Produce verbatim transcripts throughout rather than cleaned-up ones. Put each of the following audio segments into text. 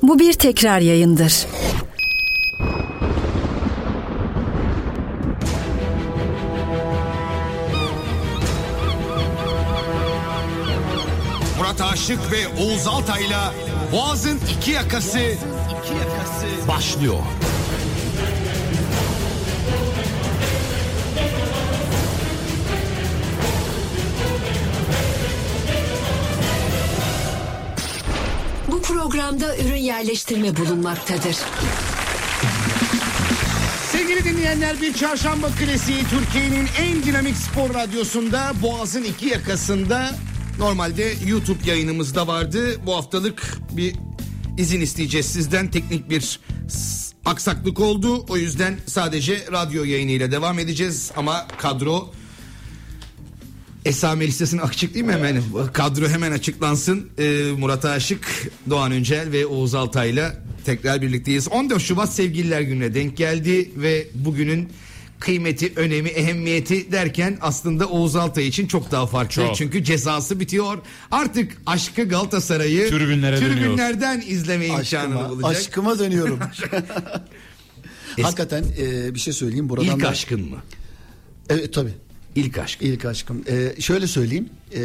Bu bir tekrar yayındır. Murat Aşık ve Oğuz Altay'la Boğaz'ın iki yakası, iki yakası başlıyor. Bu programda ürün yerleştirme bulunmaktadır. Sevgili dinleyenler, bir çarşamba klasiği Türkiye'nin en dinamik spor radyosunda Boğaz'ın iki yakasında. Normalde YouTube yayınımızda vardı. Bu haftalık bir izin isteyeceğiz sizden. Teknik bir aksaklık oldu. O yüzden sadece radyo yayınıyla devam edeceğiz. Ama kadro... Esame listesini açıklayayım mı hemen? Kadro hemen açıklansın. Ee, Murat Aşık, Doğan Öncel ve Oğuz Altay'la tekrar birlikteyiz. on dört Şubat Sevgililer Günü'ne denk geldi ve bugünün kıymeti, önemi, ehemmiyeti derken aslında Oğuz Altay için çok daha farklı. Çok. Çünkü cezası bitiyor. Artık aşkı Galatasaray'ı tribünlere tribünlerden dönüyor. izleme imkanını Aşkıma, bulacak. aşkıma dönüyorum. Hakikaten e, bir şey söyleyeyim. Buradan İlk da... aşkın mı? Evet tabii. İlk aşk. İlk aşkım. Ee, şöyle söyleyeyim. Ee,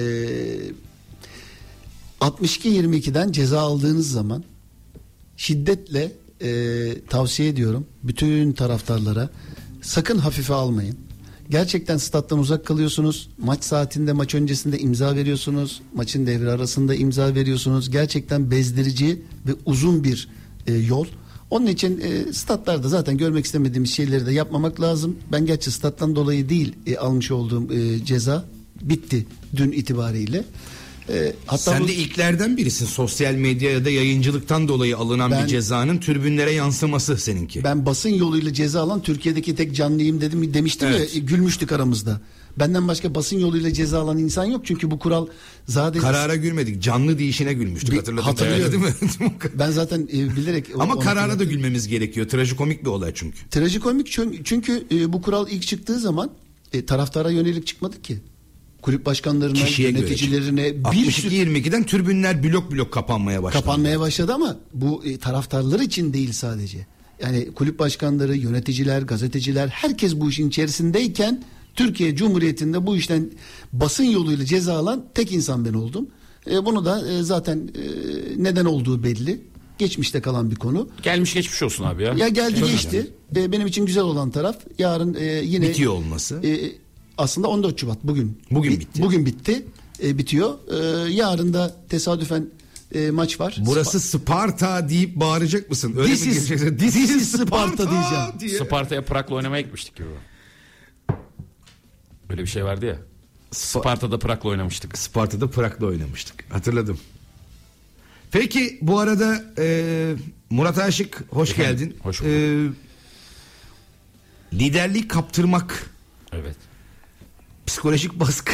altmış iki yirmi ikiden ceza aldığınız zaman şiddetle e, tavsiye ediyorum bütün taraftarlara, sakın hafife almayın. Gerçekten stat'tan uzak kalıyorsunuz. Maç saatinde, maç öncesinde imza veriyorsunuz. Maçın devre arasında imza veriyorsunuz. Gerçekten bezdirici ve uzun bir e, yol. Onun için e, statlarda zaten görmek istemediğimiz şeyleri de yapmamak lazım. Ben gerçi stat'tan dolayı değil e, almış olduğum e, ceza bitti dün itibariyle. E, hatta Sen bu, de ilklerden birisin. Sosyal medya ya da yayıncılıktan dolayı alınan ben, bir cezanın tribünlere yansıması seninki. Ben basın yoluyla ceza alan Türkiye'deki tek canlıyım dedim demiştim evet. ya, gülmüştük aramızda. Benden başka basın yoluyla ceza alan insan yok. Çünkü bu kural zaten... Karara gülmedik. Canlı deyişine gülmüştük. Hatırladın hatırlıyorum. Değil mi? Ben zaten e, bilerek... Ama karara da gülmemiz gerekiyor. Trajikomik bir olay çünkü. Trajikomik çünkü, çünkü e, bu kural ilk çıktığı zaman e, taraftara yönelik çıkmadı ki. Kulüp başkanlarına, Kişiye yöneticilerine... bir altmış iki yirmi ikiden tribünler blok blok kapanmaya başladı. Kapanmaya başladı ama bu e, taraftarlar için değil sadece. Yani kulüp başkanları, yöneticiler, gazeteciler, herkes bu işin içerisindeyken... Türkiye Cumhuriyeti'nde bu işten basın yoluyla ceza alan tek insan ben oldum. E, bunu da e, zaten e, neden olduğu belli. Geçmişte kalan bir konu. Gelmiş geçmiş olsun abi ya. Ya geldi Çok geçti. E, benim için güzel olan taraf yarın e, yine... Bitiyor olması. E, aslında on dört Şubat bugün. Bugün Bi- bitti. Bugün bitti. E, bitiyor. E, yarın da tesadüfen e, maç var. Burası Sparta deyip bağıracak mısın? Öyle This mi is, geleceksin? this is Sparta diyeceğim. diye. Sparta'ya Prag'la oynamaya gitmiştik gibi. Öyle bir şey vardı ya. Sparta'da Prag'la oynamıştık. Sparta'da Prag'la oynamıştık. Hatırladım. Peki bu arada e, Murat Aşık hoş Efendim, geldin. Hoş bulduk. E, liderliği kaptırmak. Evet. Psikolojik baskı.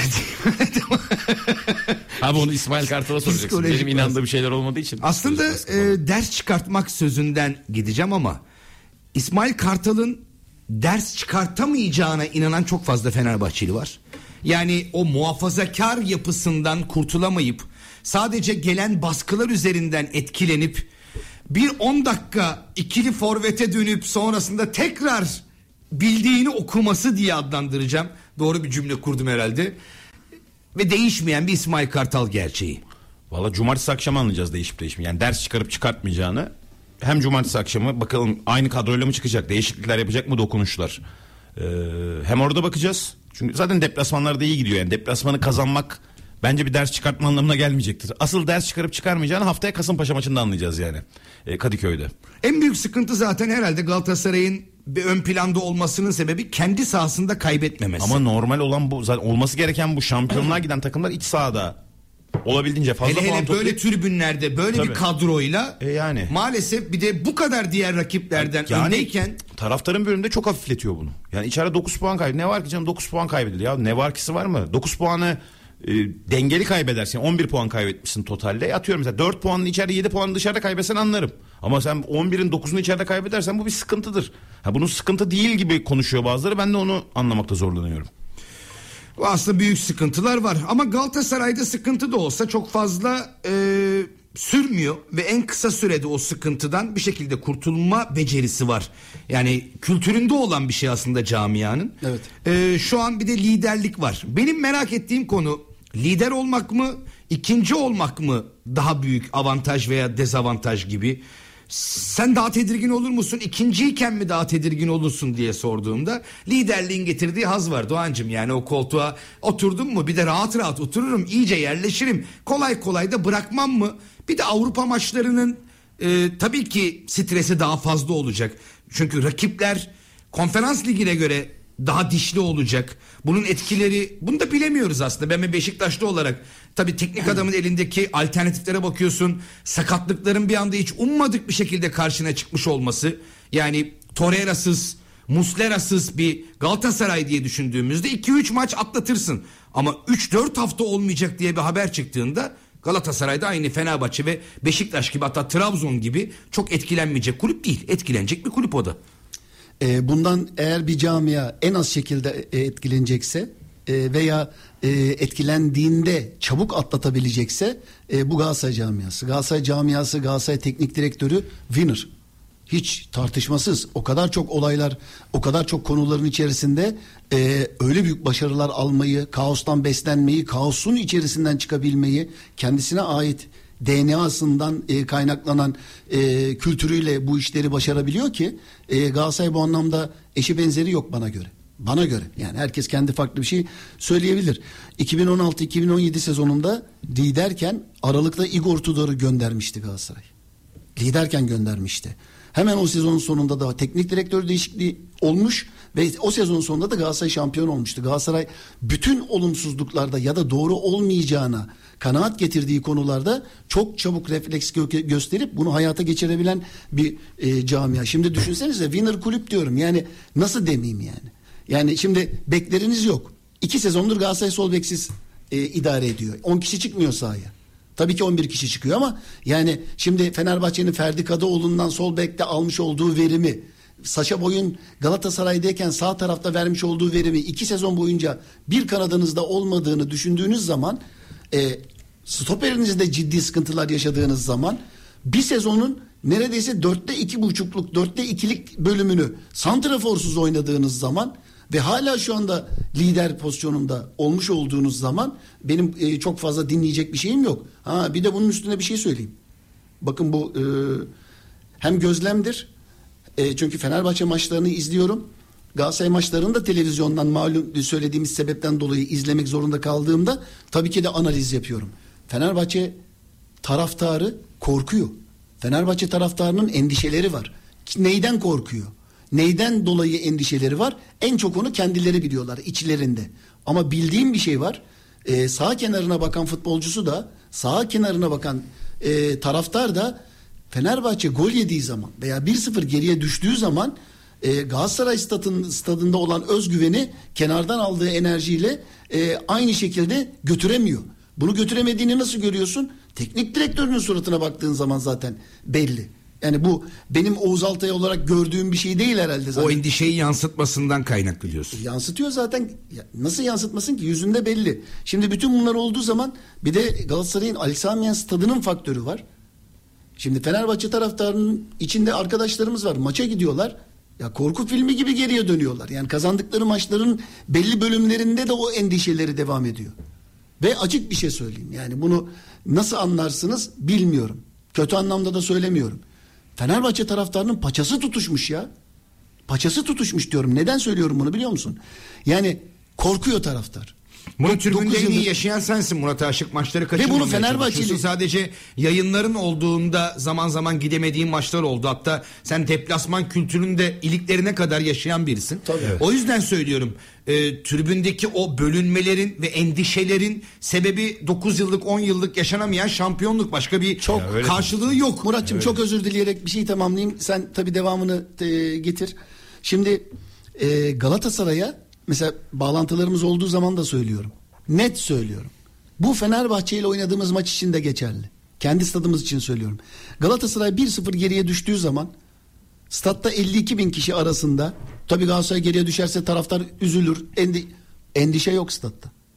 Abi onu İsmail Kartal'a soracaksın. Psikolojik Benim inandığım baskı. Şeyler olmadığı için. Aslında e, ders çıkartmak sözünden gideceğim ama İsmail Kartal'ın ders çıkartamayacağına inanan çok fazla Fenerbahçeli var. Yani o muhafazakar yapısından kurtulamayıp sadece gelen baskılar üzerinden etkilenip bir on dakika ikili forvete dönüp sonrasında tekrar bildiğini okuması diye adlandıracağım. Doğru bir cümle kurdum herhalde. Ve değişmeyen bir İsmail Kartal gerçeği. Valla cumartesi akşamı anlayacağız değişip değişmiyor. Yani ders çıkarıp çıkartmayacağını. Hem cumartesi akşamı bakalım aynı kadroyla mı çıkacak, değişiklikler yapacak mı dokunuşlar. Ee, hem orada bakacağız. Çünkü zaten deplasmanlarda iyi gidiyor. Yani deplasmanı kazanmak bence bir ders çıkartma anlamına gelmeyecektir. Asıl ders çıkarıp çıkarmayacağını haftaya Kasımpaşa maçında anlayacağız yani. Ee, Kadıköy'de. En büyük sıkıntı zaten herhalde Galatasaray'ın bir ön planda olmasının sebebi kendi sahasında kaybetmemesi. Ama normal olan bu, zaten olması gereken bu. Şampiyonluğa giden takımlar iç sahada olabildiğince fazla hele puan hele toplayıp... böyle tribünlerde böyle Tabii. bir kadroyla e yani. maalesef bir de bu kadar diğer rakiplerden yani, öndeyken taraftarın bölümünde çok hafifletiyor bunu. Yani içeride dokuz puan kaybı. Ne var ki canım, dokuz puan kaybedildi ya. Ne var kisi var mı? dokuz puanı e, dengeli kaybedersin. on bir puan kaybetmişsin totalde. Atıyorum mesela dört puanını içeride, yedi puanını dışarıda kaybetsen anlarım. Ama sen on birin dokuzunu içeride kaybedersen bu bir sıkıntıdır. Ha, bunun sıkıntı değil gibi konuşuyor bazıları. Ben de onu anlamakta zorlanıyorum. aslında büyük sıkıntılar var ama Galatasaray'da sıkıntı da olsa çok fazla e, sürmüyor ve en kısa sürede o sıkıntıdan bir şekilde kurtulma becerisi var. Yani kültüründe olan bir şey aslında camianın. Evet. Ee, şu an bir de liderlik var. Benim merak ettiğim konu lider olmak mı, ikinci olmak mı daha büyük avantaj veya dezavantaj gibi. Sen daha tedirgin olur musun? İkinciyken mi daha tedirgin olursun diye sorduğumda liderliğin getirdiği haz var Doğancığım. Yani o koltuğa oturdum mu bir de rahat rahat otururum, iyice yerleşirim. Kolay kolay da bırakmam mı? Bir de Avrupa maçlarının e, tabii ki stresi daha fazla olacak. Çünkü rakipler Konferans Ligi'ne göre daha dişli olacak. Bunun etkileri, bunu da bilemiyoruz aslında. Ben bir Beşiktaşlı olarak tabii teknik adamın elindeki alternatiflere bakıyorsun. Sakatlıkların bir anda hiç ummadık bir şekilde karşına çıkmış olması. Yani Torreira'sız, Muslera'sız bir Galatasaray diye düşündüğümüzde iki üç maç atlatırsın. Ama üç dört hafta olmayacak diye bir haber çıktığında Galatasaray'da aynı Fenerbahçe ve Beşiktaş gibi, hatta Trabzon gibi çok etkilenmeyecek kulüp değil. Etkilenecek bir kulüp o da. E, bundan eğer bir camia en az şekilde e, etkilenecekse e, veya e, etkilendiğinde çabuk atlatabilecekse e, bu Galatasaray camiası. Galatasaray camiası, Galatasaray teknik direktörü winner. Hiç tartışmasız. O kadar çok olaylar, o kadar çok konuların içerisinde e, öyle büyük başarılar almayı, kaostan beslenmeyi, kaosun içerisinden çıkabilmeyi, kendisine ait D N A'sından e, kaynaklanan e, kültürüyle bu işleri başarabiliyor ki e, Galatasaray bu anlamda eşi benzeri yok bana göre. Bana göre yani herkes kendi farklı bir şey söyleyebilir. iki bin on altı iki bin on yedi sezonunda liderken Aralık'ta Igor Tudor'u göndermişti Galatasaray. Liderken göndermişti. Hemen o sezonun sonunda da teknik direktör değişikliği olmuş ve o sezonun sonunda da Galatasaray şampiyon olmuştu. Galatasaray bütün olumsuzluklarda ya da doğru olmayacağına kanaat getirdiği konularda çok çabuk refleks gö- gösterip bunu hayata geçirebilen bir e, camia. Şimdi düşünsenize winner kulüp diyorum. Yani nasıl demeyeyim yani? Yani şimdi bekleriniz yok. İki sezondur Galatasaray sol beksiz e, idare ediyor. on kişi çıkmıyor sahaya. Tabii ki on bir kişi çıkıyor ama yani şimdi Fenerbahçe'nin Ferdi Kadıoğlu'ndan sol bekte almış olduğu verimi, Saşa Boy'un Galatasaray'dayken sağ tarafta vermiş olduğu verimi iki sezon boyunca bir kanadınızda olmadığını düşündüğünüz zaman, e, stoperinizde ciddi sıkıntılar yaşadığınız zaman bir sezonun neredeyse dörtte iki buçukluk, dörtte ikilik bölümünü santraforsuz oynadığınız zaman ve hala şu anda lider pozisyonunda olmuş olduğunuz zaman benim e, çok fazla dinleyecek bir şeyim yok. Ha bir de bunun üstüne bir şey söyleyeyim. Bakın bu e, hem gözlemdir. E, çünkü Fenerbahçe maçlarını izliyorum. Galatasaray maçlarını da televizyondan malum söylediğimiz sebepten dolayı izlemek zorunda kaldığımda tabii ki de analiz yapıyorum. Fenerbahçe taraftarı korkuyor. Fenerbahçe taraftarının endişeleri var. Neyden korkuyor? Neyden dolayı endişeleri var? En çok onu kendileri biliyorlar içlerinde. Ama bildiğim bir şey var. Ee, sağ kenarına bakan futbolcusu da, sağ kenarına bakan e, taraftar da Fenerbahçe gol yediği zaman veya bir sıfır geriye düştüğü zaman e, Galatasaray stadın, stadında olan özgüveni kenardan aldığı enerjiyle e, aynı şekilde götüremiyor. Bunu götüremediğini nasıl görüyorsun? Teknik direktörünün suratına baktığın zaman zaten belli. Yani bu benim Oğuz Altay olarak gördüğüm bir şey değil herhalde zaten. O endişeyi yansıtmasından kaynaklı diyorsun. Yansıtıyor zaten. Ya nasıl yansıtmasın ki? Yüzünde belli. Şimdi bütün bunlar olduğu zaman bir de Galatasaray'ın Ali Sami Yen stadının faktörü var. Şimdi Fenerbahçe taraftarının içinde arkadaşlarımız var. Maça gidiyorlar. Ya korku filmi gibi geriye dönüyorlar. Yani kazandıkları maçların belli bölümlerinde de o endişeleri devam ediyor. Ve açık bir şey söyleyeyim. Yani bunu nasıl anlarsınız bilmiyorum. Kötü anlamda da söylemiyorum. Fenerbahçe taraftarının paçası tutuşmuş ya. Paçası tutuşmuş diyorum. Neden söylüyorum bunu biliyor musun? Yani korkuyor taraftar. Bunu tribünde en iyi yıldır... yaşayan sensin Murat Aşık. Maçları kaçırmamaya Ve bunu Fenerbahçeli... Sadece yayınların olduğunda zaman zaman gidemediğin maçlar oldu. Hatta sen deplasman kültüründe iliklerine kadar yaşayan birisin. Tabii. Evet. O yüzden söylüyorum. E, tribündeki o bölünmelerin ve endişelerin sebebi dokuz yıllık on yıllık yaşanamayan şampiyonluk. Başka bir çok karşılığı mi? Yok. Muratçım çok özür dileyerek bir şey tamamlayayım. Sen tabii devamını e, getir. Şimdi e, Galatasaray'a mesela bağlantılarımız olduğu zaman da söylüyorum. Net söylüyorum. Bu Fenerbahçe ile oynadığımız maç için de geçerli. Kendi stadımız için söylüyorum. Galatasaray bir sıfır geriye düştüğü zaman statta elli iki bin kişi arasında, tabii Galatasaray geriye düşerse taraftar üzülür. Endi, endişe yok statta.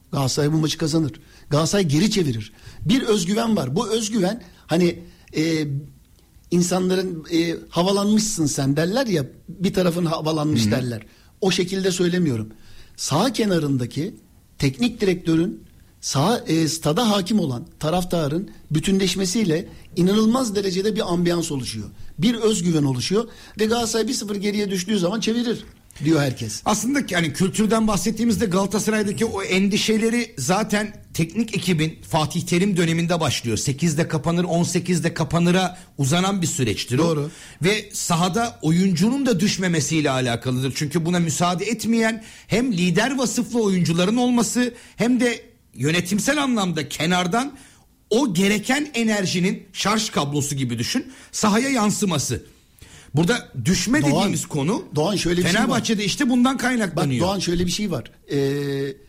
Galatasaray bu maçı kazanır. Galatasaray geri çevirir. Bir özgüven var. Bu özgüven hani e, insanların e, havalanmışsın sen derler ya, bir tarafın havalanmış Hı-hı. derler. O şekilde söylemiyorum. Sağ kenarındaki teknik direktörün sağ e, stada hakim olan taraftarın bütünleşmesiyle inanılmaz derecede bir ambiyans oluşuyor. Bir özgüven oluşuyor ve Galatasaray bir sıfır geriye düştüğü zaman çevirir diyor herkes. Aslında yani kültürden bahsettiğimizde Galatasaray'daki o endişeleri zaten teknik ekibin Fatih Terim döneminde başlıyor. sekizde kapanır on sekizde kapanıra uzanan bir süreçtir. Doğru. O. Ve sahada oyuncunun da düşmemesiyle alakalıdır. Çünkü buna müsaade etmeyen hem lider vasıflı oyuncuların olması hem de yönetimsel anlamda kenardan o gereken enerjinin şarj kablosu gibi düşün, sahaya yansıması. Burada düşme Doğan, dediğimiz konu Doğan şöyle bir Fenerbahçe'de şey var. işte bundan kaynaklanıyor. Bak Doğan şöyle bir şey var. Ee,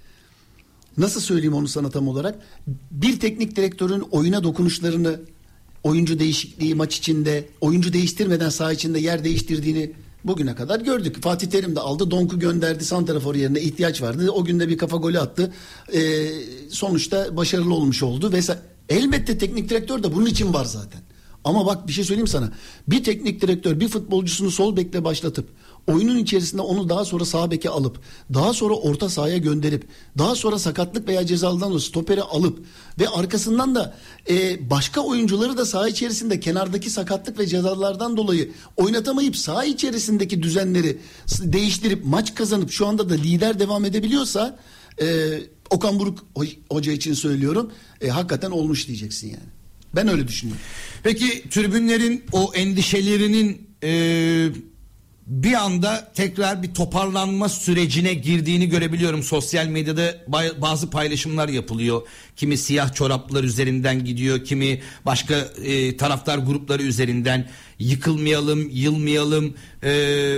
nasıl söyleyeyim onu sana tam olarak? Bir teknik direktörün oyuna dokunuşlarını, oyuncu değişikliği maç içinde, oyuncu değiştirmeden saha içinde yer değiştirdiğini bugüne kadar gördük. Fatih Terim de aldı, Donk'u gönderdi, santrafor yerine ihtiyaç vardı. O gün de bir kafa golü attı. Ee, sonuçta başarılı olmuş oldu vesaire. Elbette teknik direktör de bunun için var zaten. Ama bak bir şey söyleyeyim sana. Bir teknik direktör bir futbolcusunu sol bekle başlatıp oyunun içerisinde onu daha sonra sağ beke alıp daha sonra orta sahaya gönderip daha sonra sakatlık veya cezalıdan sonra stoperi alıp ve arkasından da e, başka oyuncuları da saha içerisinde kenardaki sakatlık ve cezalardan dolayı oynatamayıp saha içerisindeki düzenleri değiştirip maç kazanıp şu anda da lider devam edebiliyorsa e, Okan Buruk hoca için söylüyorum, e, hakikaten olmuş diyeceksin yani. Ben öyle düşünüyorum. Peki tribünlerin o endişelerinin e, bir anda tekrar bir toparlanma sürecine girdiğini görebiliyorum. Sosyal medyada bazı paylaşımlar yapılıyor. Kimi siyah çoraplar üzerinden gidiyor, kimi başka e, taraftar grupları üzerinden yıkılmayalım, yılmayalım e,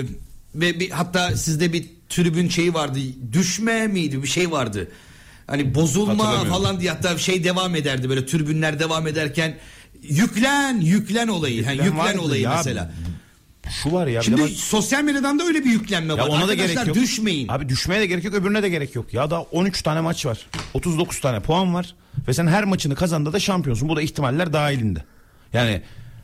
ve bir, hatta sizde bir tribün şeyi vardı, düşme miydi bir şey vardı. Hani bozulma falan diye, hatta şey devam ederdi böyle, tribünler devam ederken yüklen yüklen olayı, yüklen, yani yüklen olayı ya mesela. Şu var ya. Şimdi bak, sosyal medyadan da öyle bir yüklenme ya var. ona Arkadaşlar da gerek yok. Düşmeyin. Abi düşmeye de gerek yok, öbürüne de gerek yok. Ya da on üç tane maç var. otuz dokuz tane puan var ve sen her maçını kazandığında da şampiyonsun. Bu da ihtimaller dahilinde. Yani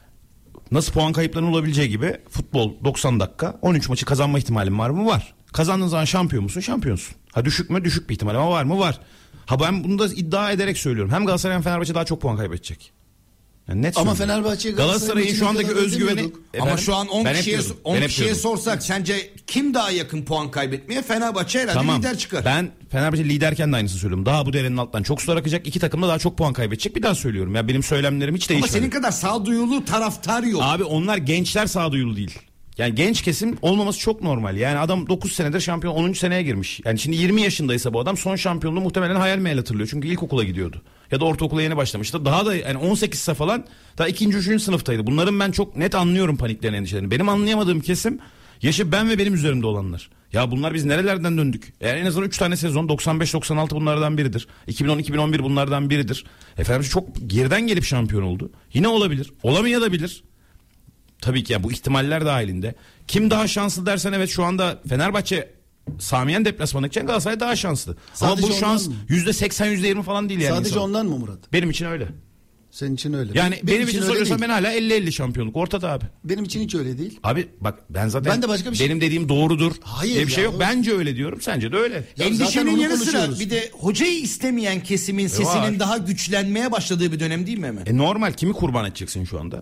nasıl puan kayıplarının olabileceği gibi futbol doksan dakika, on üç maçı kazanma ihtimalin var mı? Var. Kazandığın zaman şampiyon musun? Şampiyonsun. Ha düşük mü? Düşük bir ihtimal, ama var mı? Var. Ha ben bunu da iddia ederek söylüyorum. Hem Galatasaray hem Fenerbahçe daha çok puan kaybedecek. Yani net ama söylüyorum. Fenerbahçe Galatasaray'ın şu andaki özgüveni efendim, ama şu an on kişiye on kişiye sorsak sence kim daha yakın puan kaybetmeye? Fenerbahçe herhalde tamam, lider çıkar. Ben Fenerbahçe liderken de aynısını söylüyorum. Daha bu derenin altından çok sular akacak. İki takım da daha çok puan kaybedecek. Bir daha söylüyorum. Ya benim söylemlerim hiç değişmedi. Ama senin kadar sağduyulu taraftar yok. Abi onlar gençler sağduyulu değil. Yani genç kesim olmaması çok normal. Yani adam dokuz senedir şampiyon, onuncu seneye girmiş. Yani şimdi yirmi yaşındaysa bu adam son şampiyonluğu muhtemelen hayal meyal hatırlıyor. Çünkü ilkokula gidiyordu. Ya da ortaokula yeni başlamıştı. Daha da yani on sekizse falan daha ikinci üçüncü sınıftaydı. Bunların ben çok net anlıyorum paniklerini, endişelerini. Benim anlayamadığım kesim yaşı ben ve benim üzerimde olanlar. Ya bunlar biz nerelerden döndük? Yani en azından üç tane sezon, doksan beş doksan altı bunlardan biridir. iki bin on iki bin on bir bunlardan biridir. Efendim çok geriden gelip şampiyon oldu. Yine olabilir. Olamayabilir. Tabii ki ya, bu ihtimaller dahilinde. Kim daha şanslı dersen evet, şu anda Fenerbahçe Samiyen deplasmanı için Galatasaray daha şanslı. Sadece ama bu şans yüzde seksen yüzde yirmi falan değil yani. Sadece insan. Ondan mı Murat? Benim için öyle. Senin için öyle. Yani benim, benim için, için soruyorsan ben hala elli elli şampiyonluk ortada abi. Benim için hiç öyle değil. Abi bak ben zaten ben de başka bir şey. Benim dediğim doğrudur. Hayır diye bir şey ya, yok. o... Bence öyle diyorum. Sence de öyle. Ya endişenin yanı sıra bir de hocayı istemeyen kesimin e sesinin var. Daha güçlenmeye başladığı bir dönem değil mi hemen? E normal, kimi kurban edeceksin şu anda?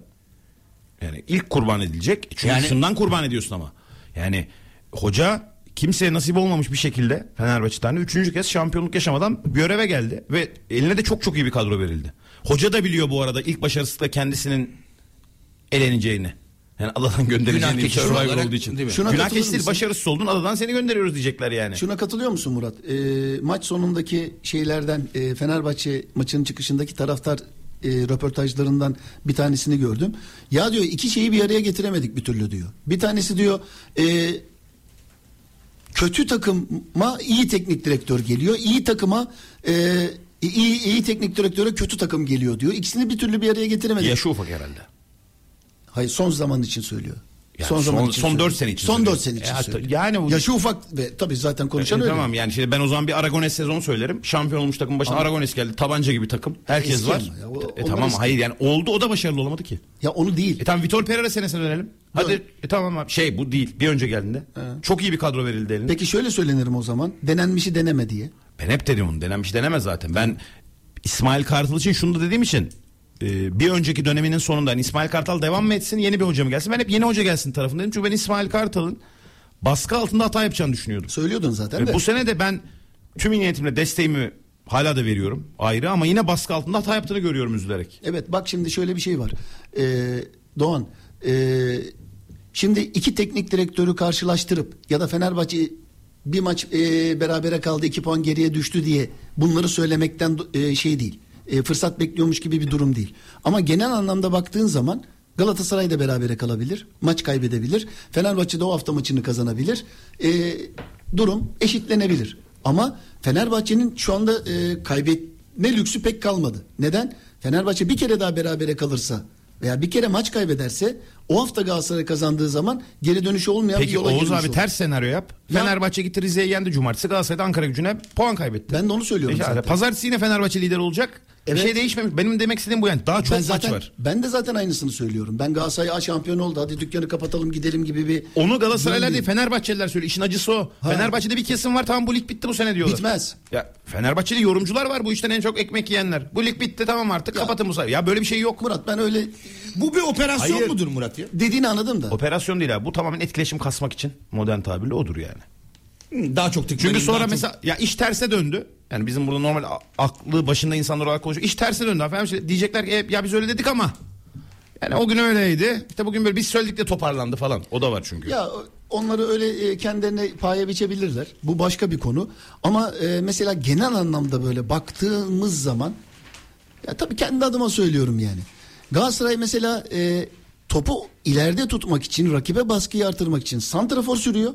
Yani ilk kurban edilecek. Çünkü yani... şundan kurban ediyorsun ama. Yani hoca kimseye nasip olmamış bir şekilde Fenerbahçe'den üçüncü kez şampiyonluk yaşamadan göreve geldi. Ve eline de çok çok iyi bir kadro verildi. Hoca da biliyor bu arada ilk başarısıyla kendisinin eleneceğini. Yani adadan göndereceğini bir Survivor olduğu için. Günah keçisi, başarısız oldun, adadan seni gönderiyoruz diyecekler yani. Şuna katılıyor musun Murat? E, maç sonundaki şeylerden e, Fenerbahçe maçının çıkışındaki taraftar E, röportajlarından bir tanesini gördüm. Ya diyor, iki şeyi bir araya getiremedik bir türlü diyor. Bir tanesi diyor e, kötü takıma iyi teknik direktör geliyor. İyi takıma e, iyi, iyi teknik direktöre kötü takım geliyor diyor. İkisini bir türlü bir araya getiremedik. Yaşı ufak herhalde. Hayır, son zaman için söylüyor. Yani son zaman son, için son dört söylüyorum. sene için. Son dört söylüyorum. sene için. E, söylüyorum. yani o, yaşı ufak ve tabii zaten konuşan e, öyle. Tamam yani şimdi ben o zaman bir Aragones sezonu söylerim. Şampiyon olmuş takım başına Ama, Aragones geldi. Tabanca gibi takım. Herkes eski var. ama ya, o- e, onlar tamam eski. hayır yani oldu, o da başarılı olamadı ki. Ya onu değil. E tamam, Vitor Pereira senesine dönelim. Hadi Dön. e, tamam abi. Şey bu değil. Bir önce geldiğinde. Çok iyi bir kadro verildi eline. Peki şöyle söylenirim o zaman. Denenmişi deneme diye. Ben hep dedim onu. Denenmiş denemez zaten. Ben İsmail Kartal için şunu da dediğim için e, bir önceki döneminin sonunda hani İsmail Kartal devam mı etsin, yeni bir hoca mı gelsin? Ben hep yeni hoca gelsin tarafındayım. Çünkü ben İsmail Kartal'ın baskı altında hata yapacağını düşünüyordum. Söylüyordun zaten E, de. bu sene de ben tüm niyetimle desteğimi hala da veriyorum ayrı, ama yine baskı altında hata yaptığını görüyorum üzülerek. Evet bak şimdi şöyle bir şey var. Ee, Doğan ee, şimdi iki teknik direktörü karşılaştırıp ya da Fenerbahçe bir maç ee, berabere kaldı, iki puan geriye düştü diye bunları söylemekten ee, şey değil. Ee, fırsat bekliyormuş gibi bir durum değil. Ama genel anlamda baktığın zaman Galatasaray da berabere kalabilir. Maç kaybedebilir. Fenerbahçe de o hafta maçını kazanabilir. Ee, durum eşitlenebilir. Ama Fenerbahçe'nin şu anda e, kaybetme lüksü pek kalmadı. Neden? Fenerbahçe bir kere daha berabere kalırsa veya bir kere maç kaybederse o hafta Galatasaray kazandığı zaman geri dönüşü olmayan bir Peki yola Oğuz girmiş abi olur. ters senaryo yap. Ya- Fenerbahçe gitti Rize'yi yendi cumartesi. Galatasaray'da Ankara Gücü'ne puan kaybetti. Ben de onu söylüyorum E, zaten. Pazartesi yine Fenerbahçe lider olacak. Evet. Bir şey değişmemiş. Benim demek istediğim bu yani. Daha çok ben maç zaten var. ben de zaten aynısını söylüyorum. Ben Galatasaray A şampiyon oldu. Hadi dükkanı kapatalım gidelim gibi bir Onu Galatasaraylılar durum değil, Fenerbahçeliler söylüyor. İşin acısı o. Ha. Fenerbahçe'de bir kesim var, tamam bu lig bitti bu sene diyorlar. Bitmez. Ya Fenerbahçe'de yorumcular var, bu işten en çok ekmek yiyenler. Bu lig bitti tamam artık Ya. kapatın bu sayı. Ya böyle bir şey yok. Murat ben öyle Bu bir operasyon Hayır. mudur Murat ya? dediğini anladım da. Operasyon değil abi. Bu tamamen etkileşim kasmak için, modern tabirle odur yani. Hı, Daha çok tıklayın. Çünkü sonra daha çok- mesela ya iş terse döndü. Yani bizim burada normal a- aklı başında insanlar olarak konuşuyor. İş terse döndü efendim. İşte diyecekler ki e, ya biz öyle dedik ama. Yani o gün öyleydi. İşte bugün böyle biz söyledik de toparlandı falan. O da var çünkü. Ya onları öyle e, kendilerine paya biçebilirler. Bu başka bir konu. Ama e, mesela genel anlamda böyle baktığımız zaman ya tabii kendi adıma söylüyorum yani. Galatasaray mesela e, topu ileride tutmak için, rakibe baskıyı artırmak için santrafor sürüyor.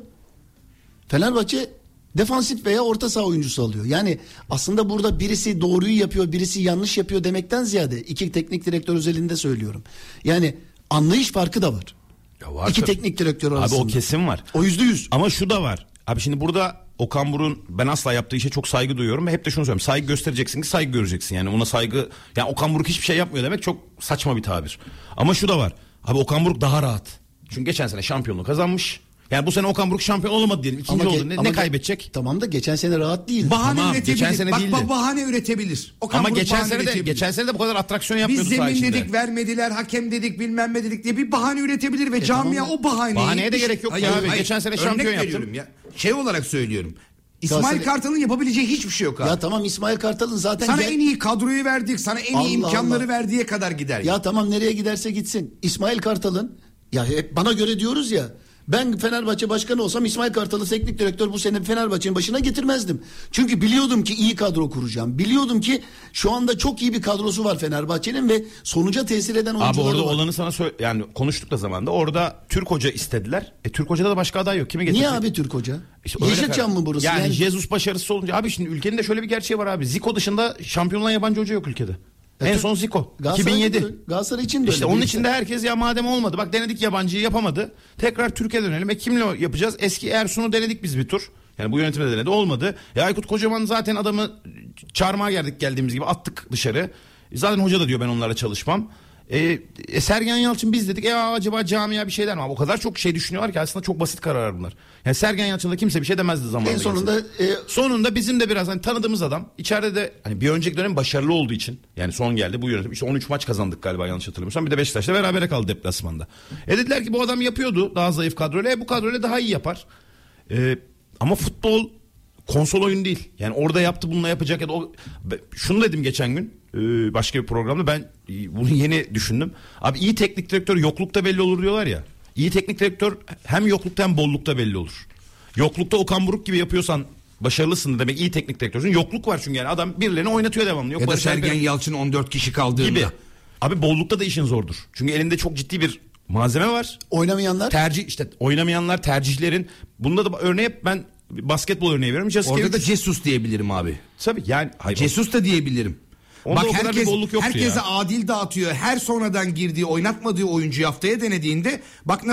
Fenerbahçe defansif veya orta saha oyuncusu alıyor. Yani aslında burada birisi doğruyu yapıyor, birisi yanlış yapıyor demekten ziyade iki teknik direktör özelinde söylüyorum. Yani anlayış farkı da var. Ya var İki tabii. teknik direktör Abi arasında. o kesim var. O yüzde yüz. Ama şu da var. Abi şimdi burada Okan Buruk'un ben asla yaptığı işe çok saygı duyuyorum ve hep de şunu söylüyorum. Saygı göstereceksin ki saygı göreceksin. Yani ona saygı, yani Okan Buruk hiçbir şey yapmıyor demek çok saçma bir tabir. Ama şu da var. Abi Okan Buruk daha rahat. Çünkü geçen sene şampiyonluğu kazanmış. Yani bu sene Okan Buruk şampiyon olamadı diyelim. İkinci Ama oldu. ge- Ne, ama ne ge- kaybedecek? Tamam da geçen sene rahat değil. Bahane Tamam, üretebilir. geçen sene bak, değildi. bak bahane üretebilir. Okan Ama Buruk geçen bahane sene de üretebilir. geçen sene de bu kadar atraksiyon Biz yapmıyordu saha zemin içinde. dedik vermediler, hakem dedik bilmem ne dedik diye bir bahane üretebilir ve camia tamam. o bahaneyi... Bahaneye de gerek yok ya abi. Geçen sene Örnek şampiyon yaptın. veriyorum ya. Şey olarak söylüyorum. İsmail Galatasaray- Kartal'ın yapabileceği hiçbir şey yok abi. Ya tamam İsmail Kartal'ın zaten sana gel- en iyi kadroyu verdik, sana en iyi Allah imkanları Allah. verdiği kadar gider. Ya tamam nereye giderse gitsin. İsmail Kartal'ın ya hep bana göre diyoruz ya. Ben Fenerbahçe başkanı olsam İsmail Kartal'ı teknik direktör bu sene Fenerbahçe'nin başına getirmezdim. Çünkü biliyordum ki iyi kadro kuracağım. Biliyordum ki şu anda çok iyi bir kadrosu var Fenerbahçe'nin ve sonuca tesir eden Abi oyuncuları orada var. olanı sana söyle, yani konuştuk da zamanda. Orada Türk hoca istediler. E Türk hocada da başka aday yok. Kimi getirecek? Niye abi Türk hoca? İşte öyle Yeşilçam karar- mı burası? Yani, Yani, Jesus başarısız olunca abi şimdi ülkenin de şöyle bir gerçeği var abi. Zico dışında şampiyon olan yabancı hoca yok ülkede. Ya en Türk- son Zico. Galatasaray iki bin için de yedi. öyle. Galatasaray için de İşte öyle. onun Bir- için de herkes ya madem olmadı. Bak denedik yabancıyı yapamadı. Tekrar Türkiye'ye dönelim. E kimle yapacağız? Eski Ersun'u denedik biz bir tur. Yani bu yönetimde denedi. Olmadı. E Aykut Kocaman zaten adamı çağırmaya geldik geldiğimiz gibi attık dışarı. Zaten hoca da diyor ben onlarla çalışmam. E, e, Sergen Yalçın biz dedik. E acaba camia bir şeyler mi? Ama o kadar çok şey düşünüyorlar ki aslında çok basit kararlar bunlar. Yani Sergen Yalçın'da kimse bir şey demezdi zamanında. En sonunda gelse. e, Sonunda bizim de biraz hani tanıdığımız adam. İçeride de hani bir önceki dönem başarılı olduğu için. Yani son geldi bu yönetim. İşte on üç maç kazandık galiba yanlış hatırlamıyorsam. Bir de Beşiktaş'la berabere kaldı deplasmanda. E dediler ki bu adam yapıyordu daha zayıf kadroyla. E bu kadroyla daha iyi yapar. E, ama futbol konsol oyun değil. Yani orada yaptı bununla yapacak ya da o... Be- Şunu dedim geçen gün e, başka bir programda ben e, bunu yeni düşündüm. Abi iyi teknik direktör yoklukta belli olur diyorlar ya. İyi teknik direktör hem yoklukta hem bollukta belli olur. Yoklukta Okan Buruk gibi yapıyorsan başarılısın demek iyi teknik direktörsün. Yokluk var çünkü yani adam birilerini oynatıyor devamlı. Yok ya da Barış Sergen Alper Yalçın on dört kişi kaldığında. gibi. Abi bollukta da işin zordur. Çünkü elinde çok ciddi bir malzeme var. oynamayanlar Tercih işte oynamayanlar tercihlerin. Bunda da örneği ben basketbol örneği veriyorum. Jasikevic- Orada da Jesus diyebilirim abi. Tabii yani hayır, Jesus da diyebilirim. Onda Bak o kadar bir herkes, bolluk yoktu herkese ya. adil dağıtıyor. Her sonradan girdiği, oynatmadığı oyuncuyu haftaya denediğinde bak nasıl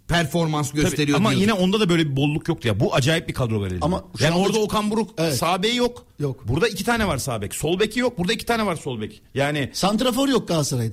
performans gösteriyor. Tabii, ama diyorsun. yine onda da böyle bir bolluk yoktu ya. Bu acayip bir kadro verildi. Ama şu yani anda- orada Okan Buruk Evet. sağ beyi yok. Yok. Burada iki tane var sağ bek. Sol beki yok. Burada iki tane var sol bek. Yani Santrafor yok Galatasaray'da.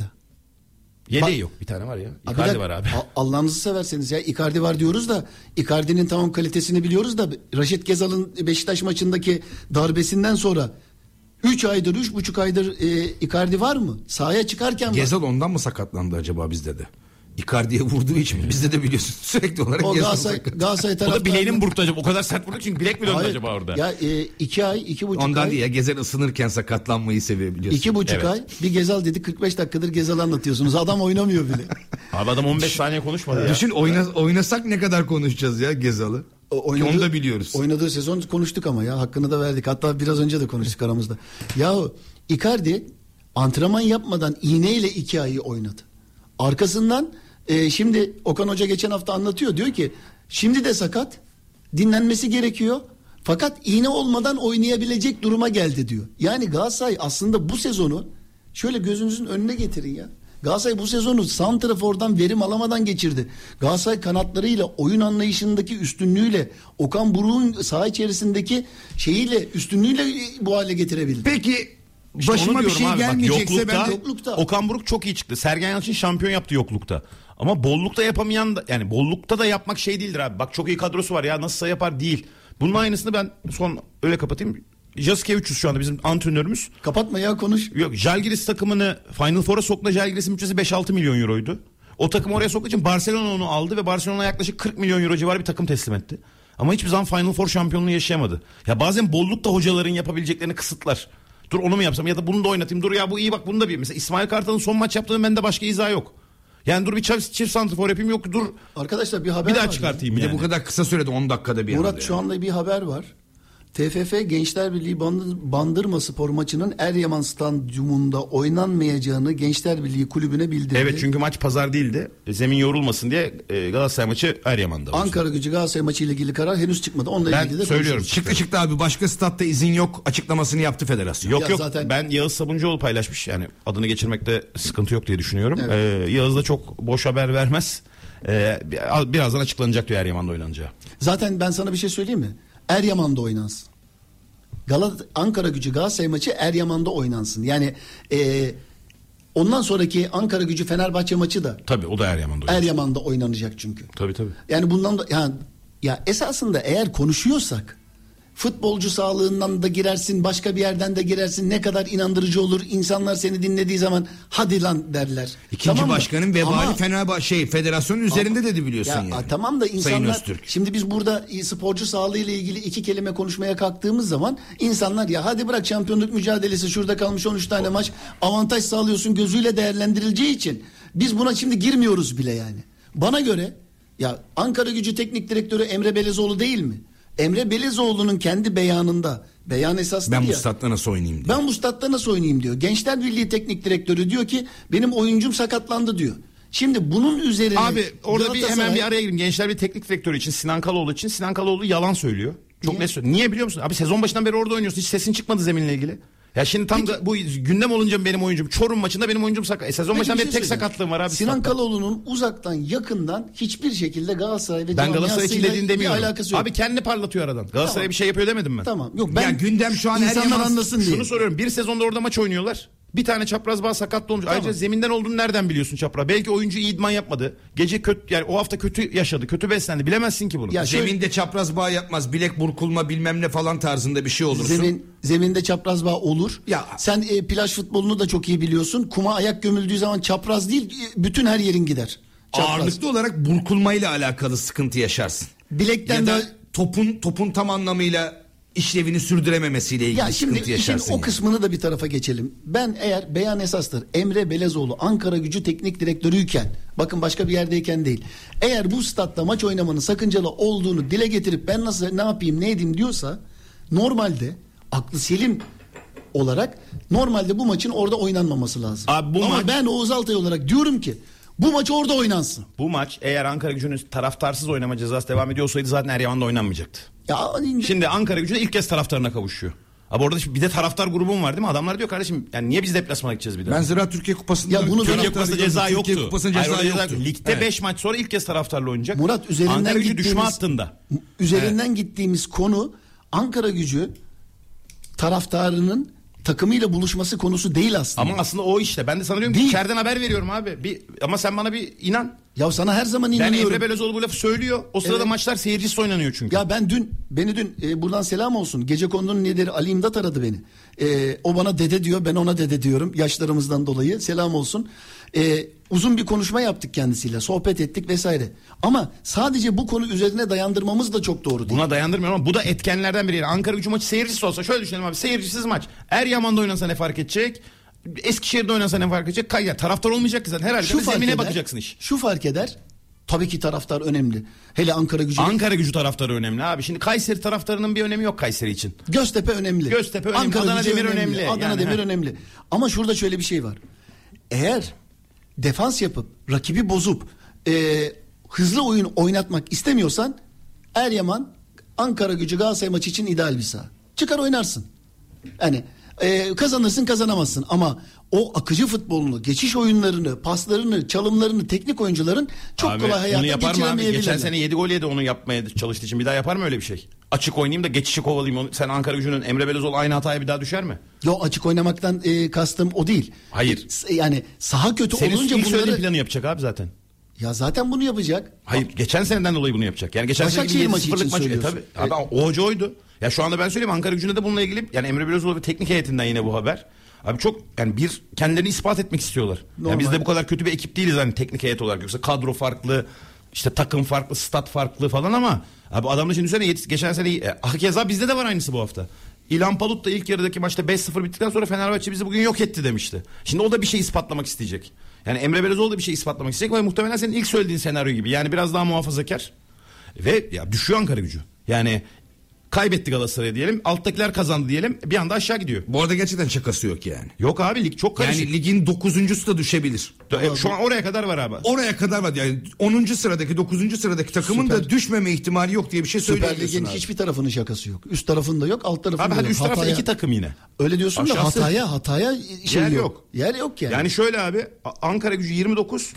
yedeği Bak- yok. Bir tane var ya. Abi Icardi bir var dakika, abi. A- Allah'ınızı severseniz ya Icardi var diyoruz da Icardi'nin tamam kalitesini biliyoruz da Raşit Gezal'ın Beşiktaş maçındaki darbesinden sonra üç aydır üç buçuk aydır e, Icardi var mı? Sahaya çıkarken var. Gezal ondan mı sakatlandı acaba bizde de? Icardi'ye vurduğu için mi? Bizde de biliyorsun sürekli olarak O Gezal Galatasaray, sakat. Galatasaray O da taraftarı. bileğini mi burktu acaba? O kadar sert vurdu çünkü bilek mi döndü Hayır, acaba orada? Ya e, iki ay, iki buçuk Ondan ay. değil ya, Gezal ısınırken sakatlanmayı seviyor biliyorsun. İki buçuk Evet. ay bir Gezal dedi kırk beş dakikadır Gezal anlatıyorsunuz. Adam oynamıyor bile. Abi adam on beş saniye konuşmadı ya. Düşün oyna, oynasak ne kadar konuşacağız ya Gezal'ı. O- Ki onu da biliyoruz. Oynadığı sezon konuştuk ama ya hakkını da verdik. Hatta biraz önce de konuştuk aramızda. Yahu Icardi antrenman yapmadan iğneyle iki ayı oynadı. Arkasından e, şimdi Okan Hoca geçen hafta anlatıyor. Diyor ki şimdi de sakat, dinlenmesi gerekiyor. Fakat iğne olmadan oynayabilecek duruma geldi diyor. Yani Galatasaray aslında bu sezonu şöyle gözünüzün önüne getirin ya. Galatasaray bu sezonu santrafordan verim alamadan geçirdi. Galatasaray kanatlarıyla, oyun anlayışındaki üstünlüğüyle, Okan Buruk'un saha içerisindeki şeyiyle, üstünlüğüyle bu hale getirebildi. Peki İşte başıma onu bir diyorum şey abi, bak, gelmeyecekse yoklukta, ben... yoklukta. Okan Buruk çok iyi çıktı. Sergen Yalçın şampiyon yaptı yoklukta. Ama bollukta yapamayan da, yani bollukta da yapmak şey değildir abi. Bak çok iyi kadrosu var ya, nasılsa yapar değil. Bunun aynısını ben son öyle kapatayım. Jaskevicius şu anda bizim antrenörümüz. Kapatma ya, konuş. Yok, Žalgiris takımını Final Four'a soktu. Žalgiris'in bütçesi beş altı milyon euroydu. O takımı oraya soktuğu için Barcelona onu aldı ve Barcelona yaklaşık kırk milyon euro civarı bir takım teslim etti. Ama hiçbir zaman Final Four şampiyonluğu yaşayamadı. Ya bazen bolluk da hocaların yapabileceklerini kısıtlar. Dur onu mu yapsam ya da bunu da oynatayım. Dur ya bu iyi bak bunu da bir. Mesela İsmail Kartal'ın son maç yaptığının bende başka izah yok. Yani dur bir çift, çift santrafor yapayım, yok dur Arkadaşlar bir haber bir daha var çıkartayım Bir yani. de bu kadar kısa sürede on dakikada bir ya. Murat anda şu yani. anda bir haber var. T F F Gençler Birliği Bandır- Bandırma Spor maçının Eryaman Stadyumunda oynanmayacağını Gençler Birliği kulübüne bildirdi. Evet, çünkü maç pazar değildi. Zemin yorulmasın diye e, Galatasaray maçı Eryaman'da. Ankara Gücü Galatasaray maçı ile ilgili karar henüz çıkmadı. Onunla Ben ilgili de söylüyorum. konuşuruz. Çıktı çıktı abi, başka statta izin yok açıklamasını yaptı federasyon. Yok Ya yok zaten- ben Yağız Sabuncuoğlu paylaşmış, yani adını geçirmekte sıkıntı yok diye düşünüyorum. Evet. Ee, Yağız da çok boş haber vermez. Ee, birazdan açıklanacak diyor Eryaman'da oynanacağı. Zaten ben sana bir şey söyleyeyim mi? Eryaman'da oynansın. Galat Ankara Gücü Galatasaray maçı Eryaman'da oynansın. Yani e, ondan sonraki Ankara Gücü Fenerbahçe maçı da Tabii o da Eryaman'da oynanacak. Eryaman'da oynanacak çünkü. Tabii tabii. Yani bundan da yani ya esasında eğer konuşuyorsak futbolcu sağlığından da girersin, başka bir yerden de girersin, ne kadar inandırıcı olur, insanlar seni dinlediği zaman hadi lan derler. İkinci Tamam mı? başkanın vebali Ama- Fenerbahçe şey federasyonun üzerinde dedi biliyorsun ya, yani. a, tamam da Sayın insanlar Öztürk. şimdi biz burada e, sporcu sağlığı ile ilgili iki kelime konuşmaya kalktığımız zaman insanlar ya hadi bırak şampiyonluk mücadelesi, şurada kalmış on üç tane maç, avantaj sağlıyorsun gözüyle değerlendirileceği için biz buna şimdi girmiyoruz bile yani. Bana göre ya Ankara Gücü Teknik Direktörü Emre Belezoğlu değil mi? Emre Belezoğlu'nun kendi beyanında, beyan esaslı Ben ya. bu statta nasıl oynayayım diye. Ben bu statta nasıl oynayayım diyor. Gençler Birliği Teknik Direktörü diyor ki benim oyuncum sakatlandı diyor. Şimdi bunun üzerine Abi orada bir Galatasaray- hemen bir araya gireyim. Gençler bir teknik direktörü için, Sinan Kaloğlu için. Sinan Kaloğlu yalan söylüyor. Çok Niye? net söylüyor. Niye biliyor musun? Abi sezon başından beri orada oynuyorsun. Hiç sesin çıkmadı zeminle ilgili. Ya şimdi tam da bu gündem olunca benim oyuncum Çorum maçında benim oyuncum sakat. E, sezon Peki başından bir beri şey tek söyleyeceğim. sakatlığım var abi. Sinan statta. Kaloğlu'nun uzaktan yakından hiçbir şekilde Galatasaray ve Ben Galatasaray camiasıyla için dediğini bir demiyorum. alakası yok. Abi kendini parlatıyor aradan. Galatasaray'a Tamam. bir şey yapıyor demedim ben. Tamam. Yok ben Ya gündem şu an insanlar Eryaman- anlasın diye. Şunu soruyorum. Bir sezonda orada maç oynuyorlar. Bir tane çapraz bağ sakatlı olmuş. Ayrıca zeminden olduğunu nereden biliyorsun çapraz? Belki oyuncu iyi idman yapmadı. Gece kötü, yani o hafta kötü yaşadı. Kötü beslendi. Bilemezsin ki bunu. Ya şöyle- Zeminde çapraz bağ yapmaz, bilek burkulma bilmem ne falan tarzında bir şey olursun. Zemin, zeminde çapraz bağ olur. Ya- Sen e, plaj futbolunu da çok iyi biliyorsun. Kuma ayak gömüldüğü zaman çapraz değil, e, bütün her yerin gider. Çapraz. Ağırlıklı olarak burkulmayla alakalı sıkıntı yaşarsın. Bilekten Ya da de topun topun tam anlamıyla işlevini sürdürememesiyle ilgili ya şimdi sıkıntı işin yaşarsın. o yani. kısmını da bir tarafa geçelim. Ben eğer beyan esastır Emre Belezoğlu Ankara Gücü Teknik Direktörüyken, bakın başka bir yerdeyken değil. Eğer bu statta maç oynamanın sakıncalı olduğunu dile getirip ben nasıl ne yapayım ne edeyim diyorsa, normalde aklı selim olarak normalde bu maçın orada oynanmaması lazım. Abi bu Ama maç- ben Oğuz Altay olarak diyorum ki bu maç orada oynansın. Bu maç eğer Ankara Gücü'nün taraftarsız oynama cezası devam ediyor olsaydı zaten Eryaman'da oynanmayacaktı. Ya Şimdi Ankara Gücü de ilk kez taraftarına kavuşuyor. Abi orada bir de taraftar grubum var değil mi? Adamlar diyor kardeşim yani niye biz deplasmana gideceğiz bir daha? Ben Ziraat Türkiye Kupası'nda Ya bunu Türkiye Kupası ceza yoktu. Türkiye Kupası'nın ceza Hayır, yoktu. ceza, ligde beş evet. maç sonra ilk kez taraftarla oynayacak. Murat üzerinden Ankara Gücü gittiğimiz, düşme hattında. Üzerinden evet. gittiğimiz konu Ankara Gücü taraftarının takımıyla buluşması konusu değil aslında. Ama aslında o işte. Ben de sana diyorum ki içeriden haber veriyorum abi. Bir, ama sen bana bir inan. Ya sana her zaman inanıyorum. Ben Emre Belözoğlu bu lafı söylüyor. O sırada evet. maçlar seyircisiz oynanıyor çünkü. Ya ben dün, beni dün e, buradan selam olsun. Gecekondu'nun lideri Ali İmdat aradı beni. E, o bana dede diyor, ben ona dede diyorum. Yaşlarımızdan dolayı selam olsun. E, uzun bir konuşma yaptık kendisiyle. Sohbet ettik vesaire. Ama sadece bu konu üzerine dayandırmamız da çok doğru değil. Buna dayandırmıyorum ama bu da etkenlerden biri. Yani Ankara Gücü maçı seyircisiz olsa şöyle düşünelim abi. Seyircisiz maç. Eryaman'da oynasa ne fark edecek? Eskişehir'de oynasa ne fark edecek? Ya, taraftar olmayacak ki zaten. Herhalde şu zemine eder, bakacaksın iş. Şu fark eder. Tabii ki taraftar önemli. Hele Ankara Gücü. Ankara Gücü taraftarı önemli abi. Şimdi Kayseri taraftarının bir önemi yok Kayseri için. Göztepe önemli. Göztepe önemli. Ankara Adana Demir önemli. önemli. Adana yani, Demir he. önemli. Ama şurada şöyle bir şey var. Eğer defans yapıp rakibi bozup e, hızlı oyun oynatmak istemiyorsan Eryaman Ankara Gücü Galatasaray maçı için ideal bir saha. Çıkar oynarsın. Yani e, kazanırsın kazanamazsın ama o akıcı futbolunu, geçiş oyunlarını, paslarını, çalımlarını teknik oyuncuların çok abi, kolay hayata geçiremeyebilirler. Geçen sene yedi gol yedi onu yapmaya çalıştığı için bir daha yapar mı öyle bir şey? Açık oynayayım da geçişi kovalayayım. Onu. Sen Ankara Gücü'nün Emre Belözoğlu aynı hataya bir daha düşer mi? Yo açık oynamaktan e, kastım o değil. Hayır. E, yani saha kötü senin olunca bunları... bunları... Senin planı yapacak abi zaten. Ya zaten bunu yapacak. Hayır geçen seneden dolayı bunu yapacak. Yani geçen sene yedi maçı için maçı. E, tabii. Abi, o hoca oydu. Ya şu anda ben söyleyeyim Ankara Gücü'nde de bununla ilgili yani Emre Belözoğlu ve teknik heyetinden yine bu haber. Abi çok yani bir kendilerini ispat etmek istiyorlar. Yani biz de bu kadar kötü bir ekip değiliz hani teknik heyet olarak. Yoksa kadro farklı, işte takım farklı, stat farklı falan ama abi adamla şimdi sene geçen sene e, hakeza bizde de var aynısı bu hafta. İlhan Palut da ilk yarıdaki maçta beş sıfır bittikten sonra Fenerbahçe bizi bugün yok etti demişti. Şimdi o da bir şey ispatlamak isteyecek. Yani Emre Belözoğlu da bir şey ispatlamak isteyecek ve muhtemelen senin ilk söylediğin senaryo gibi. Yani biraz daha muhafazakar ve ya düşüyor Ankara Gücü. Yani kaybetti Galatasaray diyelim. Alttakiler kazandı diyelim. Bir anda aşağı gidiyor. Bu arada gerçekten şakası yok yani. Yok abi lig çok karışık. Yani ligin dokuzuncusu da düşebilir. E, şu an oraya kadar var abi. Oraya kadar var yani onuncu sıradaki dokuzuncu sıradaki takımın Süper. da düşmeme ihtimali yok diye bir şey söylüyorsun. Süper Lig'in abi. hiçbir tarafının şakası yok. Üst tarafında yok, alt tarafında abi, yok. Abi hadi üst tarafta hataya... iki takım yine. Öyle diyorsun Aşağısı... da hataya hataya şey yer yok. yok. Yer yok yani. Yani şöyle abi Ankara Gücü yirmi dokuz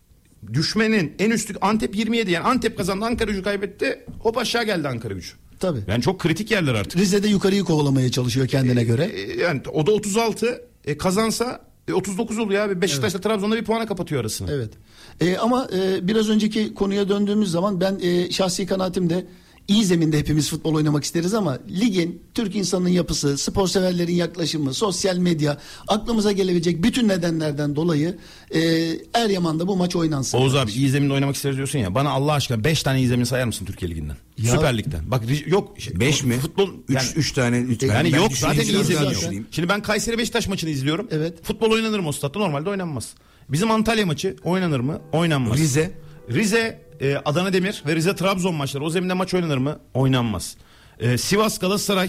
düşmenin en üstü Antep yirmi yedi yani Antep kazandı Ankara Gücü kaybetti. Hop aşağı geldi Ankara Gücü. Tabii. Yani çok kritik yerler artık. Rize'de yukarıyı kovalamaya çalışıyor kendine ee, göre. E, yani o da otuz altı e, kazansa e, otuz dokuz oluyor abi. Beşiktaş'la evet. Trabzon'da bir puana kapatıyor arasını. Evet. E, ama e, biraz önceki konuya döndüğümüz zaman ben e, şahsi kanaatimde iyi zeminde hepimiz futbol oynamak isteriz ama ligin, Türk insanının yapısı, spor severlerin yaklaşımı, sosyal medya, aklımıza gelebilecek bütün nedenlerden dolayı e, Eryaman'da bu maç oynansın. Oğuz abi iyi zeminde oynamak isteriz diyorsun ya. Bana Allah aşkına beş tane iyi zemin sayar mısın Türkiye Ligi'nden? Ya, Süper Lig'den. Bak yok. beş mi? Futbol üç yani, üç tane. Üç yani tane. yok zaten iyi zemin yok. Düşüneyim. Şimdi ben Kayseri Beşiktaş maçını izliyorum. Evet. Futbol oynanır mı o statta? Normalde oynanmaz. Bizim Antalya maçı oynanır mı? Oynanmaz. Rize. Rize, e, Adana Demir ve Rize Trabzon maçları o zeminde maç oynanır mı? Oynanmaz. E, Sivas Galatasaray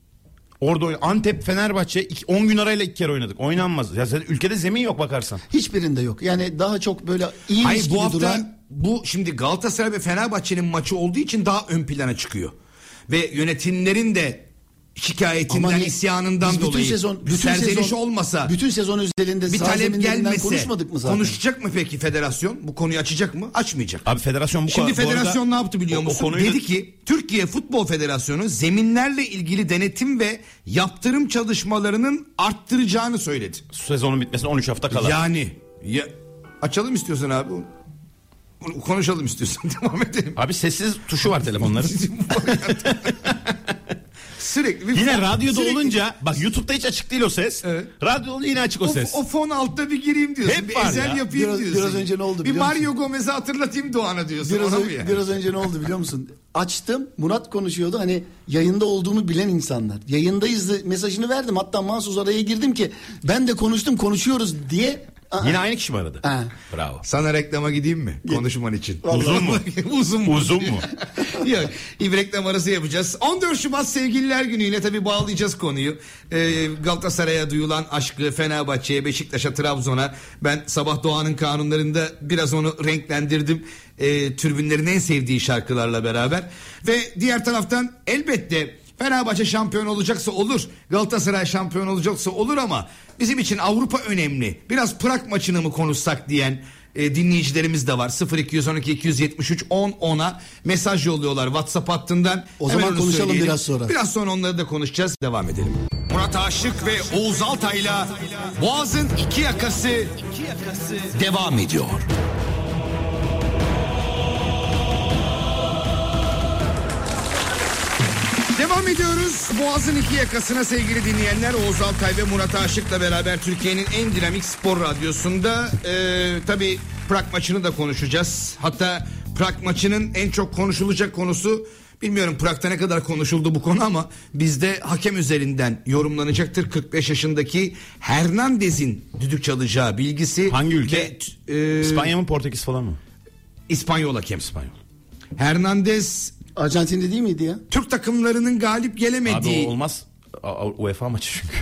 orada oyn- Antep Fenerbahçe on gün arayla iki kere oynadık. Oynanmaz. Ya zaten ülkede zemin yok bakarsan. Hiçbirinde yok. Yani daha çok böyle iyi Hayır, gibi bu hafta duran... bu şimdi Galatasaray ve Fenerbahçe'nin maçı olduğu için daha ön plana çıkıyor. Ve yönetimlerin de şikayetinden, Ama isyanından bütün dolayı sezon, bütün serzeniş sezon, olmasa, bütün sezon özelinde bir talep gelmese konuşmadık mı zaten? Konuşacak mı peki federasyon? Bu konuyu açacak mı? Açmayacak. Abi federasyon bu Şimdi bu federasyon arada, ne yaptı biliyor o, musun? o konuyu... Dedi ki Türkiye Futbol Federasyonu zeminlerle ilgili denetim ve yaptırım çalışmalarının arttıracağını söyledi. Sezonun bitmesine on üç hafta kala. Yani ya, açalım istiyorsan abi. Konuşalım istiyorsan devam edelim. Abi sessiz tuşu var telefonların. Sürekli bir yine fon, radyoda sürekli... olunca bak YouTube'da hiç açık değil o ses. Evet. Radyoda olunca yine açık o, o ses. O fon altta bir gireyim diyorsun. Hep bir var ezel ya. yapayım biraz, diyorsun. Biraz önce ne oldu bir biliyor musun? Bir Mario Gomez'i hatırlatayım Doğan'a diyorsun. Biraz, Ona ö- yani? biraz önce ne oldu biliyor musun? Açtım, Murat konuşuyordu, hani yayında olduğumu bilen insanlar. Yayındayız mesajını verdim, hatta mahsus araya girdim ki ben de konuştum, konuşuyoruz diye. Aa. Yine aynı kişi mi aradı? Aa. Bravo. Sana reklama gideyim mi? Konuşman için. Uzun mu? Uzun mu? Uzun mu? Yok. İyi, reklam arası yapacağız. on dört Şubat Sevgililer Günü'yle tabii bağlayacağız konuyu. Ee, Galatasaray'a duyulan aşkı, Fenerbahçe'ye, Beşiktaş'a, Trabzon'a. Ben sabah Doğan'ın kanunlarında biraz onu renklendirdim. Ee, tribünlerin en sevdiği şarkılarla beraber. Ve diğer taraftan elbette Fenerbahçe şampiyon olacaksa olur. Galatasaray şampiyon olacaksa olur ama bizim için Avrupa önemli. Biraz Prag maçını mı konuşsak diyen e, dinleyicilerimiz de var. sıfır iki on iki iki yüz yetmiş üç on ona mesaj yolluyorlar WhatsApp hattından. O Hemen zaman onu konuşalım söyleyelim. biraz sonra. Biraz sonra onları da konuşacağız. Devam edelim. Murat Aşık ve Oğuz Altay'la Boğaz'ın iki yakası, iki yakası devam ediyor. Devam ediyoruz. Boğaz'ın iki yakasına sevgili dinleyenler. Oğuz Altay ve Murat Aşık'la beraber Türkiye'nin en dinamik spor radyosunda e, tabii Prag maçını da konuşacağız. Hatta Prag maçının en çok konuşulacak konusu, bilmiyorum Prag'da ne kadar konuşuldu bu konu ama bizde hakem üzerinden yorumlanacaktır. kırk beş yaşındaki Hernandez'in düdük çalacağı bilgisi. Hangi ülke? Ve, e, İspanya mı, Portekiz falan mı? İspanyol hakem. İspanyol. Hernandez Arjantin'de değil miydi ya? Türk takımlarının galip gelemediği... Abi o olmaz. UEFA maçı çünkü.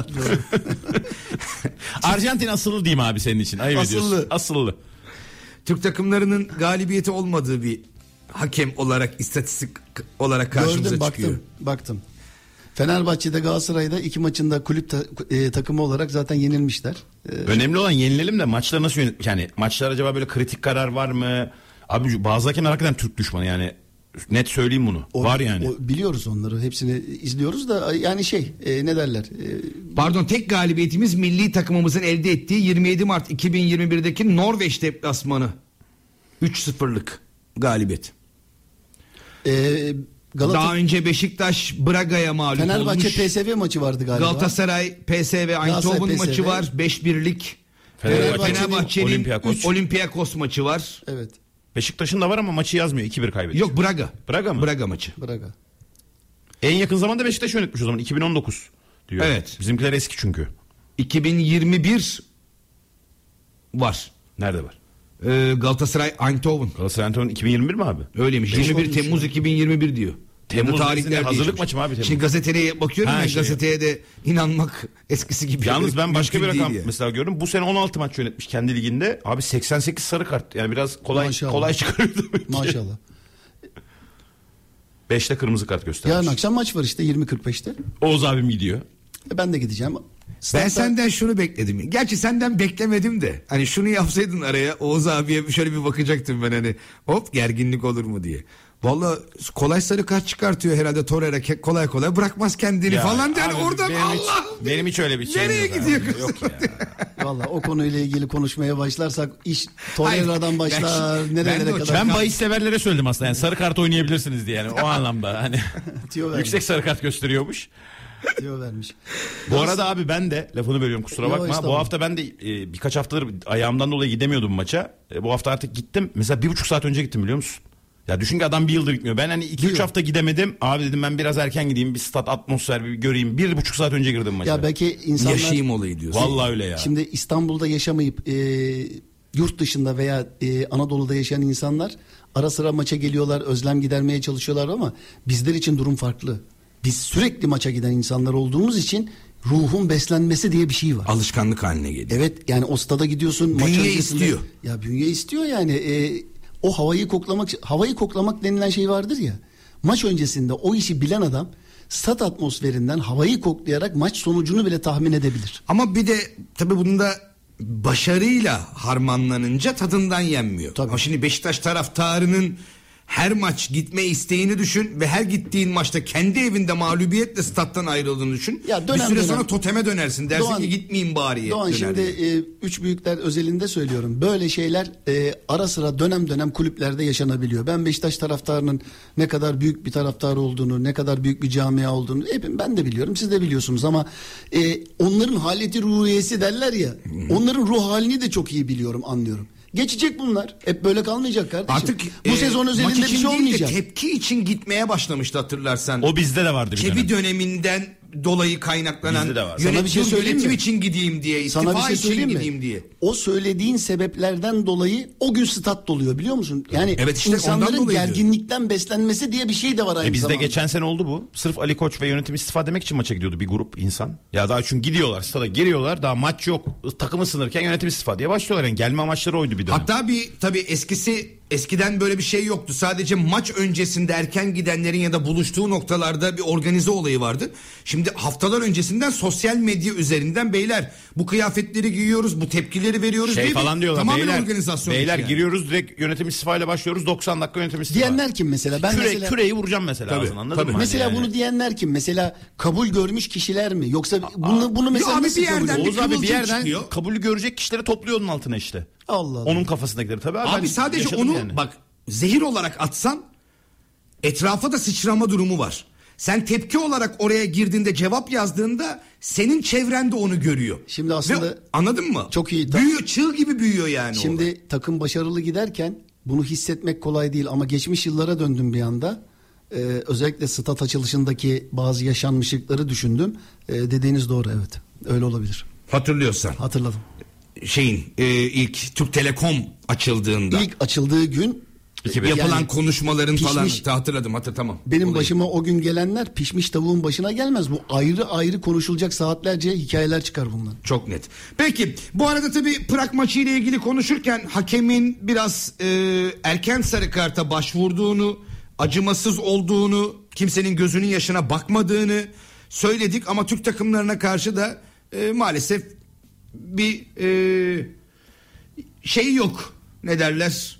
Arjantin asıllı diyeyim abi senin için. Ayıp Asıllı. ediyorsun. Asıllı. Türk takımlarının galibiyeti olmadığı bir hakem olarak, istatistik olarak karşımıza Gördüm, çıkıyor. baktım, baktım. Fenerbahçe'de, Galatasaray'da iki maçında kulüp ta- e, takımı olarak zaten yenilmişler. E, Önemli olan yenilelim de maçları nasıl yönet... Yani maçlar acaba böyle kritik karar var mı? Abi bazı hakemler hakikaten Türk düşmanı yani. Net söyleyeyim bunu. o- var yani. o- biliyoruz onları, hepsini izliyoruz da yani şey e, ne derler? E, Pardon, tek galibiyetimiz milli takımımızın elde ettiği yirmi yedi Mart iki bin yirmi birdeki Norveç deplasmanı. üç sıfırlık galibiyet. e, Galata- Daha önce Beşiktaş Braga'ya mağlup Fenerbahçe olmuş. P S V maçı vardı galiba. Galatasaray P S V Eindhoven Galatasaray, P S V. maçı var. beş birlik. Fenerbahçe'nin Fenerbahçe'nin Olympiakos. üç Olympiakos maçı var. Evet. Beşiktaş'ın da var ama maçı yazmıyor. iki bir kaybediyor. Yok, Braga. Braga mı? Braga maçı. Braga. En yakın zamanda Beşiktaş yönetmiş o zaman. iki bin on dokuz diyor. Evet. Bizimkiler eski çünkü. iki bin yirmi bir var. Nerede var? Ee, Galatasaray Eindhoven. Galatasaray Anton iki bin yirmi bir mi abi? Öyleymiş. yirmi bir Temmuz iki bin yirmi bir diyor. Temmuz Burada neresinde? Hazırlık değişmiş. maçı mı abi Temmuz? Şimdi gazeteye bakıyorum Ha, ben, şey gazeteye de inanmak eskisi gibi. Yalnız ben başka bir mümkün rakam değil ya. mesela gördüm. Bu sene on altı maç yönetmiş kendi liginde. Abi seksen sekiz sarı kart. Yani biraz kolay Maşallah. kolay çıkarıyor demek ki. Maşallah. beşte kırmızı kart göstermiş. Yarın akşam maç var işte yirmi kırk beşte. Oğuz abim gidiyor. E, ben de gideceğim. Ben Statta- senden şunu bekledim. Gerçi senden beklemedim de. Hani şunu yapsaydın araya, Oğuz abiye şöyle bir bakacaktım ben, hani hop gerginlik olur mu diye. Vallahi kolay sarı kart çıkartıyor herhalde Torreira, ke- kolay kolay bırakmaz kendini Ya falan der abi oradan. benim hiç- Allah benim hiç öyle bir şey nereye yok abi. gidiyor kız? Yok ya. Valla o konuyla ilgili konuşmaya başlarsak iş Torreira'dan Hayır, başlar, ben- ben nerelere de o kadar. Ben bahis severlere söyledim aslında. Yani sarı kart oynayabilirsiniz diye yani o anlamda. Hani Tüyo vermiş. yüksek sarı kart gösteriyormuş. Diyor vermiş. Bu arada abi ben de lafını bölüyorum kusura Yo, bakma. Bu estağfurullah. hafta ben de e, birkaç haftadır ayağımdan dolayı gidemiyordum maça. E, bu hafta artık gittim. Mesela bir buçuk saat önce gittim biliyor musun? Ya düşün ki adam bir yıldır gitmiyor. Ben hani iki üç hafta gidemedim. Abi dedim ben biraz erken gideyim. Bir stat atmosfer bir göreyim. Bir buçuk saat önce girdim maça. Ya belki insanlar Yaşayayım olayı diyorsun. Vallahi öyle ya. şimdi İstanbul'da yaşamayıp e, yurt dışında veya e, Anadolu'da yaşayan insanlar ara sıra maça geliyorlar, özlem gidermeye çalışıyorlar ama bizler için durum farklı. Biz sürekli maça giden insanlar olduğumuz için ruhun beslenmesi diye bir şey var. Alışkanlık haline geliyor. Evet, yani o stada gidiyorsun. maç Bünye öncesinde- istiyor. Ya bünye istiyor yani. E, o havayı koklamak, havayı koklamak denilen şey vardır ya. Maç öncesinde o işi bilen adam stat atmosferinden havayı koklayarak maç sonucunu bile tahmin edebilir. Ama bir de tabii bunda başarıyla harmanlanınca tadından yenmiyor. Tabii. Ama şimdi Beşiktaş taraftarının her maç gitme isteğini düşün ve her gittiğin maçta kendi evinde mağlubiyetle stat'tan ayrıldığını düşün. Ya dönem bir süre dönem- sonra toteme dönersin. Dersin Doğan- ki gitmeyeyim bari. Doğan döner şimdi diye. e, üç büyükler özelinde söylüyorum. Böyle şeyler e, ara sıra dönem dönem kulüplerde yaşanabiliyor. Ben Beşiktaş taraftarının ne kadar büyük bir taraftar olduğunu, ne kadar büyük bir camia olduğunu hepim ben de biliyorum. Siz de biliyorsunuz ama e, onların haleti ruhiyesi derler ya. Onların ruh halini de çok iyi biliyorum, anlıyorum. Geçecek bunlar. Hep böyle kalmayacak kardeşim. Artık bu e, sezon maç özelinde bir için şey değil de olmayacak. tepki için gitmeye başlamıştı hatırlarsan. O bizde de vardı bir Çebi dönem. döneminden dolayı kaynaklanan Bizde de var. Sana bir şey yönetim, söyleyeyim yönetim mi? için gideyim diye, istifa Sana bir şey için söyleyeyim mi? gideyim diye. O söylediğin sebeplerden dolayı o gün stat doluyor biliyor musun? Yani Evet, işte ondan insanların dolayı diyorum. gerginlikten beslenmesi diye bir şey de var aynı E bizde zamanda. geçen sene oldu bu. Sırf Ali Koç ve yönetim istifa demek için maça gidiyordu bir grup insan. Ya daha çünkü gidiyorlar stada giriyorlar daha maç yok. Takım ısınırken yönetim istifa diye başlıyorlar. Yani gelme amaçları oydu bir dönem. Hatta bir tabii eskisi eskiden böyle bir şey yoktu. Sadece maç öncesinde erken gidenlerin ya da buluştuğu noktalarda bir organize olayı vardı. Şimdi haftalar öncesinden sosyal medya üzerinden beyler bu kıyafetleri giyiyoruz, bu tepkileri veriyoruz Şey diye falan bir, diyorlar. tamamen Beyler, organizasyon. beyler yani. giriyoruz direkt yönetim istifayla başlıyoruz. doksan dakika yönetim istifa. Diyenler kim mesela? Ben Küre, mesela küreyi vuracağım mesela Tabii, ağzına, anladın tabii. mı? mesela Hani bunu yani. diyenler kim? Mesela kabul görmüş kişiler mi? Yoksa bunu bunu mesela abi nasıl bir yerden kabul bir Oğuz abi bir kıvılcım yerden çıkıyor. kabulü görecek kişileri topluyor onun altına işte. Allah Allah. Onun kafasındakileri tabii abi. Abi ben sadece yaşadım onu yani. bak zehir olarak atsan etrafa da sıçrama durumu var. Sen tepki olarak oraya girdiğinde cevap yazdığında senin çevrende onu görüyor. Şimdi aslında Ve, anladın mı? çok iyi. Büyüyor, çığ gibi büyüyor yani. Şimdi olay. takım başarılı giderken bunu hissetmek kolay değil ama geçmiş yıllara döndüm bir anda. Ee, özellikle stat açılışındaki bazı yaşanmışlıkları düşündüm. Ee, dediğiniz doğru, evet. Öyle olabilir. Hatırlıyorsan. Hatırladım. Şeyin e, ilk Türk Telekom açıldığında İlk açıldığı gün yapılan yani konuşmaların pişmiş- falan hatırladım hatır tamam. benim Olayı. başıma o gün gelenler pişmiş tavuğun başına gelmez. Bu ayrı ayrı konuşulacak saatlerce hikayeler çıkar bundan. Çok net. Peki bu arada tabii Prag maçı ile ilgili konuşurken hakemin biraz e, erken sarı karta başvurduğunu, acımasız olduğunu, kimsenin gözünün yaşına bakmadığını söyledik ama Türk takımlarına karşı da e, maalesef bir e, şey yok. Ne derler?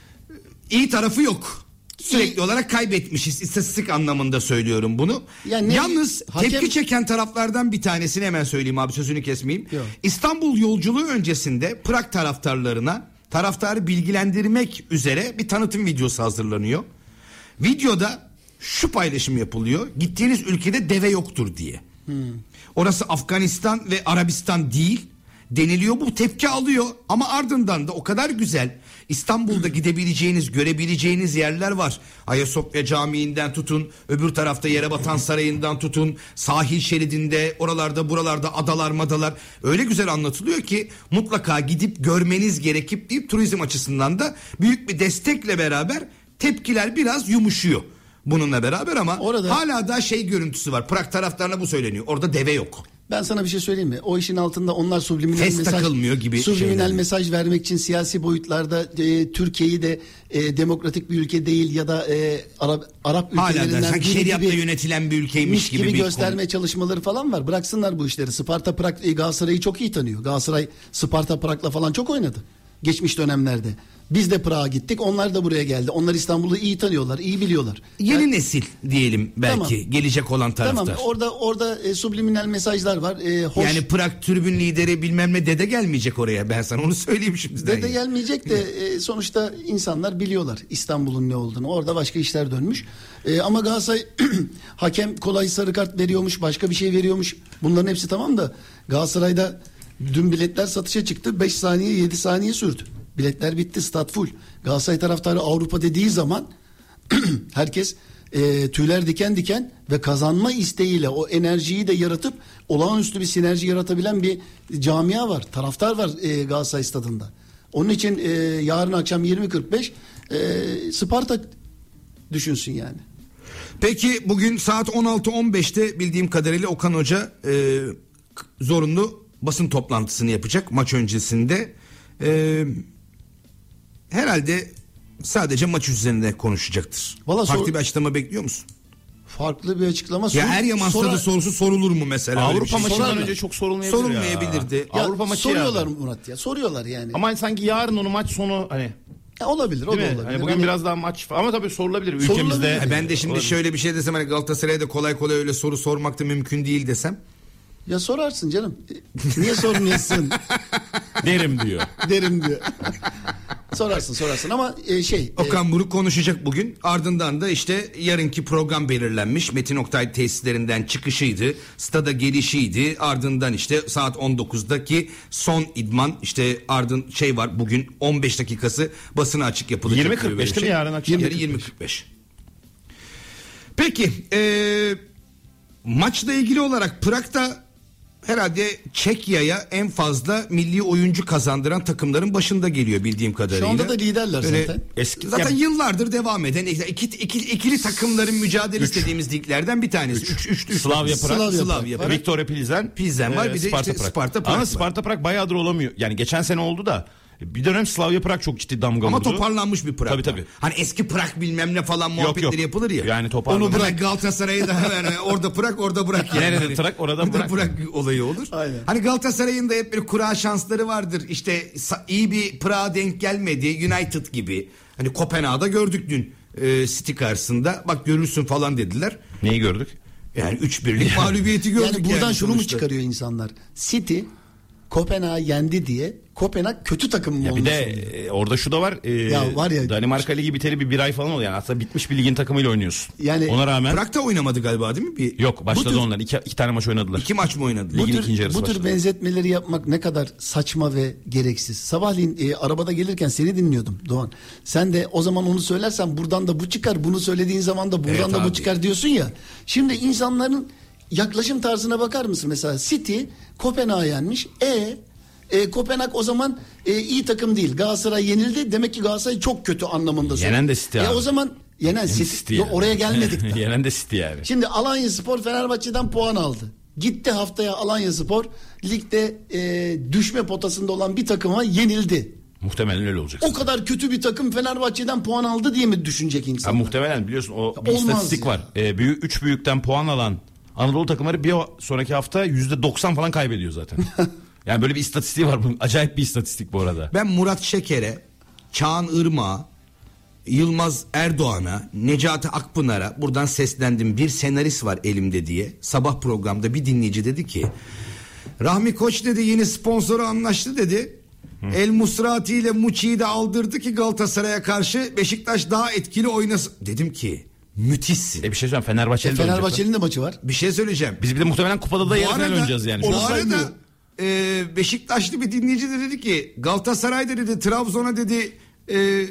İyi tarafı yok. Sürekli İyi. olarak kaybetmişiz. İstatistik anlamında söylüyorum bunu. Yani ne- Yalnız hakem- tepki çeken taraflardan bir tanesini hemen söyleyeyim abi, sözünü kesmeyeyim. Yok. İstanbul yolculuğu öncesinde Prag taraftarlarına taraftarı bilgilendirmek üzere bir tanıtım videosu hazırlanıyor. Videoda şu paylaşım yapılıyor. Gittiğiniz ülkede deve yoktur diye. Hmm. Orası Afganistan ve Arabistan değil deniliyor. Bu tepki alıyor ama ardından da o kadar güzel İstanbul'da gidebileceğiniz, görebileceğiniz yerler var. Ayasofya Camii'nden tutun, öbür tarafta Yerebatan Sarayı'ndan tutun, sahil şeridinde, oralarda buralarda adalar madalar öyle güzel anlatılıyor ki mutlaka gidip görmeniz gerekip deyip turizm açısından da büyük bir destekle beraber tepkiler biraz yumuşuyor. Bununla beraber ama Orada- hala da şey görüntüsü var. Prag taraftarına bu söyleniyor. Orada deve yok. Ben sana bir şey söyleyeyim mi? O işin altında onlar subliminal Ses mesaj takılmıyor gibi subliminal şeyler. mesaj vermek için siyasi boyutlarda e, Türkiye'yi de e, demokratik bir ülke değil ya da e, Arap Arap Hala da ülkelerinden sanki biri şeriatla gibi yönetilen bir ülkeymiş miş gibi, gibi bir gösterme konu. çalışmaları falan var. Bıraksınlar bu işleri. Sparta Prag e, Galatasaray'ı çok iyi tanıyor. Galatasaray Sparta Prag'la falan çok oynadı. Geçmiş dönemlerde. Biz de Prag'a gittik. Onlar da buraya geldi. Onlar İstanbul'u iyi tanıyorlar, iyi biliyorlar. Yeni Yani- nesil diyelim belki Tamam. gelecek olan taraftar. Tamam. Orada orada e, subliminal mesajlar var. E, hoş. Yani Prag tribün lideri bilmem ne dede gelmeyecek oraya, ben sana onu söyleyeyim şimdiden. Dede gelmeyecek de e, sonuçta insanlar biliyorlar İstanbul'un ne olduğunu. Orada başka işler dönmüş. E, ama Galatasaray hakem kolay sarı kart veriyormuş, başka bir şey veriyormuş. Bunların hepsi tamam da Galatasaray'da dün biletler satışa çıktı. beş saniye yedi saniye sürdü. Biletler bitti, stat full. Galatasaray taraftarı Avrupa dediği zaman herkes e, tüyler diken diken ve kazanma isteğiyle o enerjiyi de yaratıp olağanüstü bir sinerji yaratabilen bir camia var. Taraftar var e, Galatasaray stadında. Onun için e, yarın akşam yirmi kırk beş e, Sparta düşünsün yani. Peki bugün saat on altı on beşte bildiğim kadarıyla Okan Hoca e, zorunlu basın toplantısını yapacak maç öncesinde. E, herhalde sadece maç üzerinde konuşacaktır. Vallahi Farklı sor- bir açıklama bekliyor musun? Farklı bir açıklama. Ya sor- Eryaman sonra- Stadı sorusu sorulur mu mesela? Öyle bir Avrupa şey? maçından Sorarlar. önce çok sorulmayabilir Sorulmayabilirdi. ya. Ya, Avrupa maçı soruyorlar ya. Murat ya. Soruyorlar yani. Ama sanki yarın onu maç sonu hani Ya olabilir, o değil da mi? olabilir. Hani bugün Hani- biraz daha maç ama tabii sorulabilir Sorulabilir. ülkemizde. Ya Ha, ben de şimdi Olabilir. şöyle bir şey desem, hani Galatasaray'a da kolay kolay öyle soru sormak da mümkün değil desem. Ya sorarsın canım. E, Niye sormuyorsun derim diyor. derim diyor. sorarsın sorarsın ama e, şey. e, Okan Buruk konuşacak bugün. Ardından da işte yarınki program belirlenmiş. Metin Oktay tesislerinden çıkışıydı. Stada gelişiydi. Ardından işte saat on dokuzdaki son idman. İşte ardın şey var, bugün on beş dakikası basına açık yapılacak. yirmi kırk beş Böyle bir değil mi yarın akşam? Yarın yirmi kırk beş. Peki eee maçla ilgili olarak Prag'da herhalde Çekya'ya en fazla milli oyuncu kazandıran takımların başında geliyor bildiğim kadarıyla. Şu anda da liderler Böyle zaten. Eski, zaten Ya- yıllardır devam eden iki, iki, iki, ikili takımların mücadele istediğimiz liglerden bir tanesi. Üç, üç, üç, Slavia Prag, Slavia Slavia Prag. Prag. Viktoria Pilsen, Pilsen var, bir de Sparta işte Prag. Sparta Prag Ama var. Sparta Prag bayağıdır olamıyor. Yani geçen sene oldu da Bir dönem Slavia Prag çok ciddi damga Ama vurdu. toparlanmış bir Prag. Tabii tabii. Hani eski Prag bilmem ne falan muhabbetleri yok. yapılır ya. Yani toparlanmış. Onu bırak Galatasaray'ı da hemen orada Prag orada bırak. Yani. Nerede Prag orada Orada Prag. Prag olayı olur. Aynen. Hani Galatasaray'ın da hep bir kura şansları vardır. İşte iyi bir Prag'a denk gelmedi. United gibi. Hani Kopenhag'da gördük dün e, City karşısında. Bak görürsün falan dediler. Neyi gördük? Yani üç birlik mağlubiyeti gördük. Yani buradan yani şunu mu sonuçta. çıkarıyor insanlar? City Kopenhag'ı yendi diye Kopenhag kötü takım mı Ya bir olmuş de oluyor? e, orada şu da var. E, Ya var ya- Danimarka Ligi biteli bir, bir ay falan oluyor. Yani aslında bitmiş bir ligin takımıyla oynuyorsun. Yani- Ona rağmen Prag'da oynamadı galiba değil mi? Bir, yok başladı Bu tür- onlar. İki, iki tane maç oynadılar. İki maç mı oynadı? Bu Ligin tür, ikinci yarısı bu tür başladı. benzetmeleri yapmak ne kadar saçma ve gereksiz. Sabahleyin e, arabada gelirken seni dinliyordum Doğan. Sen de o zaman onu söylersen buradan da bu çıkar. Bunu söylediğin zaman da buradan Evet da abi. bu çıkar diyorsun ya. Şimdi insanların yaklaşım tarzına bakar mısın? Mesela City Kopenhag'ı yenmiş. E E, Kopenhag o zaman e, iyi takım değil. Galatasaray yenildi. Demek ki Galatasaray çok kötü anlamında. Yenen de City E, abi. o zaman yenen City. City Yok, yani. oraya gelmedik de. Yenen de City yani. Şimdi Alanyaspor Fenerbahçe'den puan aldı. Gitti haftaya Alanyaspor ligde e, düşme potasında olan bir takıma yenildi. Muhtemelen öyle olacak. O kadar kötü bir takım Fenerbahçe'den puan aldı diye mi düşünecek Ha, insanlar? muhtemelen biliyorsun o bir Olmaz istatistik ya. var. Ee, büyük, üç büyükten puan alan Anadolu takımları bir sonraki hafta yüzde doksan falan kaybediyor zaten. Yani böyle bir istatistiği var bunun. Acayip bir istatistik bu arada. Ben Murat Şeker'e, Çağan Irmak'a, Yılmaz Erdoğan'a, Necati Akpınar'a buradan seslendim. Bir senarist var elimde diye. Sabah programda bir dinleyici dedi ki Rahmi Koç dedi yeni sponsoru anlaştı dedi. Hı. El Musrati ile Muçi'yi de aldırdı ki Galatasaray'a karşı Beşiktaş daha etkili oynasın. Dedim ki müthişsin. E bir şey söyleyeyim Fenerbahçe'nin E, de oynayacaklar. Fenerbahçe'nin de maçı var. Bir şey söyleyeceğim. Biz bir de muhtemelen kupada da Bu yarı final arada- oynayacağız yani. Bu Onu arada saymıyorum. e, Beşiktaşlı bir dinleyici de dedi ki Galatasaray'da dedi Trabzon'a dedi e,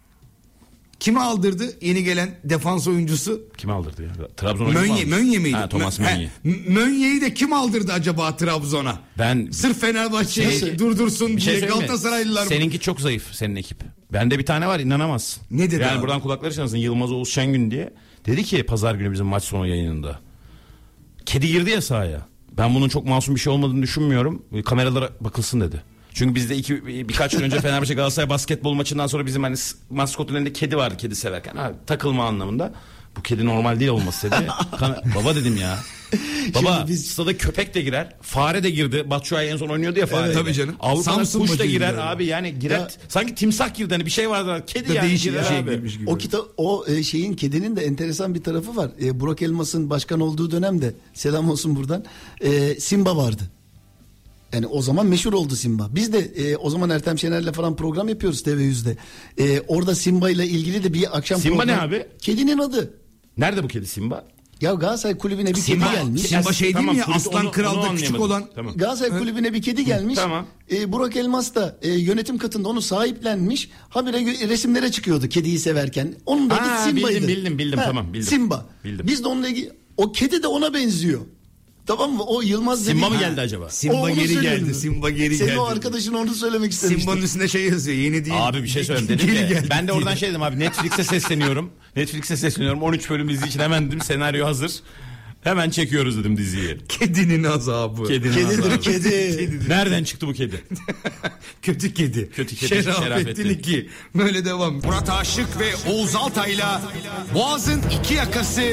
kimi aldırdı yeni gelen defans oyuncusu? Kim aldırdı ya? Trabzon oyuncu mu Mönye, almış? Mönye miydi? Ha, Thomas Mö- Mönye. He, M- Mönye'yi de kim aldırdı acaba Trabzon'a? Ben Sırf Fenerbahçe'yi Şey- durdursun bir şey diye söyleyeyim mi? Galatasaraylılar. Seninki çok zayıf senin ekip. Bende bir tane var inanamazsın. Ne dedi Yani abi? buradan kulakları çınlasın Yılmaz Oğuz Şengün diye. Dedi ki pazar günü bizim maç sonu yayınında. Kedi girdi ya sahaya. Ben bunun çok masum bir şey olmadığını düşünmüyorum. Kameralara bakılsın dedi. Çünkü bizde iki birkaç gün önce Fenerbahçe Galatasaray basketbol maçından sonra bizim hani maskotun elinde kedi vardı kedi severken. Ha, takılma anlamında. Bu kedi normal değil olması dedi. Kan- Baba dedim ya. Baba Şimdi biz- stada köpek de girer. Fare de girdi. Batshuayi en son oynuyordu ya fare. Evet, tabii canım. Avrupa'da Samsun kuş da maçı girer gibi abi yani girer. Ya- Sanki timsah girdi hani bir şey vardı. Kedi Da yani değişik girer bir şey abi. girmiş gibi. O kitap o e, şeyin kedinin de enteresan bir tarafı var. E, Burak Elmas'ın başkan olduğu dönemde selam olsun buradan. E, Simba vardı. Yani o zaman meşhur oldu Simba. Biz de e, o zaman Ertem Şener'le falan program yapıyoruz T V yüzde. E, orada Simba ile ilgili de bir akşam Simba program. ne abi? Kedinin adı. Nerede bu kedi Simba? Ya Galatasaray kulübüne bir Simba, kedi gelmiş. Simba şey Tamam, değil mi ya kulüp- Aslan onu- Kral'da onu küçük anlayamadım. olan. Tamam. Galatasaray kulübüne bir kedi gelmiş. Tamam. E, Burak Elmas da e, yönetim katında onu sahiplenmiş. Habire gö- resimlere çıkıyordu kediyi severken. Onun da adı Ha, Simba'ydı. bildim, bildim, bildim. Tamam, bildim. Simba. Bildim. Biz de onunla ilgili o kedi de ona benziyor. Tamam mı? O Yılmaz Simba dedi- mı Ha. geldi acaba? Simba O onu geri söylüyor. geldi. Simba geri Senin geldi. o arkadaşın onu söylemek istemişti. Simba'nın üstünde şey yazıyor. Yeni değil. Abi bir şey söyleyeyim dedim Geri ki geldi ben de diye. oradan şey dedim abi Netflix'e sesleniyorum. Netflix'e sesleniyorum on üç bölüm dizi için hemen dedim senaryo hazır. Hemen çekiyoruz dedim diziyi. Kedinin azabı. Kedinin Kedidir azabı. kedi. Nereden çıktı bu kedi? Kötü kedi. Kötü kedi, Şerafettin Şerafettin. iki. Böyle devam. Murat Aşık ve Oğuz Altay'la Boğaz'ın iki yakası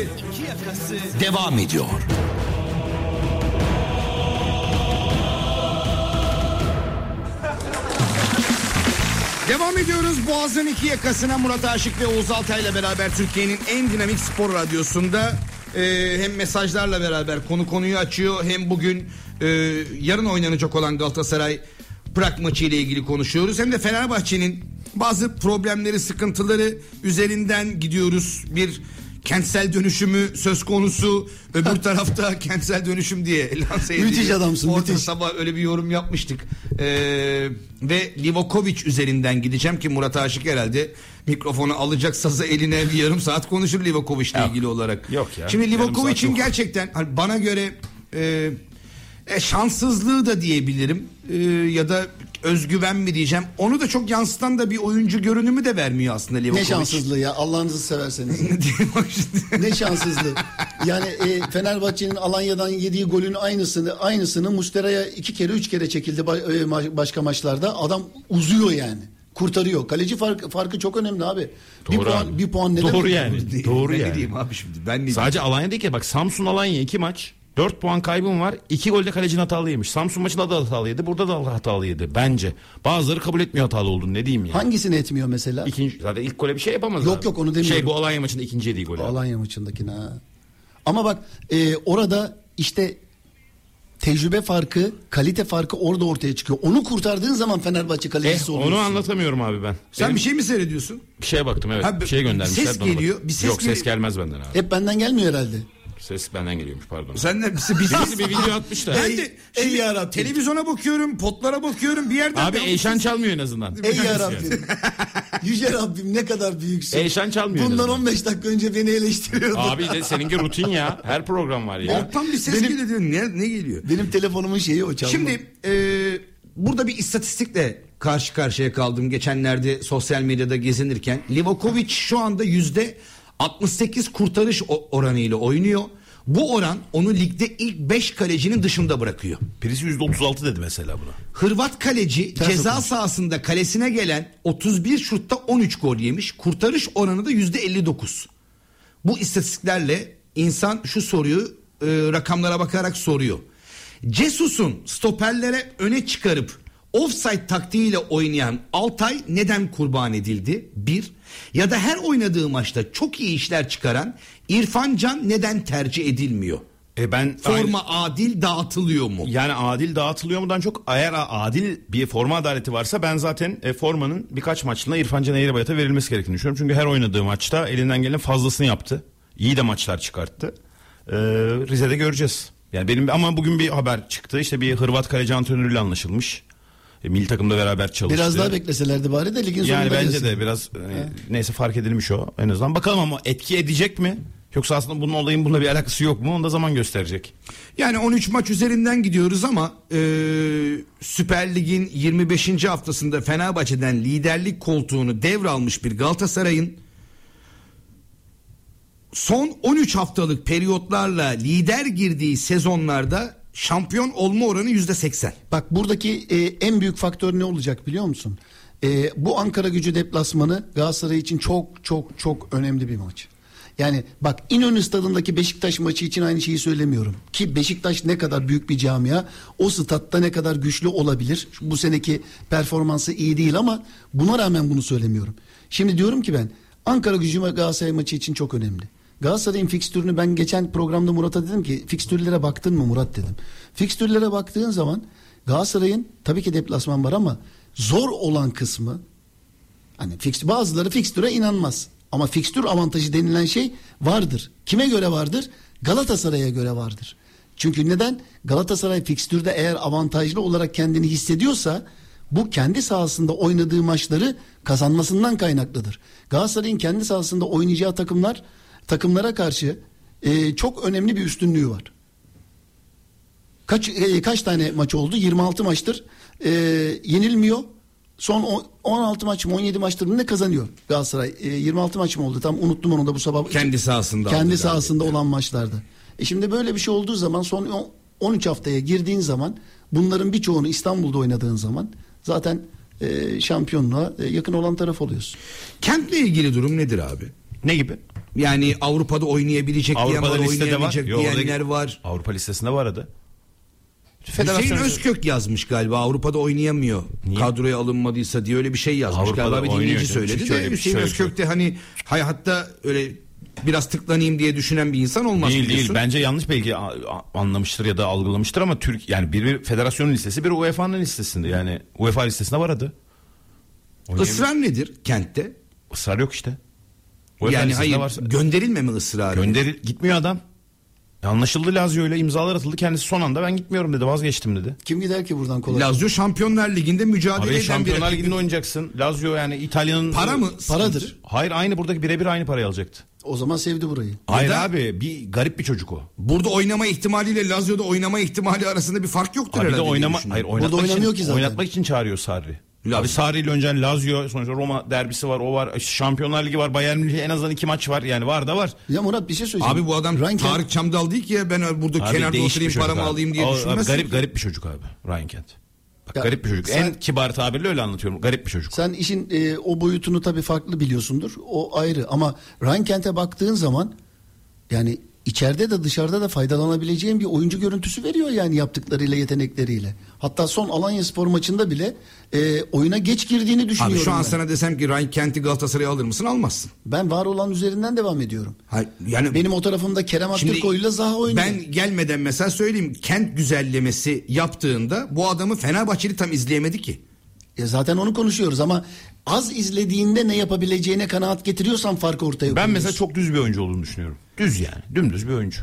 devam ediyor. Devam ediyoruz Boğaz'ın iki yakasına. Murat Aşık ve Oğuz Altay'la beraber Türkiye'nin en dinamik spor radyosunda e, hem mesajlarla beraber konu konuyu açıyor, hem bugün e, yarın oynanacak olan Galatasaray Prag maçı ile ilgili konuşuyoruz, hem de Fenerbahçe'nin bazı problemleri, sıkıntıları üzerinden gidiyoruz. Bir kentsel dönüşümü söz konusu, öbür tarafta kentsel dönüşüm diye lanse ediliyor. Müthiş adamsın, Orada müthiş. sabah öyle bir yorum yapmıştık. Ee, ve Livakovic üzerinden gideceğim ki Murat Aşık herhalde mikrofonu alacak sazı eline bir yarım saat konuşur Livakovic'le Yok. ilgili olarak. Yok ya, Şimdi yarım saat Livakovic'in yok. gerçekten hani bana göre e, E, şanssızlığı da diyebilirim. E, ya da özgüven mi diyeceğim. Onu da çok yansıtan da bir oyuncu görünümü de vermiyor aslında Livakovic. Ne şanssızlığı ya, Allah'ınızı severseniz. Ne şanssızlığı. Yani e, Fenerbahçe'nin Alanya'dan yediği golün aynısını aynısını Muslera'ya iki kere üç kere çekildi ba- e, başka maçlarda. Adam uzuyor yani. Kurtarıyor. Kaleci farkı, farkı çok önemli abi. Doğru bir puan abi. bir puan ne Doğru demek? yani. Doğru ben yani. ne diyeyim abi şimdi? Ben ne Sadece Alanya'daki bak, Samsun Alanya iki maç. dört puan kaybım var. iki golde kalecinin hatalıymış. Samsun maçında da hatalıydı. Burada da hatalıydı bence. Bazıları kabul etmiyor hatalı olduğunu, ne diyeyim yani. Hangisini etmiyor mesela? İkinci, zaten ilk gole bir şey yapamaz. Yok abi. yok, onu demiyorum. Şey, bu Alanya maçında ikinci yediği golü. Alanya maçındakine ha. Ama bak e, orada işte tecrübe farkı, kalite farkı orada ortaya çıkıyor. Onu kurtardığın zaman Fenerbahçe kalecisi Eh, oluyorsun. onu anlatamıyorum abi ben. Sen Benim bir şey mi seyrediyorsun? bir şeye baktım, evet. Ha, bir şey göndermişler. ses de ona geliyor, baktım. bir ses Yok, ses geliyor. gelmez benden abi. Hep benden gelmiyor herhalde. Ses benden geliyormuş, pardon. Sen de bir, Birisi bir video atmışlar. Ben de Ey şimdi yarabbim. televizyona bakıyorum, potlara bakıyorum, bir yerden Abi de- Eyşan çalmıyor en azından. Ey yarabbim. Yüce Rabbim ne kadar büyüksün. Eyşan çalmıyor en Bundan azından. on beş dakika önce beni eleştiriyordun. Abi de seninki rutin ya. Her program var ya. Alttan bir ses Benim- geliyor diyor. Ne, ne geliyor? Benim telefonumun şeyi o çalma. Şimdi e, burada bir istatistikle karşı karşıya kaldım geçenlerde sosyal medyada gezinirken. Livakovic şu anda yüzde altmış sekiz kurtarış o- oranıyla oynuyor. Bu oran onu ligde ilk beş kalecinin dışında bırakıyor. Birisi yüzde otuz altı dedi mesela buna. Hırvat kaleci Ters ceza okumuş. sahasında kalesine gelen otuz bir şutta on üç gol yemiş. Kurtarış oranı da yüzde elli dokuz. Bu istatistiklerle insan şu soruyu e, rakamlara bakarak soruyor. Jesus'un stoperlere öne çıkarıp offside taktiğiyle oynayan Altay neden kurban edildi? Bir. Ya da her oynadığı maçta çok iyi işler çıkaran İrfan Can neden tercih edilmiyor? E ben Forma adil dağıtılıyor mu? Yani adil dağıtılıyor mudan çok, eğer adil bir forma adaleti varsa ben zaten e, formanın birkaç maçlığına İrfan Can Eğribayat'a verilmesi gerektiğini düşünüyorum. Çünkü her oynadığı maçta elinden gelen fazlasını yaptı. İyi de maçlar çıkarttı. Ee, Rize'de göreceğiz. Yani benim ama bugün bir haber çıktı. İşte bir Hırvat kaleci antrenörüyle anlaşılmış. E, milli takımda beraber çalıştı. Biraz daha bekleselerdi bari de ligin sonunda Yani bence gelsin. de biraz e, neyse fark edilmiş o en azından. Bakalım ama etki edecek mi? Yoksa aslında bunun olayın bununla bir alakası yok mu? Onu da zaman gösterecek. Yani on üç maç üzerinden gidiyoruz ama e, Süper Lig'in yirmi beşinci haftasında Fenerbahçe'den liderlik koltuğunu devralmış bir Galatasaray'ın son on üç haftalık periyotlarla lider girdiği sezonlarda şampiyon olma oranı yüzde seksen. Bak buradaki e, en büyük faktör ne olacak biliyor musun? E, bu Ankara Gücü deplasmanı Galatasaray için çok çok çok önemli bir maç. Yani bak İnönü Stadı'ndaki Beşiktaş maçı için aynı şeyi söylemiyorum. Ki Beşiktaş ne kadar büyük bir camia, o statta ne kadar güçlü olabilir. Bu seneki performansı iyi değil ama buna rağmen bunu söylemiyorum. Şimdi diyorum ki ben Ankara Gücü ve Galatasaray maçı için çok önemli. Galatasaray'ın fikstürünü ben geçen programda Murat'a dedim ki fikstürlere baktın mı Murat dedim. Fikstürlere baktığın zaman Galatasaray'ın tabii ki deplasman var ama zor olan kısmı, hani fikstür, bazıları fikstüre inanmaz. Ama fikstür avantajı denilen şey vardır. Kime göre vardır? Galatasaray'a göre vardır. Çünkü neden? Galatasaray fikstürde eğer avantajlı olarak kendini hissediyorsa bu kendi sahasında oynadığı maçları kazanmasından kaynaklıdır. Galatasaray'ın kendi sahasında oynayacağı takımlar takımlara karşı e, çok önemli bir üstünlüğü var. Kaç e, kaç tane maç oldu? yirmi altı maçtır e, yenilmiyor. Son on altı maç mı on yedi maçtır ne kazanıyor Galatasaray? E, yirmi altı maç mı oldu? Tam unuttum onu da bu sabah. Kendi sahasında. Kendi sahasında olan maçlarda. E şimdi böyle bir şey olduğu zaman son on üç haftaya girdiğin zaman bunların birçoğunu İstanbul'da oynadığın zaman zaten e, şampiyonluğa e, yakın olan taraf oluyorsun. Kent'le ilgili durum nedir abi? Ne gibi? Yani Avrupa'da oynayabilecek diyen var, Avrupa'da listede var. oynayamayacak Yo, diyenler oradaki- var. Avrupa listesinde var adı. Hüseyin Özkök yazmış galiba, Avrupa'da oynayamıyor. Niye? Kadroya alınmadıysa diye öyle bir şey yazmış Avrupa'da galiba, bir dinleyici oynuyor canım. söyledi Hiç de öyle bir- Hüseyin şöyle bir Özkök de hani hay, hatta öyle biraz tıklanayım diye düşünen bir insan olmaz Değil biliyorsun. değil, bence yanlış belki a- a- anlamıştır ya da algılamıştır ama Türk yani bir, bir federasyonun listesi, bir U E F A'nın listesinde, yani U E F A listesinde var adı. Oynayabilir. Israr nedir Kent'te? Israr yok işte. U E F A Yani listesinde hayır, varsa- gönderilme mi ısrarı? Gönderil gitmiyor adam. E anlaşıldı, Lazio ile imzalar atıldı, kendisi son anda ben gitmiyorum dedi, vazgeçtim dedi. Kim gider ki buradan kolay? Lazio Şampiyonlar Ligi'nde mücadele Abi eden bir Şampiyonlar rakip. Ligi'nde oynayacaksın. Lazio yani İtalya'nın Para mı? Paradır. Hayır, aynı buradaki birebir aynı parayı alacaktı. O zaman sevdi burayı. Hayır da- abi bir garip bir çocuk o. Burada oynama ihtimaliyle Lazio'da oynama ihtimali arasında bir fark yoktur Abi de herhalde. diye oynama, düşünüyorum. hayır oynatmak oynamıyor için, ki zaten. oynatmak için çağırıyor Sarri. Lazio. Abi Sarri ile önce Lazio, sonuçta Roma derbisi var, o var, Şampiyonlar Ligi var, Bayern Münih, en azından iki maç var, yani var da var. Ya Murat bir şey söyleyeceğim. Abi bu adam Ryan Kent- Tarık Çamdal değil ki ya, ben burada Abi kenarda değişik oturayım bir çocuk paramı abi. alayım diye O- abi düşünmezsin. garip garip bir çocuk abi Ryan Kent. Bak Ya, garip bir çocuk. sen- En kibar tabirle öyle anlatıyorum. Garip bir çocuk. Sen işin e, o boyutunu tabii farklı biliyorsundur. O ayrı ama Ryan Kent'e baktığın zaman yani içeride de dışarıda da faydalanabileceğin bir oyuncu görüntüsü veriyor yani yaptıklarıyla, yetenekleriyle. Hatta son Alanyaspor maçında bile e, oyuna geç girdiğini düşünüyorum. Abi şu an ben. sana desem ki Ryan Kent'i Galatasaray'a alır mısın, almazsın. Ben var olan üzerinden devam ediyorum. Hayır, yani Benim o tarafımda Kerem Aktürkoğlu'yla Zaha oynuyor. Ben gelmeden mesela söyleyeyim, Kent güzellemesi yaptığında bu adamı Fenerbahçeli tam izleyemedi ki. Ya zaten onu konuşuyoruz ama az izlediğinde ne yapabileceğine kanaat getiriyorsan fark ortaya Ben koyuyorsun. mesela çok düz bir oyuncu olduğunu düşünüyorum. Düz yani. Dümdüz bir oyuncu.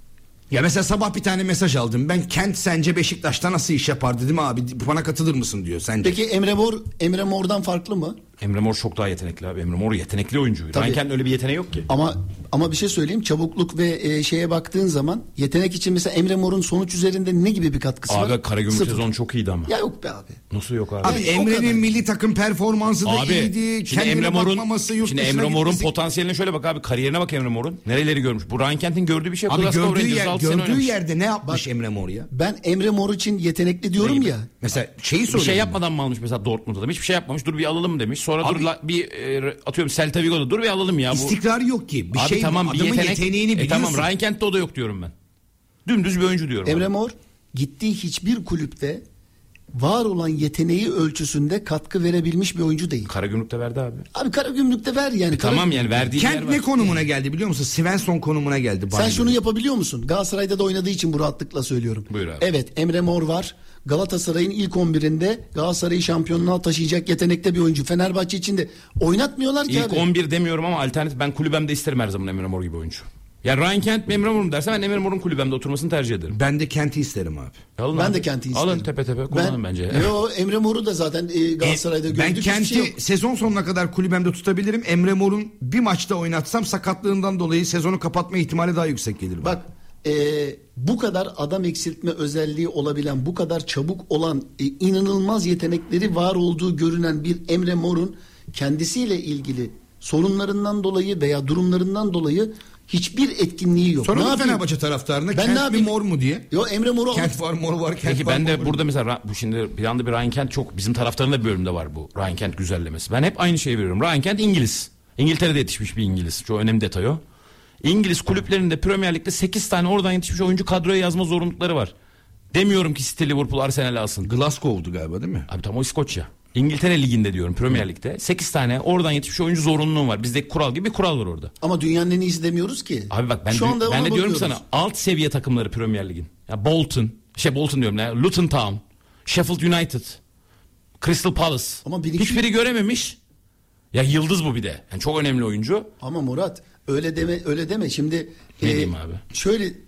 Ya mesela sabah bir tane mesaj aldım. Ben Kent sence Beşiktaş'ta nasıl iş yapardı değil mi abi? Bana katılır mısın diyor sence. Peki Emre Mor, Emre Mor'dan farklı mı? Emre Mor çok daha yetenekli abi. Emre Mor yetenekli oyuncu. Tabii. Ryan Kent'in öyle bir yeteneği yok ki. Ama ama bir şey söyleyeyim, çabukluk ve e, şeye baktığın zaman yetenek için mesela Emre Mor'un sonuç üzerinde ne gibi bir katkısı var? Abi Karagümrük Sıfır. sezon çok iyiydi ama. Ya yok be abi. Nasıl yok abi? Abi Yani o kadar. Emre'nin milli takım performansı da Abi iyiydi. şimdi Kendine Emre Mor'un bakmaması, yurt şimdi dışına Emre Mor'un gitmesi- potansiyeline şöyle bak abi, kariyerine bak Emre Mor'un. Nereleri görmüş? Bu Ryan Kent'in gördüğü bir şey. Abi Glasgow gördüğü, Rangers yer, altı sene gördüğü oynamış. yerde ne yapmış Emre Mor ya? Ben Emre Mor için yetenekli diyorum gibi? ya. Mesela şeyi Bir soruyorum. şey yapmadan mı almış mesela Dortmund'da? Hiçbir şey yapmamış. Dur bir alalım demiş. Sonra Abi- dur la, bir e, atıyorum Celta Vigo'da dur bir alalım ya. Bu... İstikrarı yok ki. Bir Abi şey tamam, bir adamın yetenek. yeteneğini E biliyorsun. tamam, Ryan Kent'te o da yok diyorum ben. Dümdüz bir oyuncu diyorum. Emre abi. Mor gittiği hiçbir kulüpte var olan yeteneği ölçüsünde katkı verebilmiş bir oyuncu değil. Karagümrük'te verdi abi. Abi Karagümrük'te ver yani. Kara- Tamam yani verdiği yer Kent var. ne konumuna geldi biliyor musun? Svensson konumuna geldi. Sen Bayern'de. şunu yapabiliyor musun? Galatasaray'da da oynadığı için bu rahatlıkla söylüyorum. Buyur abi. Evet, Emre Mor var. Galatasaray'ın ilk on birinde Galatasaray'ı şampiyonluğa taşıyacak yetenekte bir oyuncu. Fenerbahçe için de oynatmıyorlar ki İlk abi. on bir demiyorum ama alternatif, ben kulübemde isterim her zaman Emre Mor gibi oyuncu. Ya Ryan Kent mi Emre Mor mu dersen ben Emre Mor'un kulübemde oturmasını tercih ederim. Ben de Kent'i isterim abi. Alın Ben abi. de Kent'i isterim. Alın tepe tepe kullanın ben, bence. Yo, Emre Mor'u da zaten e, Galatasaray'da E, gördük. ben hiçbir Kent'i şey yok. sezon sonuna kadar kulübemde tutabilirim. Emre Mor'un bir maçta oynatsam sakatlığından dolayı sezonu kapatma ihtimali daha yüksek gelir bana. Bak e, bu kadar adam eksiltme özelliği olabilen, bu kadar çabuk olan, e, inanılmaz yetenekleri var olduğu görünen bir Emre Mor'un kendisiyle ilgili sorunlarından dolayı veya durumlarından dolayı hiçbir etkinliği yok. Soralım Ne yapayım? Fenerbahçe taraftarına Ben Kent ne mi yapayım? Mor mu diye. Yo, Emre Mor'u alıp- Kent var, Mor var, Kent Peki var, ben de Mor var. burada mesela Ra- bu şimdi bir anda bir Ryan Kent çok bizim taraftarın da bir bölümde var bu Ryan Kent güzellemesi. Ben hep aynı şeyi veriyorum. Ryan Kent İngiliz. İngiltere'de yetişmiş bir İngiliz. Çok önemli detay o. İngiliz kulüplerinde Premier Lig'de sekiz tane oradan yetişmiş oyuncu kadroya yazma zorunlulukları var. Demiyorum ki City, Liverpool, Arsenal alsın. Glasgow'du galiba değil mi? Abi tam o İskoçya. İngiltere Ligi'nde diyorum, Premier Lig'de sekiz tane oradan yetişmiş oyuncu zorunluluğum var. Bizdeki kural gibi bir kural var orada. Ama dünyanın en iyisi demiyoruz ki. Abi bak ben, Şu anda ben ona de diyorum bakıyoruz. sana alt seviye takımları Premier Lig'in. Ya Bolton, şey Bolton diyorum ya, Luton Town, Sheffield United, Crystal Palace. Ama bir iki- Hiçbiri görememiş. Ya yıldız bu bir de. Yani çok önemli oyuncu. Ama Murat öyle deme öyle deme. Şimdi Ne diyeyim abi? Şöyle e,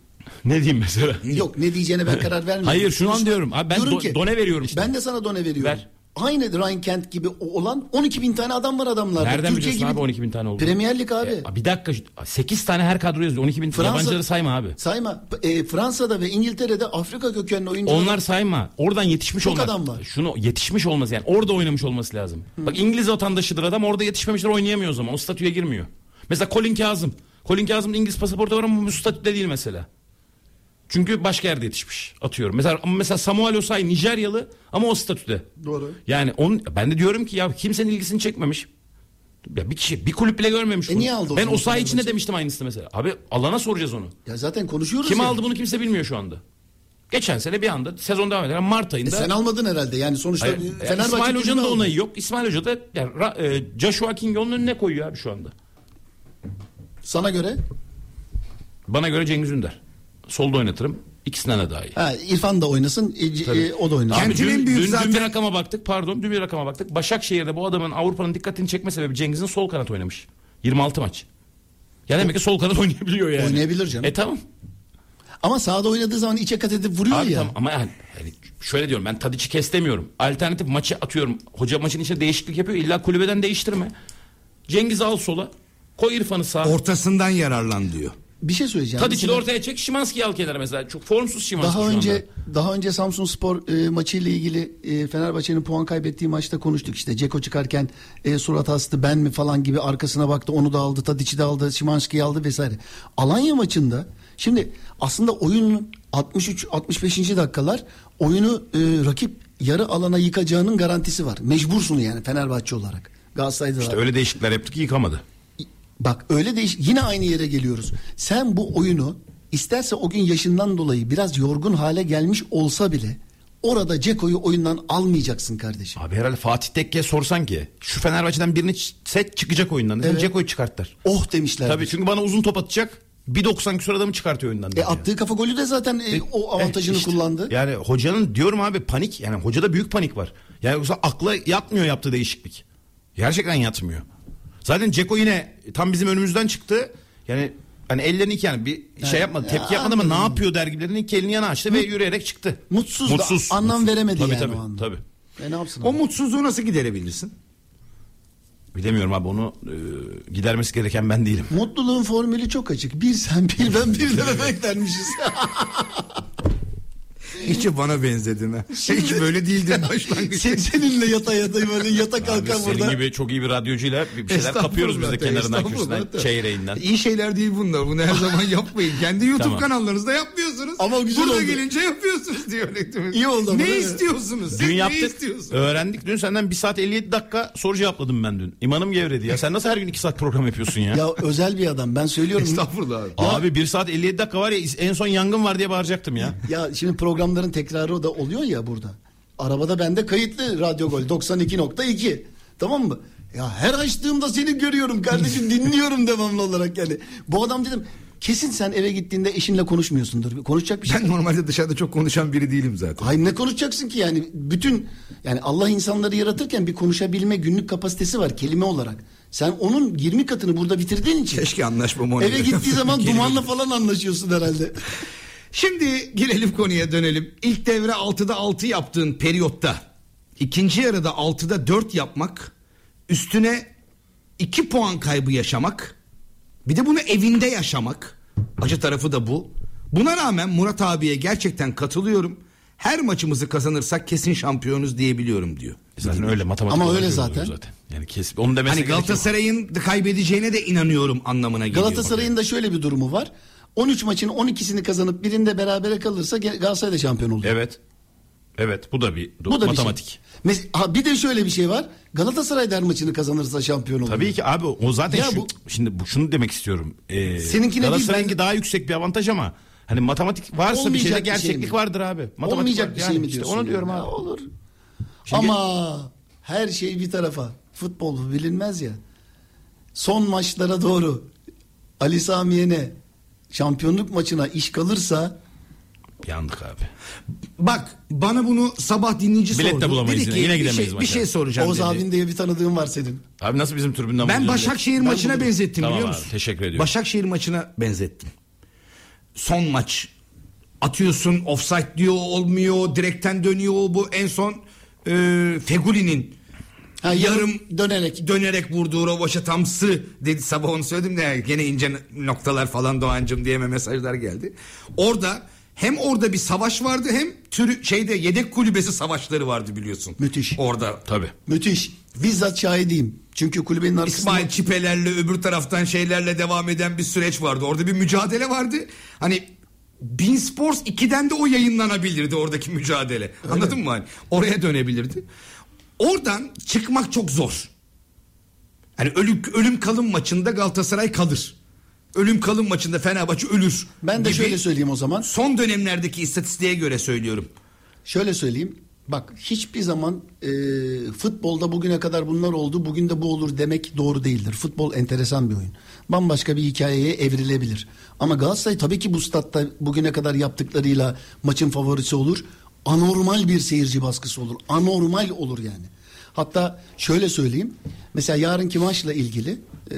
Ne diyeyim mesela? yok ne diyeceğine ben karar vermiyorum. Hayır, şunu Sonuçta diyorum. Abi ben diyorum do- done veriyorum işte. Ben de sana done veriyorum. Ver. Aynı Ryan Kent gibi olan on iki bin tane adam var adamlarda. Nereden Türkiye biliyorsun gibi abi on iki bin tane oldu? Premier Lig abi. E, bir dakika, sekiz tane her kadro yazıyor. on iki bin Fransa- yabancıları sayma abi. Sayma. E, Fransa'da ve İngiltere'de Afrika kökenli oyuncular. Onlar sayma. Oradan yetişmiş Çok olmak. adam var. Şunu yetişmiş olması, yani orada oynamış olması lazım. Bak İngiliz vatandaşıdır adam, orada yetişmemişler, oynayamıyor o zaman. O statüye girmiyor. Mesela Colin Kazım. Colin Kazım'ın İngiliz pasaportu var ama bu statüde değil mesela. Çünkü başka yerde yetişmiş. Atıyorum. Mesela ama mesela Samuel Osay Nijeryalı ama o statüde. Doğru. Yani onun, ben de diyorum ki ya kimsenin ilgisini çekmemiş. Ya bir kişi bir kulüp bile görmemiş E bunu. niye aldı o Ben zaman Osay için de Fenerbahçe? demiştim aynısını mesela. Abi Allah'ına soracağız onu. Ya zaten konuşuyoruz Kim ya. aldı bunu kimse bilmiyor şu anda. Geçen sene bir anda sezon devam eder. Mart E, ayında. sen almadın herhalde. Yani sonuçta Hayır, Fenerbahçe yani İsmail kulübü Hoca'nın da aldı. onayı yok. İsmail Hoca da yani, Ra- e, Joshua King'in önüne koyuyor abi şu anda. Sana göre? Bana göre Cengiz Ünder. Solda oynatırım. İkisinden de daha iyi. Ha, İrfan da oynasın, e, Tabii. e, o da oynasın. Abi Kent'in dün, en büyük dün, zaten- dün bir rakama baktık. Pardon, dün bir rakama baktık. Başakşehir'de bu adamın Avrupa'nın dikkatini çekme sebebi Cengiz'in sol kanat oynamış. yirmi altı maç. Ya demek ki sol kanat oynayabiliyor yani. Oynayabilir canım. E tamam. Ama sahada oynadığı zaman içe kat edip vuruyor Abi ya. tamam ama yani, yani şöyle diyorum, ben Tadiç'i kes demiyorum. Alternatif maçı atıyorum. Hoca maçın içinde değişiklik yapıyor. İlla kulübeden değiştirme. Cengiz'i al sola. Koy İrfan'ı sağa. Ortasından yararlan diyor. Bir şey söyleyeceğim. Tadic'i de ortaya çek, Szymański'yi al kenara mesela. Çok formsuz Szymański Daha şu anda. önce daha önce Samsunspor e, maçı ile ilgili e, Fenerbahçe'nin puan kaybettiği maçta konuştuk işte. Ceko çıkarken e, surat astı ben mi falan gibi arkasına baktı, onu da aldı, Tadic'i de aldı, Szymański'yi aldı vesaire. Alanya maçında şimdi aslında oyunun altmış üç altmış beşinci dakikalar oyunu e, rakip yarı alana yıkacağının garantisi var. Mecbursun yani Fenerbahçe olarak. Galatasaray'da İşte da. öyle değişiklikler yaptık ki yıkamadı. Bak öyle değiş yine aynı yere geliyoruz. Sen bu oyunu isterse o gün yaşından dolayı biraz yorgun hale gelmiş olsa bile orada Ceko'yu oyundan almayacaksın kardeşim. Abi herhalde Fatih Tekke'ye sorsan ki şu Fenerbahçe'den birini set çıkacak oyundan. Evet. Ceko'yu çıkarttılar. Oh demişler. Tabii çünkü bana uzun top atacak. bir doksan küsur adamı çıkartıyor oyundan. E attığı kafa golü de zaten e, o avantajını E, işte, kullandı. Yani hocanın diyorum abi panik. Yani hocada büyük panik var. Yani yoksa akla yatmıyor yaptığı değişiklik. Gerçekten yatmıyor. Zaten Ceko yine tam bizim önümüzden çıktı. Yani hani ellerini iki yani bir yani, şey yapmadı. Tepki ya, yapmadı ama ne yapıyor dergilerini iki elini yana açtı Mut, ve yürüyerek çıktı. Mutsuz, mutsuz da anlam mutsuz. veremedi tabii, yani tabii, o anda. Tabii. E ne yapsın? O abi? Mutsuzluğu nasıl giderebilirsin? Bilemiyorum abi onu e, gidermesi gereken ben değilim. Mutluluğun formülü çok açık. Bir sen bir ben bir de beklenmişiz. Hiç bana benzedin ha. Hiç böyle değildin başlangıçta. Sen, seninle yata yata böyle yata kalkan senin burada. gibi çok iyi bir radyocuyla bir şeyler kapıyoruz biz de kenarından köşesinden çeyreğinden. İyi şeyler değil bunlar. Bunu her zaman yapmayın. Kendi YouTube tamam. kanallarınızda yapmıyorsunuz. Ama güzel Burada oldu. gelince yapıyorsunuz diyor. İyi oldu. Ne istiyorsunuz? Dün Siz yaptık. Ne istiyorsunuz? Öğrendik. Dün senden bir saat elli yedi dakika soru cevapladım ben dün. İmanım gevredi ya. Sen nasıl her gün iki saat program yapıyorsun ya? Ya özel bir adam. Ben söylüyorum. Estağfurullah abi. Ya, abi bir saat elli yedi dakika var ya en son yangın var diye bağıracaktım ya. Ya şimdi programların tekrarı da oluyor ya burada. Arabada bende kayıtlı Radyo Gol doksan iki nokta iki. Tamam mı? Ya her açtığımda seni görüyorum kardeşim, dinliyorum devamlı olarak yani. Bu adam dedim kesin sen eve gittiğinde eşinle konuşmuyorsundur. Konuşacak bir şey. Ben normalde dışarıda çok konuşan biri değilim zaten. Hayır ne konuşacaksın ki yani? Bütün yani Allah insanları yaratırken bir konuşabilme günlük kapasitesi var kelime olarak. Sen onun yirmi katını burada bitirdiğin için. Keşke anlaşmam onu. Eve gittiği zaman dumanla falan anlaşıyorsun herhalde. Şimdi gelelim konuya dönelim. İlk devre altıda altı yaptığın periyotta ikinci yarıda altıda dört yapmak, üstüne iki puan kaybı yaşamak, bir de bunu evinde yaşamak, acı tarafı da bu. Buna rağmen Murat abiye gerçekten katılıyorum. Her maçımızı kazanırsak kesin şampiyonuz diyebiliyorum diyor. Zaten öyle matematik. Ama öyle zaten. zaten. Yani kesin. Onu demesi hani Galatasaray'ın kaybedeceğine de inanıyorum anlamına geliyor. Galatasaray'ın da şöyle bir durumu var. on üç maçın on ikisini kazanıp birinde berabere kalırsa Galatasaray da şampiyon oluyor. Evet. Evet bu da bir bu da matematik. Bir, şey. Mes- bir de şöyle bir şey var. Galatasaray der maçını kazanırsa şampiyon oluyor. Tabii ki abi o zaten ya şu, bu, şimdi bu şunu demek istiyorum. Ee, Seninkine Galatasaray'ınki ben... daha yüksek bir avantaj ama hani matematik varsa olmayacak bir şeyde gerçeklik bir şey vardır abi. Matematik olmayacak var. bir yani şey mi işte diyorsun? onu diyorum ya, abi. olur. Şimdi... Ama her şey bir tarafa. Futbol bilinmez ya. Son maçlara doğru Ali Sami Yen'e şampiyonluk maçına iş kalırsa yandık abi. Bak bana bunu sabah dinleyici bilet sordu. Bilet de bulamayız yine. Yine gidemeyiz bir şey, maça. Bir şey soracağım Oğuz dedi. abin diye bir tanıdığın var senin. Abi nasıl bizim tribünden Ben Başakşehir ben maçına bulurum. benzettim tamam biliyor abi, musun? teşekkür ediyorum. Başakşehir maçına benzettim. Son maç. Atıyorsun offside diyor olmuyor. Direkten dönüyor bu en son e, Feguli'nin Ha, yarım dönerek dönerek vurduğu rovaşa tamsı dedi, sabah onu söyledim de gene ince noktalar falan Doğancım diyeme mesajlar geldi. Orada hem orada bir savaş vardı hem türü şeyde yedek kulübesi savaşları vardı biliyorsun. Müthiş. Orada tabii. Müthiş. Bizzat şahidiyim. Çünkü kulübenin arkasında İsmail Çipelerle öbür taraftan şeylerle devam eden bir süreç vardı. Orada bir mücadele vardı. Hani Bein Sports ikiden de o yayınlanabilirdi oradaki mücadele. Öyle. Anladın mı? Hani oraya dönebilirdi. Oradan çıkmak çok zor. Hani ölüm, ölüm kalım maçında Galatasaray kalır. Ölüm kalım maçında Fenerbahçe ölür. Ben de gibi şöyle söyleyeyim o zaman. Son dönemlerdeki istatistiğe göre söylüyorum. Şöyle söyleyeyim. Bak hiçbir zaman e, futbolda bugüne kadar bunlar oldu, bugün de bu olur demek doğru değildir. Futbol enteresan bir oyun. Bambaşka bir hikayeye evrilebilir. Ama Galatasaray tabii ki bu statta bugüne kadar yaptıklarıyla maçın favorisi olur. Anormal bir seyirci baskısı olur. Anormal olur yani. Hatta şöyle söyleyeyim. Mesela yarınki maçla ilgili e,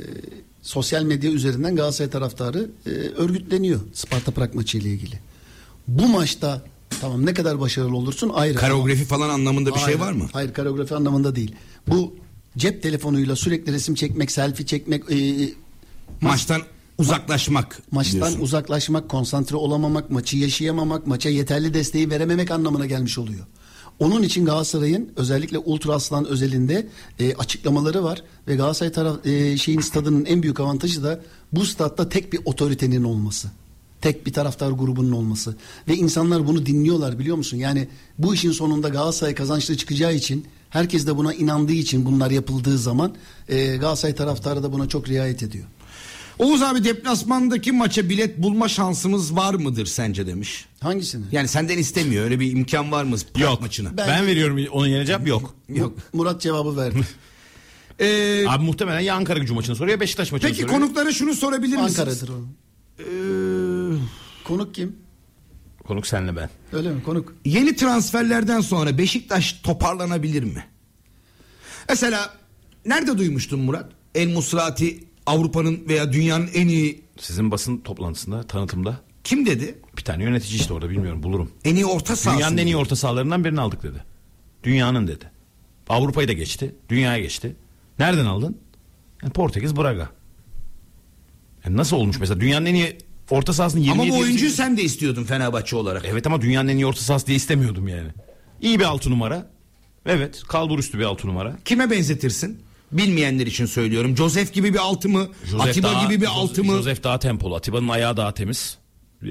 sosyal medya üzerinden Galatasaray taraftarı e, örgütleniyor. Sparta Prag maçı ile ilgili. Bu maçta tamam ne kadar başarılı olursun ayrı. Koreografi falan anlamında bir hayır, şey var mı? Hayır koreografi anlamında değil. Bu cep telefonuyla sürekli resim çekmek, selfie çekmek, e, Maçtan uzaklaşmak. maçtan diyorsun. uzaklaşmak, konsantre olamamak, maçı yaşayamamak, maça yeterli desteği verememek anlamına gelmiş oluyor. Onun için Galatasaray'ın özellikle Ultra Aslan özelinde e, açıklamaları var ve Galatasaray taraf e, şeyin stadının en büyük avantajı da bu statta tek bir otoritenin olması. Tek bir taraftar grubunun olması ve insanlar bunu dinliyorlar, biliyor musun? Yani bu işin sonunda Galatasaray kazançlı çıkacağı için, herkes de buna inandığı için bunlar yapıldığı zaman e, Galatasaray taraftarı da buna çok riayet ediyor. Oğuz abi, deplasmandaki maça bilet bulma şansımız var mıdır sence demiş. Hangisini? Yani senden istemiyor, öyle bir imkan var mı Prag Yok. maçına? Ben, Ben- veriyorum onun yerine cevap yok. Yok. Murat cevabı verdi. Ee, Abi muhtemelen ya Ankara Gücü maçını soruyor ya Beşiktaş maçını peki soruyor. konuklara şunu sorabilir misiniz? Ankara'dır o. Ee, Konuk kim? Konuk senle ben. Öyle mi? Konuk. yeni transferlerden sonra Beşiktaş toparlanabilir mi? Mesela nerede duymuştun Murat? El Musrati Avrupa'nın veya dünyanın en iyi, Sizin basın toplantısında, tanıtımda kim dedi? bir tane yönetici işte orada, bilmiyorum, bulurum. En iyi orta sahası. Dünyanın en iyi mı? orta sahalarından birini aldık dedi. Dünyanın dedi. Avrupa'yı da geçti. Dünyaya geçti. Nereden aldın? Yani Portekiz, Braga. Yani nasıl olmuş mesela? Dünyanın en iyi orta sahasını yirmi Ama yedi bu oyuncuyu yirmi sekiz sen de istiyordun Fenerbahçe olarak. Evet ama dünyanın en iyi orta sahası diye istemiyordum yani. İyi bir altı numara. Evet, kalbur üstü bir altı numara. Kime benzetirsin? Bilmeyenler için söylüyorum. Joseph gibi bir altı mı? Joseph Atiba daha- gibi bir Joseph- altı mı? Joseph daha tempolu. Atiba'nın ayağı daha temiz. Ee,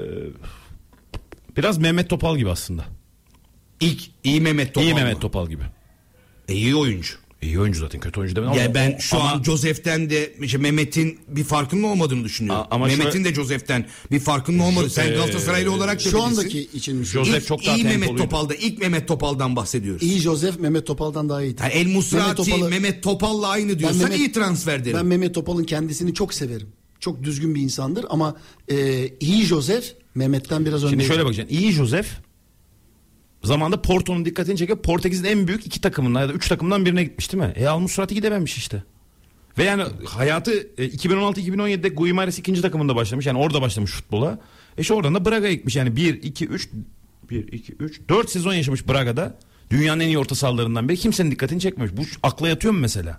biraz Mehmet Topal gibi aslında. İlk iyi Mehmet Topal iyi mı? Mehmet Topal gibi. E, iyi oyuncu. İyi oyuncu zaten, kötü oyuncu demedim Ya ama ben o- şu ama- an Joseph'ten de işte Mehmet'in bir farkının olmadığını düşünüyorum. A- ama Mehmet'in şöyle- de Joseph'ten bir farkının olmadı. Sen Ee, Galatasaraylı olarak da Şu bilirsin. andaki için mi? Joseph İlk, çok daha iyi Mehmet tempoluydu. Topal'da, ilk Mehmet Topal'dan bahsediyoruz. İyi Joseph Mehmet Topal'dan daha iyi. Yani El Musrati, Mehmet Mehmet, Topal'ı- Topal'la aynı diyorsan Mehmet- iyi transfer derim. Ben Mehmet Topal'ın kendisini çok severim. Çok düzgün bir insandır ama e, iyi Joseph Mehmet'ten biraz önde. Şimdi şöyle bakacaksın. İyi Joseph zamanında Porto'nun dikkatini çekip Portekiz'in en büyük iki takımından ya da üç takımdan birine gitmiş değil mi? E Al Musrati gidememiş işte. Ve yani hayatı e, iki bin on altı iki bin on yedide Guimares ikinci takımında başlamış. Yani orada başlamış futbola. E işte oradan da Braga'ya gitmiş. Yani bir, iki, üç bir, iki, üç dört sezon yaşamış Braga'da. Dünyanın en iyi orta sahalarından biri. Kimsenin dikkatini çekmemiş. Bu akla yatıyor mu mesela?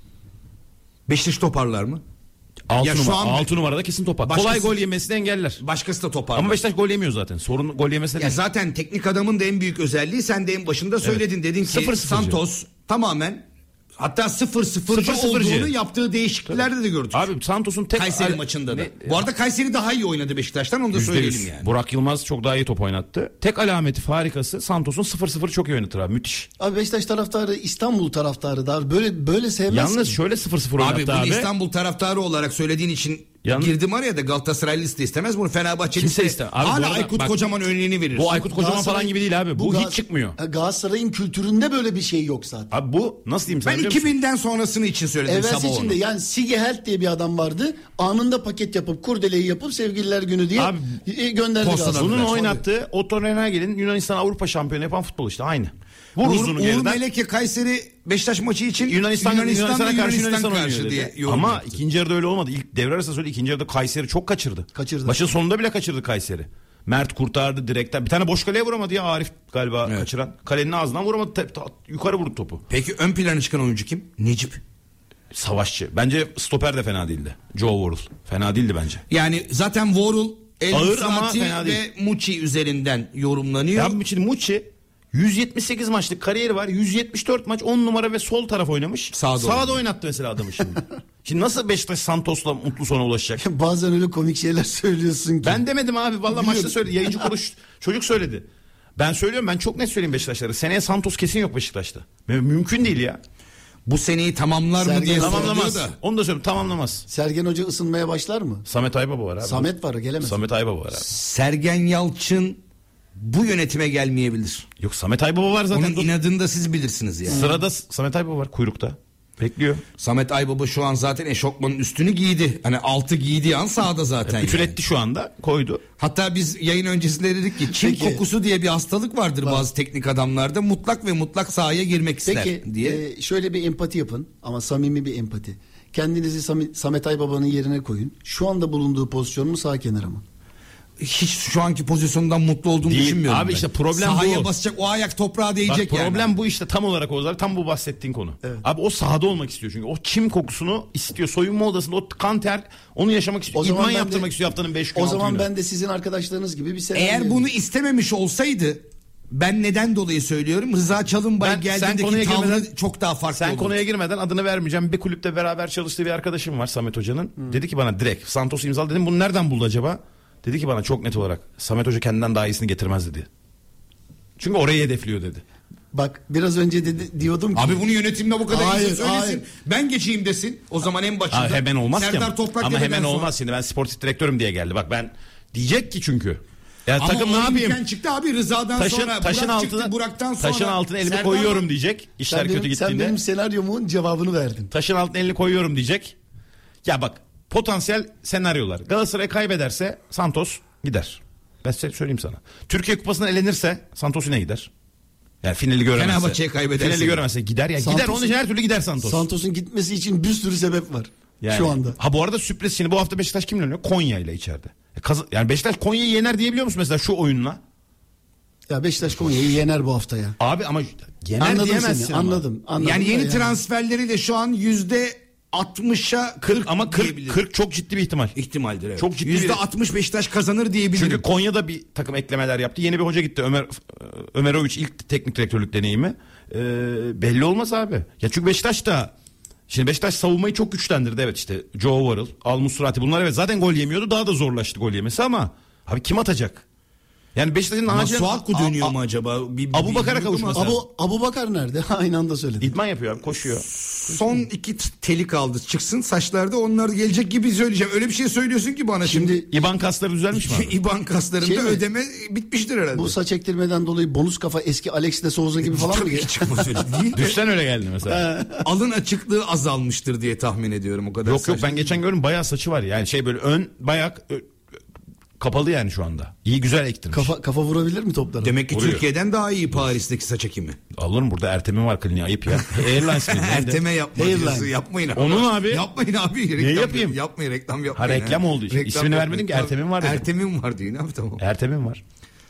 Beşiktaş toparlar mı? altı Ya şu numara, an- altı numarada kesin topar. Başkası- Kolay gol yemesini engeller. Başkası da toparlar. Ama Beşiktaş gol yemiyor zaten. Sorun gol yemesi Ya değil. zaten teknik adamın da en büyük özelliği, sen de en başında söyledin. Dedin ki Sıfır sıfırcı. Santos tamamen, hatta sıfır sıfırcı Sıfır sıfırcı. olduğunu yaptığı değişikliklerde de gördük. Abi Santos'un tek Kayseri al- maçında da. Ne- Bu arada Kayseri daha iyi oynadı Beşiktaş'tan, onu da Yüzde söyleyelim yüz. yani. Burak Yılmaz çok daha iyi top oynattı. Tek alameti farikası Santos'un sıfır sıfır çok iyi oynatır abi, müthiş. Abi Beşiktaş taraftarı İstanbul taraftarı da böyle böyle sevmez. Yalnız ki. şöyle sıfır sıfır oynattı Abi abi. bunu İstanbul taraftarı olarak söylediğin için Yalnız- girdim araya da, Galatasaraylısı da istemez bunu, Fenerbahçelisi Kimse de istemez. Abi bu hala arada Aykut bak- Kocaman örneğini verir. Bu Aykut Kocaman Galatasaray- falan gibi değil abi. Bu, Gal- hiç çıkmıyor. Ha, Galatasaray'ın kültüründe böyle bir şey yok zaten. Abi bu nasıl diyeyim sana Ben biliyor musun? iki binden sonrasını için söyledim Evvelsi sabah içinde onu. yani Sige Helt diye bir adam vardı. Anında paket yapıp kurdeleyi yapıp sevgililer günü diye Abi, e, gönderdi postadan Galatasaray. Bunun Tabii. oynattığı Otto Rehhagel'in Yunanistan Avrupa şampiyonu yapan futbol işte aynı. Vur Uğur, uzunu Uğur geriden. Meleke Kayseri Beşiktaş maçı için Yunanistan, Yunanistan'a karşı Yunanistan karşı oynuyor diye dedi. yorum Ama yaptı. ikinci yarıda öyle olmadı. İlk devre arası söyledi. İkinci yarıda Kayseri çok kaçırdı. Kaçırdı. Maçın sonunda bile kaçırdı Kayseri. Mert kurtardı direkten. Bir tane boş kaleye vuramadı ya Arif galiba Evet. kaçıran. Kalenin ağzından vuramadı. Te- ta- yukarı vurdu topu. Peki ön plana çıkan oyuncu kim? Necip. Savaşçı. Bence stoper de fena değildi. Joe Worrell. Fena değildi bence. Yani zaten Worrell, El Ağır ama Musrati fena değil. ve Muçi üzerinden yorumlanıyor. Ya şimdi Muçi yüz yetmiş sekiz maçlık kariyeri var. yüz yetmiş dört maç on numara ve sol taraf oynamış. Sağda Sağda, oynadı. oynattı mesela adamı şimdi. Şimdi nasıl Beşiktaş Santos'la mutlu sona ulaşacak? Bazen öyle komik şeyler söylüyorsun ki. Ben demedim abi. Vallahi Biliyorum. maçta söyledi. Yayıncı konuş çocuk söyledi. Ben söylüyorum, ben çok net söyleyeyim Beşiktaşlara. Seneye Santos kesin yok Beşiktaş'ta. Mümkün değil ya. Bu seneyi tamamlar mı Sergen diye Tamamlamaz. soruluyor da. Onu da söyleyeyim, tamamlamaz. Sergen Hoca ısınmaya başlar mı? Samet Aybaba var abi. Samet var gelemez. Samet Aybaba var abi. Sergen Yalçın bu yönetime gelmeyebilir. Yok, Samet Aybaba var zaten. Onun Dur. inadını da siz bilirsiniz yani. Sırada Samet Aybaba var kuyrukta. Bekliyor. Samet Aybaba şu an zaten eşofmanın üstünü giydi. Hani altı giydiği an sahada zaten. Ütületti yani. şu anda, koydu. Hatta biz yayın öncesinde dedik ki Çin Peki. kokusu diye bir hastalık vardır bazı teknik adamlarda. Mutlak ve mutlak sahaya girmek ister Peki diye. e, şöyle bir empati yapın ama samimi bir empati. Kendinizi Sami- Samet Aybaba'nın yerine koyun. Şu anda bulunduğu pozisyon mu, sağ kenara mı? hiç şu anki pozisyondan mutlu olduğunu Değil. düşünmüyorum. Abi ben. işte problem Sahaya bu. basacak, o ayak toprağa Bak, değecek yani. problem bu işte tam olarak Oğuz abi, tam bu bahsettiğin konu. Evet. Abi o sahada olmak istiyor çünkü o çim kokusunu istiyor, soyunma odasında o kan ter onu yaşamak istiyor. O zaman İdman ben yaptırmak de- istiyor haftanın beş günü. O zaman altı günü. ben de sizin arkadaşlarınız gibi bir senaryo. Eğer bunu istememiş olsaydı, ben neden dolayı söylüyorum, Rıza Çalınbay Ben- sen geldiğindeki konuya tavrı girmeden- çok daha farklı Sen olurdu. konuya girmeden adını vermeyeceğim. Bir kulüpte beraber çalıştığı bir arkadaşım var, Samet Hoca'nın. Dedi ki bana direkt Santos imzal, dedim bunu nereden buldu acaba? Dedi ki bana çok net olarak Samet Hoca kendinden daha iyisini getirmez dedi. Çünkü orayı hedefliyor dedi. Bak biraz önce dedi, diyordum ki. Abi bunu yönetimle bu kadar Hayır, iyi söylesin. hayır. Ben geçeyim desin. O zaman en başında. Ha, hemen olmaz ki Serdar ama. Toprak Ama dedikten hemen sonra. olmaz şimdi, ben sportif direktörüm diye geldi. Bak ben diyecek ki çünkü. Ya Ama takım ne o yapayım? imkan çıktı abi Rıza'dan Taşın, sonra. taşın Burak altına, çıktı, Burak'tan sonra. taşın altına elimi Serdar koyuyorum var. diyecek. İşler sen kötü benim, gittiğinde. sen benim senaryomun cevabını verdin. Taşın altına elini koyuyorum diyecek. Ya bak, potansiyel senaryolar. Galatasaray kaybederse Santos gider. Ben size söyleyeyim sana. Türkiye Kupası'ndan elenirse Santos yine gider. Yani finali göremezse. Fenerbahçe'ye kaybederse. Finali göremezse gider. Ya gider, Santos'un- onun için her türlü gider Santos. Santos'un gitmesi için bir sürü sebep var. Yani- Şu anda. Ha bu arada sürpriz, şimdi bu hafta Beşiktaş kimle oynuyor? Konya ile içeride. E, kaz- yani Beşiktaş Konya'yı yener diyebiliyor musun mesela şu oyunla? Ya Beşiktaş Konya'yı yener bu hafta ya. Abi ama yener Anladım diyemezsin seni, ama. anladım. anladım Yani da yeni transferleriyle şu an yüzde altmışa kırk Ama kırk, diyebilirim. kırk çok ciddi bir ihtimal. ihtimaldir. Evet. Çok ciddi yüzde bir- altmış Beşiktaş kazanır diyebilirim. Çünkü Konya'da bir takım eklemeler yaptı. Yeni bir hoca gitti. Ömer Ömeroviç ilk teknik direktörlük deneyimi. Ee, belli olmaz abi. Ya çünkü Beşiktaş da, şimdi Beşiktaş savunmayı çok güçlendirdi. Evet, işte Joe Varıl, Al Musrati, bunlar evet zaten gol yemiyordu. Daha da zorlaştı gol yemesi ama abi kim atacak? Yani Beşiktaş'ın acilen Masuaku dönüyor A- mu acaba? Bir, Abu bir- Bakar'a bir- kavuşması Abu- lazım. Abu, Abu Bakar nerede? Aynı anda söyledi. İdman yapıyor abi, koşuyor. Son iki t- teli kaldı. Çıksın saçlarda, onlar gelecek gibi söyleyeceğim. Öyle bir şey söylüyorsun ki bana şimdi. Şimdi İban kasları düzelmiş mi abi? İban kaslarında Şey mi? ödeme bitmiştir herhalde. bu saç ektirmeden dolayı bonus kafa eski Alex de Souza gibi falan mı? Tabii ki çıkmaz öyle değil. Düşten öyle geldi mesela. Alın açıklığı azalmıştır diye tahmin ediyorum o kadar. Yok yok, saçma. ben geçen gördüm, bayağı saçı var yani, şey böyle ön bayak ö- kapalı yani şu anda. İyi, güzel ektirmiş. Kafa, kafa vurabilir mi toplara? Demek ki Vuruyor. Türkiye'den daha iyi Paris'teki saç ekimi. Alırım, burada Ertem'in var kliniği, ayıp ya. Airlines kliniği. Erteme yapma Airline. diyorsun. Yapmayın abi. Onun abi. Yapmayın abi. Reklam yapayım? Yapmayın, reklam yapmayın. Ha, reklam oldu işte. Reklam İsmini yapmayın. vermedim ki, Ertem'in var dedim. Ertem'in var diyor. Ne abi, tamam. Ertem'in var.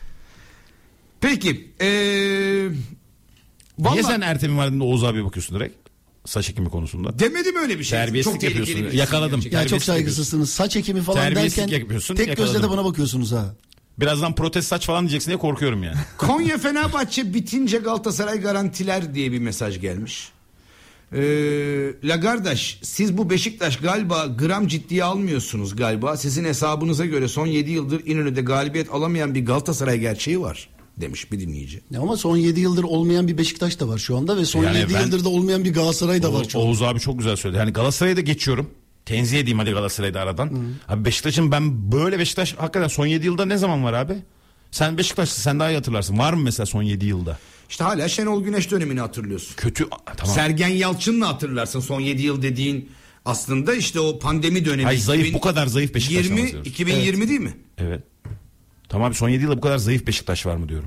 Peki. Ee, Niye vallahi sen Ertem'in var dediğinde Oğuz abiye bakıyorsun direkt? Saç ekimi konusunda. demedim öyle bir şey. Terbiyesizlik tehlikeli yapıyorsun. bir şey Yakaladım. gerçekten. Ya çok Terbiyesizlik saygısızsınız. Saç ekimi falan Terbiyesizlik derken yapıyorsun, tek gözle yakaladım. de bana bakıyorsunuz ha. Birazdan protest saç falan diyeceksin diye korkuyorum yani. Konya Fenerbahçe bitince Galatasaray garantiler diye bir mesaj gelmiş. Ee, Lagardaş, siz bu Beşiktaş galiba gram ciddiye almıyorsunuz galiba. Sizin hesabınıza göre son yedi yıldır İnönü'de galibiyet alamayan bir Galatasaray gerçeği var demiş bir dinleyici. Ya ama son yedi yıldır olmayan bir Beşiktaş da var şu anda ve son Yani yedi ben- yıldır da olmayan bir Galatasaray da var O- şu anda. Oğuz abi çok güzel söyledi. Yani Galatasaray'ı da geçiyorum. Tenzih edeyim hadi Galatasaray'da aradan. Abi Beşiktaş'ın, ben böyle Beşiktaş hakikaten son yedi yılda ne zaman var abi? Sen Beşiktaş'sın, sen daha iyi hatırlarsın. Var mı mesela son yedi yılda? İşte hala Şenol Güneş dönemini hatırlıyorsun. Kötü, a, tamam. Sergen Yalçın'la hatırlarsın son yedi yıl dediğin, aslında işte o pandemi dönemi. Hayır, zayıf, iki bin bu kadar zayıf Beşiktaş'tan yirmi bahsediyoruz. iki bin yirmi değil mi? Evet. Tamam abi, son yedi yılda bu kadar zayıf Beşiktaş var mı diyorum.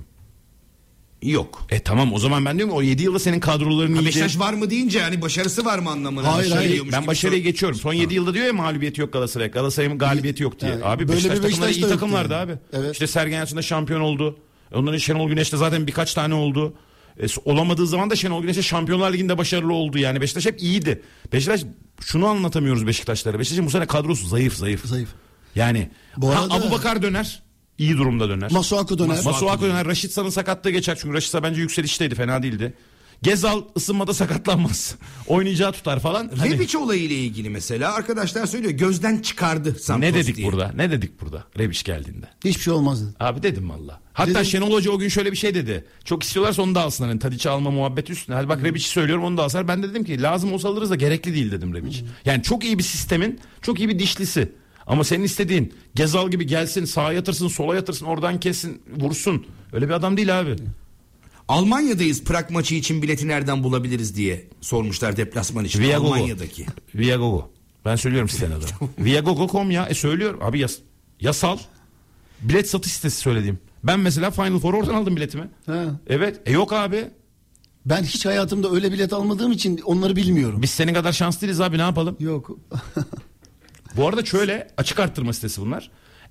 Yok. E tamam, o zaman ben diyorum ki o yedi yılda senin kadroların Ha, iyiydi. Beşiktaş var mı deyince hani başarısı var mı anlamına. Hayır, hayır. geliyormuş Ben gibi başarıyı sor- geçiyorum. Son yedi yılda diyor ya mağlubiyeti yok Galatasaray. Galatasaray'ın galibiyeti yok diye. Yani abi böyle Beşiktaş bir takımları Beşiktaş iyi da yoktu takımlardı yani. abi. Evet. İşte Sergen Yalçın'da şampiyon oldu. Onların Şenol Güneş'te zaten birkaç tane oldu. E, olamadığı zaman da Şenol Güneş'e Şampiyonlar Ligi'nde başarılı oldu. Yani Beşiktaş hep iyiydi. Beşiktaş, şunu anlatamıyoruz Beşiktaşlara. Beşiktaş'ın bu sene kadrosu zayıf zayıf. Zayıf. Yani Bu ha, arada- Abubakar döner. İyi durumda döner. Masuaku döner. Masuaku döner. Raşitsa'nın sakatlığı geçer. Çünkü Raşitsa bence yükselişteydi. Fena değildi. Gezal ısınmada sakatlanmaz. Oynayacağı tutar falan. Hani, Rebic olayıyla ilgili mesela arkadaşlar söylüyor, gözden çıkardı Santos ne dedik diye. burada? Ne dedik burada? Rebic geldiğinde. Hiçbir şey olmaz dedi. Abi dedim valla. Hatta Dedim. Şenol Hoca o gün şöyle bir şey dedi. Çok istiyorlarsa onu da alsınlar. Hani Tadiç'i alma muhabbeti üstüne. Hadi bak Rebic'i söylüyorum, onu da alsınlar. Ben de dedim ki lazım olsa alırız da gerekli değil dedim Rebic. Yani çok iyi bir sistemin, çok iyi bir dişlisi. Ama senin istediğin Gezal gibi gelsin, sağa yatırsın, sola yatırsın, oradan kessin, vursun. Öyle bir adam değil abi. Almanya'dayız, Prag maçı için bileti nereden bulabiliriz diye sormuşlar deplasman için. Viagogo. Almanya'daki. Viagogo. Ben söylüyorum sitenin adını. Viagogo nokta com ya. E söylüyorum. Abi yas yasal. Bilet satış sitesi söylediğim. Ben mesela Final Four oradan aldım biletimi. Ha. Evet. E yok abi. Ben hiç hayatımda öyle bilet almadığım için onları bilmiyorum. Biz senin kadar şanslıyız abi, ne yapalım? Yok. Bu arada şöyle, açık arttırma sitesi bunlar.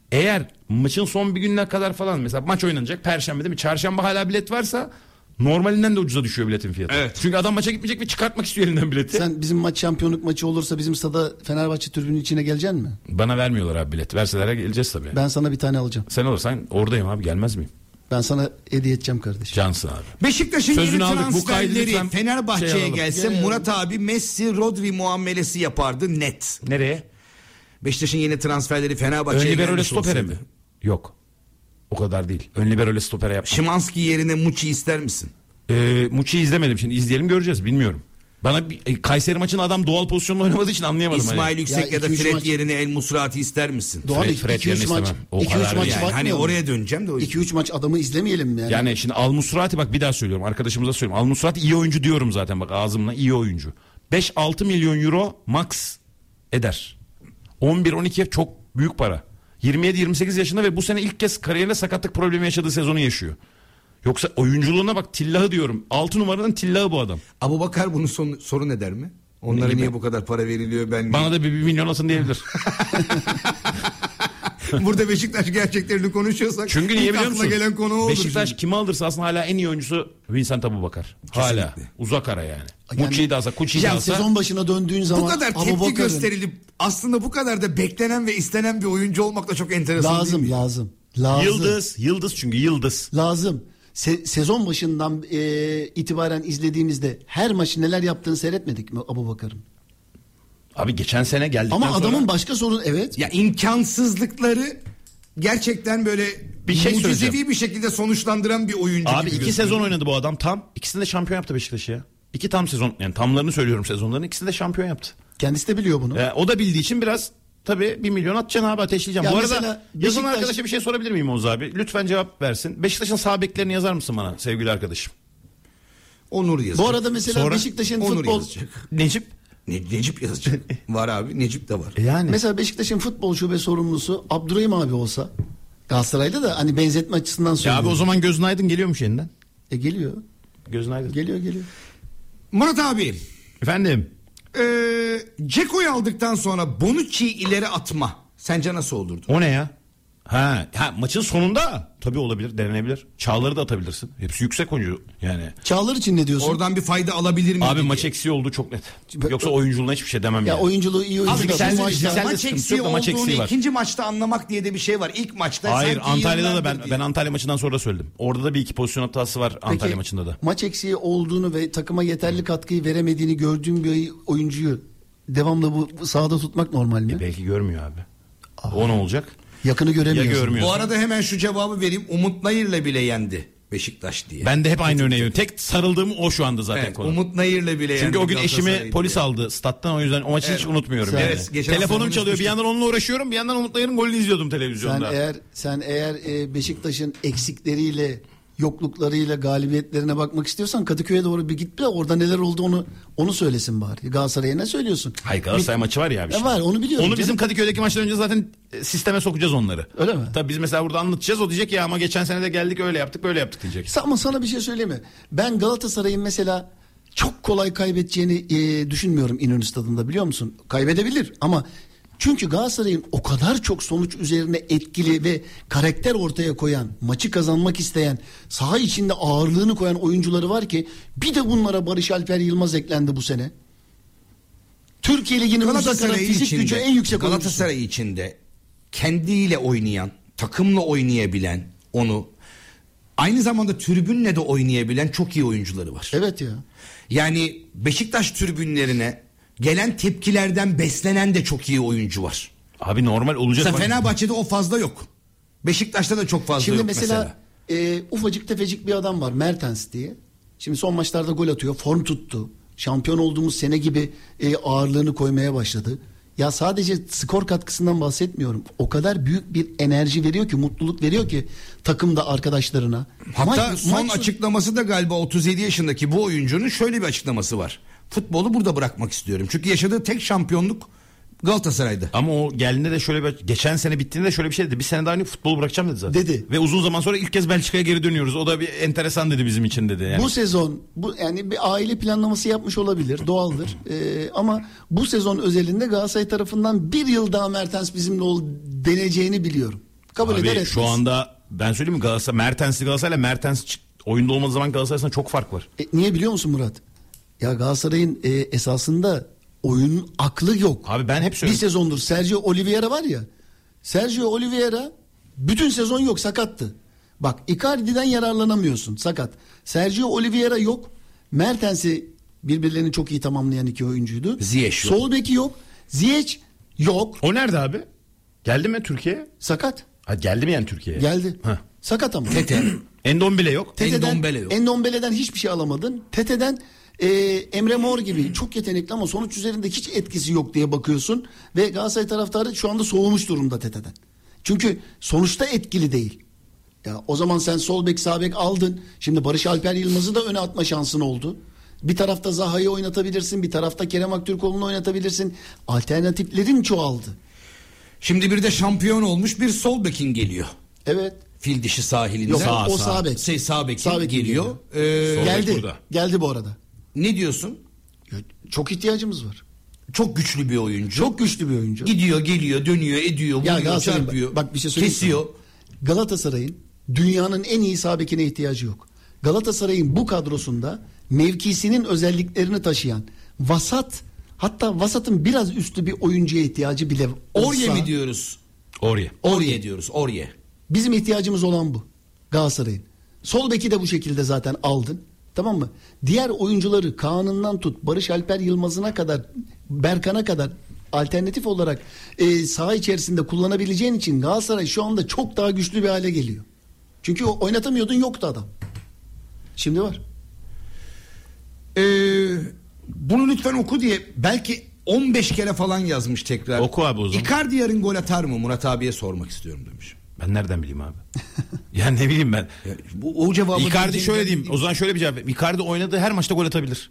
Eğer maçın son bir gününe kadar falan mesela maç oynanacak Perşembe değil mi? Çarşamba hala bilet varsa normalinden de ucuza düşüyor biletin fiyatı. Evet. Çünkü adam maça gitmeyecek ve çıkartmak istiyor elinden bileti. Sen bizim maç şampiyonluk maçı olursa bizim stada Fenerbahçe tribünün içine geleceksin mi? Bana vermiyorlar abi bilet. Verseler geleceğiz tabii. Ben sana bir tane alacağım. Sen olursan oradayım abi, gelmez miyim? Ben sana hediye edeceğim kardeşim. Cansın abi. Beşiktaş'ın Sözünü yeni aldık. Bu kaydı transferleri lütfen Fenerbahçe'ye şey alalım. gelse Gel. Murat abi Messi, Rodri muamelesi yapardı net. Nereye? Beşiktaş'ın yeni transferleri Ön Fenerbahçe'ye libero ile gelmiş stopere olsaydı. mi? Yok. O kadar değil. Ön libero ile stopere yapma. Şimanski yerine Muçi ister misin? Ee, Muçi'yi izlemedim, şimdi izleyelim göreceğiz, bilmiyorum. Bana bir, e, Kayseri maçının adam doğal pozisyonda oynamadığı için anlayamadım. İsmail hani. Yüksek Ya ya, da iki üç Fred maç- yerine El Musrati ister misin? Doğal Fred- iki Fred üç yerini maç. istemem. O iki üç kadar maç değil. Yani bakmıyor hani mu? oraya döneceğim de o yüzden. iki üç maç adamı izlemeyelim mi yani? Yani şimdi Al Musrati, bak bir daha söylüyorum, arkadaşımıza söylüyorum. Al Musrati iyi oyuncu diyorum zaten, bak ağzımla, iyi oyuncu. beş altı milyon euro max eder. on bir on iki çok büyük para. yirmi yedi yirmi sekiz yaşında ve bu sene ilk kez kariyerinde sakatlık problemi yaşadığı sezonu yaşıyor. Yoksa oyunculuğuna bak, tillahı diyorum. altı numaranın tillahı bu adam. Abubakar bunu son, sorun eder mi? Onlara gibi? niye bu kadar para veriliyor ben? Bana da bir, bir milyon atın diyebilir. Burada Beşiktaş gerçeklerini konuşuyorsak Çünkü niye ilk biliyor akla musun? gelen konu o olur. Beşiktaş şimdi. kimi alırsa aslında hala en iyi oyuncusu Vincent Abubakar. Hala. Kesinlikle. Uzak ara yani. Yani- Muçi'yi de alsa, Kuçi'yi de Yani alsa. sezon başına döndüğün zaman Bu kadar tepki Abubakar'ın- gösterilip aslında bu kadar da beklenen ve istenen bir oyuncu olmak da çok enteresan lazım değil mi? lazım. Lazım. Yıldız. Yıldız çünkü yıldız. Lazım. Se- sezon başından e, itibaren izlediğimizde her maçı neler yaptığını seyretmedik mi Abubakar'ın? Abi geçen sene geldikten Ama sonra... adamın başka sorun evet. Ya imkansızlıkları gerçekten böyle Bir şey mucizevi söyleyeceğim. bir şekilde sonuçlandıran bir oyuncu Abi gibi iki gösteriyor. sezon oynadı bu adam tam. İkisinde de şampiyon yaptı Beşiktaş'ı ya. İki tam sezon, yani tamlarını söylüyorum sezonların, ikisinde de şampiyon yaptı. Kendisi de biliyor bunu. Ee, o da bildiği için biraz tabii bir milyon atacaksın abi, ateşleyeceğim. Ya Bu mesela arada yazan Beşiktaş- arkadaşa bir şey sorabilir miyim Oğuz abi? Lütfen cevap versin. Beşiktaş'ın sağ beklerini yazar mısın bana sevgili arkadaşım? Onur yazacak. Bu arada mesela Sonra Beşiktaş'ın Onur futbol yazacak. Necip? Ne, Necip yazacak. Var abi, Necip de var. Yani. mesela Beşiktaş'ın futbol şube sorumlusu Abdurrahim abi olsa Galatasaray'da da hani benzetme açısından Ya söylüyorum. abi o zaman Gözün Aydın geliyormuş yeniden. E geliyor. Gözün Aydın. Geliyor geliyor. Murat abi, Efendim? Ee, Ceko'yu aldıktan sonra Bonucci'yi ileri atma sence nasıl olurdu? O ne ya? Ha, ha maçın sonunda tabii olabilir, denenebilir. Çağları da atabilirsin. Hepsi yüksek oyuncu yani. Çağlar için ne diyorsun? Oradan bir fayda alabilir miydi? Abi diye. maç eksiği oldu çok net. Yoksa oyunculuğuna hiçbir şey demem ya yani. oyunculuğu iyi oyuncu Abi da Fiziksel- bu maçta fiziksel- maç sıkıntı eksiği yok da maç olduğunu eksiği var. ikinci maçta anlamak diye de bir şey var. İlk maçta Hayır, sanki Antalya'da da yıllardır ben diye. ben Antalya maçından sonra da söyledim. Orada da bir iki pozisyon hatası var Antalya Peki, maçında da. maç eksiği olduğunu ve takıma yeterli katkıyı veremediğini gördüğüm bir oyuncuyu devamlı bu bu sahada tutmak normal mi? E belki görmüyor abi. O ne olacak? Yakını göremiyorsun. Ya görmüyor. Bu arada hemen şu cevabı vereyim. Umut Nayır'la bile yendi Beşiktaş diye. Ben de hep aynı örneği veriyorum. Tek sarıldığım o şu anda zaten evet, konu. Umut Nayır'la bile yendi. Çünkü o gün eşimi Galatasaray'ı polis diye. aldı stat'tan, o yüzden o maçı Evet. hiç unutmuyorum Sen- yani. Evet, geçen Telefonum hafta çalıyor, bir konuşmuştuk. yandan onunla uğraşıyorum, bir yandan Umut Nayır'ın golünü izliyordum Sen televizyonda. eğer sen eğer e, Beşiktaş'ın eksikleriyle yokluklarıyla galibiyetlerine bakmak istiyorsan Kadıköy'e doğru bir git de orada neler oldu onu onu söylesin bari. Galatasaray'a ne söylüyorsun? Hayır, Galatasaray Bir- maçı var ya abi. Ya şimdi. var, onu biliyorum Onu canım. bizim Kadıköy'deki maçtan önce zaten e, sisteme sokacağız onları. Öyle mi? Tabii biz mesela burada anlatacağız, o diyecek ya ama geçen sene de geldik öyle yaptık böyle yaptık diyecek. Sa- Ama sana bir şey söyleyeyim mi? Ben Galatasaray'ın mesela çok kolay kaybedeceğini e, düşünmüyorum İnönü Stadı'nda, biliyor musun? Kaybedebilir ama çünkü Galatasaray'ın o kadar çok sonuç üzerine etkili ve karakter ortaya koyan, maçı kazanmak isteyen, saha içinde ağırlığını koyan oyuncuları var ki bir de bunlara Barış Alper Yılmaz eklendi bu sene. Türkiye Ligi'nin uzak ara Galatasaray fizik içinde, gücü en yüksek oyuncusu. Galatasaray içinde kendiyle oynayan, takımla oynayabilen, onu aynı zamanda tribünle de oynayabilen çok iyi oyuncuları var. Evet ya. Yani Beşiktaş tribünlerine gelen tepkilerden beslenen de çok iyi oyuncu var. Abi normal olacak. Mesela bak- Fenerbahçe'de o fazla yok. Beşiktaş'ta da çok fazla Şimdi yok mesela, mesela. e, ufacık tefecik bir adam var, Mertens diye. Şimdi son maçlarda gol atıyor, form tuttu. Şampiyon olduğumuz sene gibi e, ağırlığını koymaya başladı. Ya sadece skor katkısından bahsetmiyorum. O kadar büyük bir enerji veriyor ki, mutluluk veriyor ki takımda arkadaşlarına. Hatta Maç- son maç- açıklaması da galiba otuz yedi yaşındaki bu oyuncunun şöyle bir açıklaması var. Futbolu burada bırakmak istiyorum. Çünkü yaşadığı tek şampiyonluk Galatasaray'da. Ama o geldiğinde de şöyle bir, geçen sene bittiğinde de şöyle bir şey dedi. Bir sene daha hani futbolu bırakacağım dedi zaten. Dedi. Ve uzun zaman sonra ilk kez Belçika'ya geri dönüyoruz. O da bir enteresan dedi bizim için dedi. Yani. Bu sezon bu yani bir aile planlaması yapmış olabilir, doğaldır. Ee, ama bu sezon özelinde Galatasaray tarafından bir yıl daha Mertens bizimle ol deneceğini biliyorum. Kabul Abi eder etmez. şu anda ben söyleyeyim mi, Galatasaray Mertens'li Galatasaray'la Mertens çık- oyunda olmadığı zaman Galatasaray arasında çok fark var. E, niye biliyor musun Murat? Ya Galatasaray'ın e, esasında oyunun aklı yok. Abi ben hep Bir söylüyorum. sezondur Sergio Oliveira var ya. Sergio Oliveira bütün sezon yok, sakattı. Bak Icardi'den yararlanamıyorsun, sakat. Sergio Oliveira yok. Mertens'i birbirlerini çok iyi tamamlayan iki oyuncuydu. Ziyech yok. Sol beki yok. Ziyech yok. O nerede abi? Geldi mi Türkiye'ye? Sakat. Ha, geldi mi yani Türkiye'ye? Geldi. Heh. Sakat ama. Tete. Endombele yok. Tete'den, Endombele yok. Endombele'den hiçbir şey alamadın. Tete'den e, Emre Mor gibi çok yetenekli ama sonuç üzerinde hiç etkisi yok diye bakıyorsun. Ve Galatasaray taraftarı şu anda soğumuş durumda Tete'den. Çünkü sonuçta etkili değil. Ya o zaman sen sol bek sağ bek aldın. Şimdi Barış Alper Yılmaz'ı da öne atma şansın oldu. Bir tarafta Zaha'yı oynatabilirsin. Bir tarafta Kerem Aktürkoğlu'nu oynatabilirsin. Alternatiflerin çoğaldı. Şimdi bir de şampiyon olmuş bir sol bekin geliyor. Evet. Fil dişi sahilinden. Yok Sağ, o sağ. sağ bek. Şey, sağ bekin Sağ bekin geliyor. Ee, Sol bek Geldi. burada. Geldi bu arada. ne diyorsun? Çok ihtiyacımız var. Çok güçlü bir oyuncu. Çok güçlü bir oyuncu. Gidiyor, geliyor, dönüyor, ediyor, Ya vuruyor, Galatasaray'ın çarpıyor. bak bir şey söyleyeyim kesiyor. sana. Galatasaray'ın dünyanın en iyi sağ bekine ihtiyacı yok. Galatasaray'ın bu kadrosunda mevkisinin özelliklerini taşıyan vasat, hatta vasatın biraz üstü bir oyuncuya ihtiyacı bile olsa. Orye mi diyoruz? Oraya. Orye diyoruz, Orye. Bizim ihtiyacımız olan bu Galatasaray'ın. Sol beki de bu şekilde zaten aldın. Tamam mı? Diğer oyuncuları Kaan'ından tut Barış Alper Yılmaz'ına kadar, Berkan'a kadar alternatif olarak e, saha içerisinde kullanabileceğin için Galatasaray şu anda çok daha güçlü bir hale geliyor. Çünkü o oynatamıyordun, yoktu adam. Şimdi var. Ee, bunu lütfen oku diye belki on beş kere falan yazmış tekrar. Oku abi o zaman. Icardi yarın gol atar mı? Murat abiye sormak istiyorum demiş. Ben nereden bileyim abi? Yani ne bileyim ben. Ya, bu o cevabı Icardi şöyle vereceğim- diyeyim. O zaman şöyle bir cevap vereyim. Icardi oynadığı her maçta gol atabilir.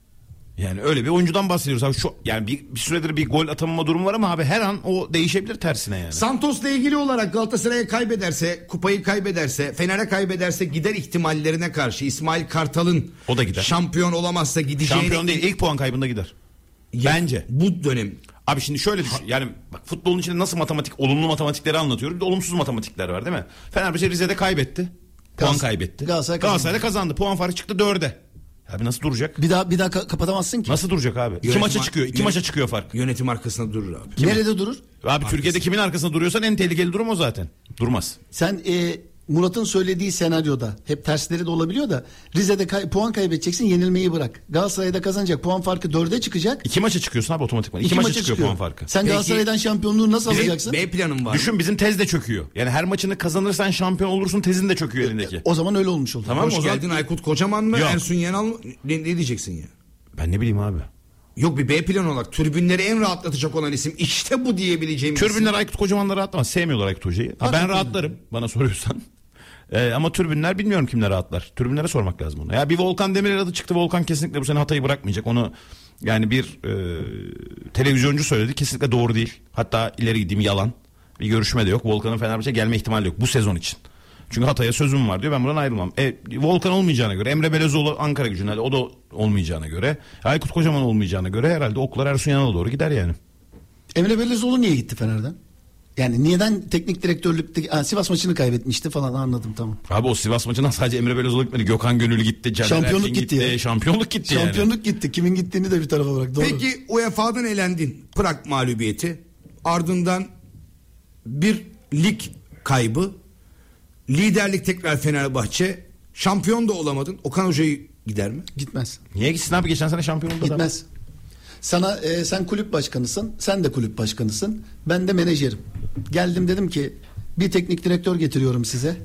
Yani öyle bir oyuncudan bahsediyoruz abi. Şu yani bir, bir süredir bir gol atamama durumu var ama abi her an o değişebilir tersine yani. Santos'la ilgili olarak Galatasaray'a kaybederse, kupayı kaybederse, Fener'e kaybederse gider ihtimallerine karşı İsmail Kartal'ın O da gider. şampiyon olamazsa gideceğini... Şampiyon değil, ilk puan kaybında gider. Ya, Bence. Bu dönem Abi şimdi şöyle düşün. Yani bak futbolun içinde nasıl matematik, olumlu matematikleri anlatıyorum. Bir de olumsuz matematikler var değil mi? Fenerbahçe Rize'de kaybetti. Puan Galatasaray- kaybetti. Galatasaray Galatasaray'da kazandı. Puan farkı çıktı dörde. Abi nasıl duracak? Bir daha bir daha ka- kapatamazsın ki. Nasıl duracak abi? İki Yönetim- maça çıkıyor. iki yönet- maça çıkıyor fark. yönetim arkasında durur abi. Nerede durur? Abi Türkiye'de kimin arkasında duruyorsan en tehlikeli durum o zaten. Durmaz. Sen e, Murat'ın söylediği senaryoda hep tersleri de olabiliyor da Rize'de kay- puan kaybedeceksin, yenilmeyi bırak. Galatasaray'da kazanacak, puan farkı dörde çıkacak. İki maça çıkıyorsun abi otomatikman. İki, İki maça, maça çıkıyor, puan farkı. Sen Peki- Galatasaray'dan şampiyonluğu nasıl B, alacaksın? B planım var. Düşün bizim tez de çöküyor. Yani her maçını kazanırsan şampiyon olursun, tezin de çöküyor elindeki. O zaman öyle olmuş olur. Tamam Hoş mı? O zaman- geldin Aykut Kocaman mı? Yok. Ersun Yanal mı? Ne, ne diyeceksin ya? Ben ne bileyim abi. Yok, bir B plan olarak tribünleri en rahatlatacak olan isim işte bu diyebileceğim isim. Türbünler Aykut Kocaman'la rahatlamaz. Sevmiyorlar Aykut Hoca'yı. Ha, ben Hakikaten. rahatlarım bana soruyorsan. Ee, ama türbünler bilmiyorum kimler rahatlar. Türbünlere sormak lazım onu. Ya bir Volkan Demirel adı çıktı. Volkan kesinlikle bu sene Hatay'ı bırakmayacak. Onu yani bir e, televizyoncu söyledi. Kesinlikle doğru değil. Hatta ileri gideyim yalan. Bir görüşme de yok. Volkan'ın Fenerbahçe'ye gelme ihtimali yok bu sezon için. Çünkü Hatay'a sözüm var diyor. Ben buradan ayrılmam. E, Volkan olmayacağına göre, Emre Belözoğlu Ankara Gücü'nde o da olmayacağına göre, Aykut Kocaman olmayacağına göre herhalde oklar Ersun Yanal'a doğru gider yani. Emre Belözoğlu niye gitti Fener'den? Yani neden teknik direktörlükte ha, Sivas maçını kaybetmişti falan, anladım, tamam. Abi o Sivas maçından sadece Emre Belözoğlu gitmedi. Gökhan Gönül gitti. Caner Şampiyonluk Erkin gitti ya. Şampiyonluk gitti yani. Şampiyonluk gitti. Kimin gittiğini de bir tarafa bırak. Doğru. Peki U E F A'dan elendin. Prag mağlubiyeti. Ardından bir lig kaybı. Liderlik tekrar Fenerbahçe. Şampiyon da olamadın. Okan Hoca'yı gider mi? Gitmez. Niye gitsin abi, geçen sene şampiyon oldu adam. Gitmez. Sana e, sen kulüp başkanısın, sen de kulüp başkanısın, ben de menajerim. Geldim dedim ki bir teknik direktör getiriyorum size.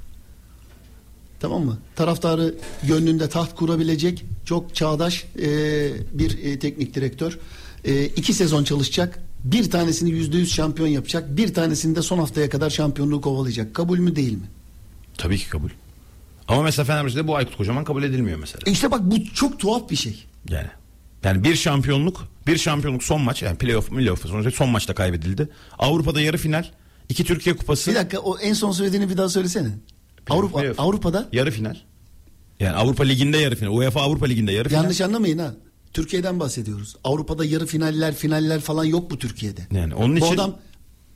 Tamam mı? Taraftarı gönlünde taht kurabilecek çok çağdaş e, bir e, teknik direktör. E, iki sezon çalışacak. Bir tanesini yüzde yüz şampiyon yapacak. Bir tanesini de son haftaya kadar şampiyonluğu kovalayacak. Kabul mü değil mi? Tabii ki kabul. Ama mesela Fenerbahçe'de bu Aykut Kocaman kabul edilmiyor mesela. E İşte bak bu çok tuhaf bir şey. Yani. Yani bir şampiyonluk, bir şampiyonluk son maç, yani playoff, playoff sonuçta son maçta kaybedildi. Avrupa'da yarı final, iki Türkiye Kupası. Bir dakika, o en son söylediğini bir daha söylesene. Avrupa playoff. Avrupa'da Yarı final. Yani Avrupa Ligi'nde yarı final. UEFA Avrupa Ligi'nde yarı final. yanlış anlamayın ha. Türkiye'den bahsediyoruz. Avrupa'da yarı finaller, finaller falan yok bu Türkiye'de. Yani onun Bu için adam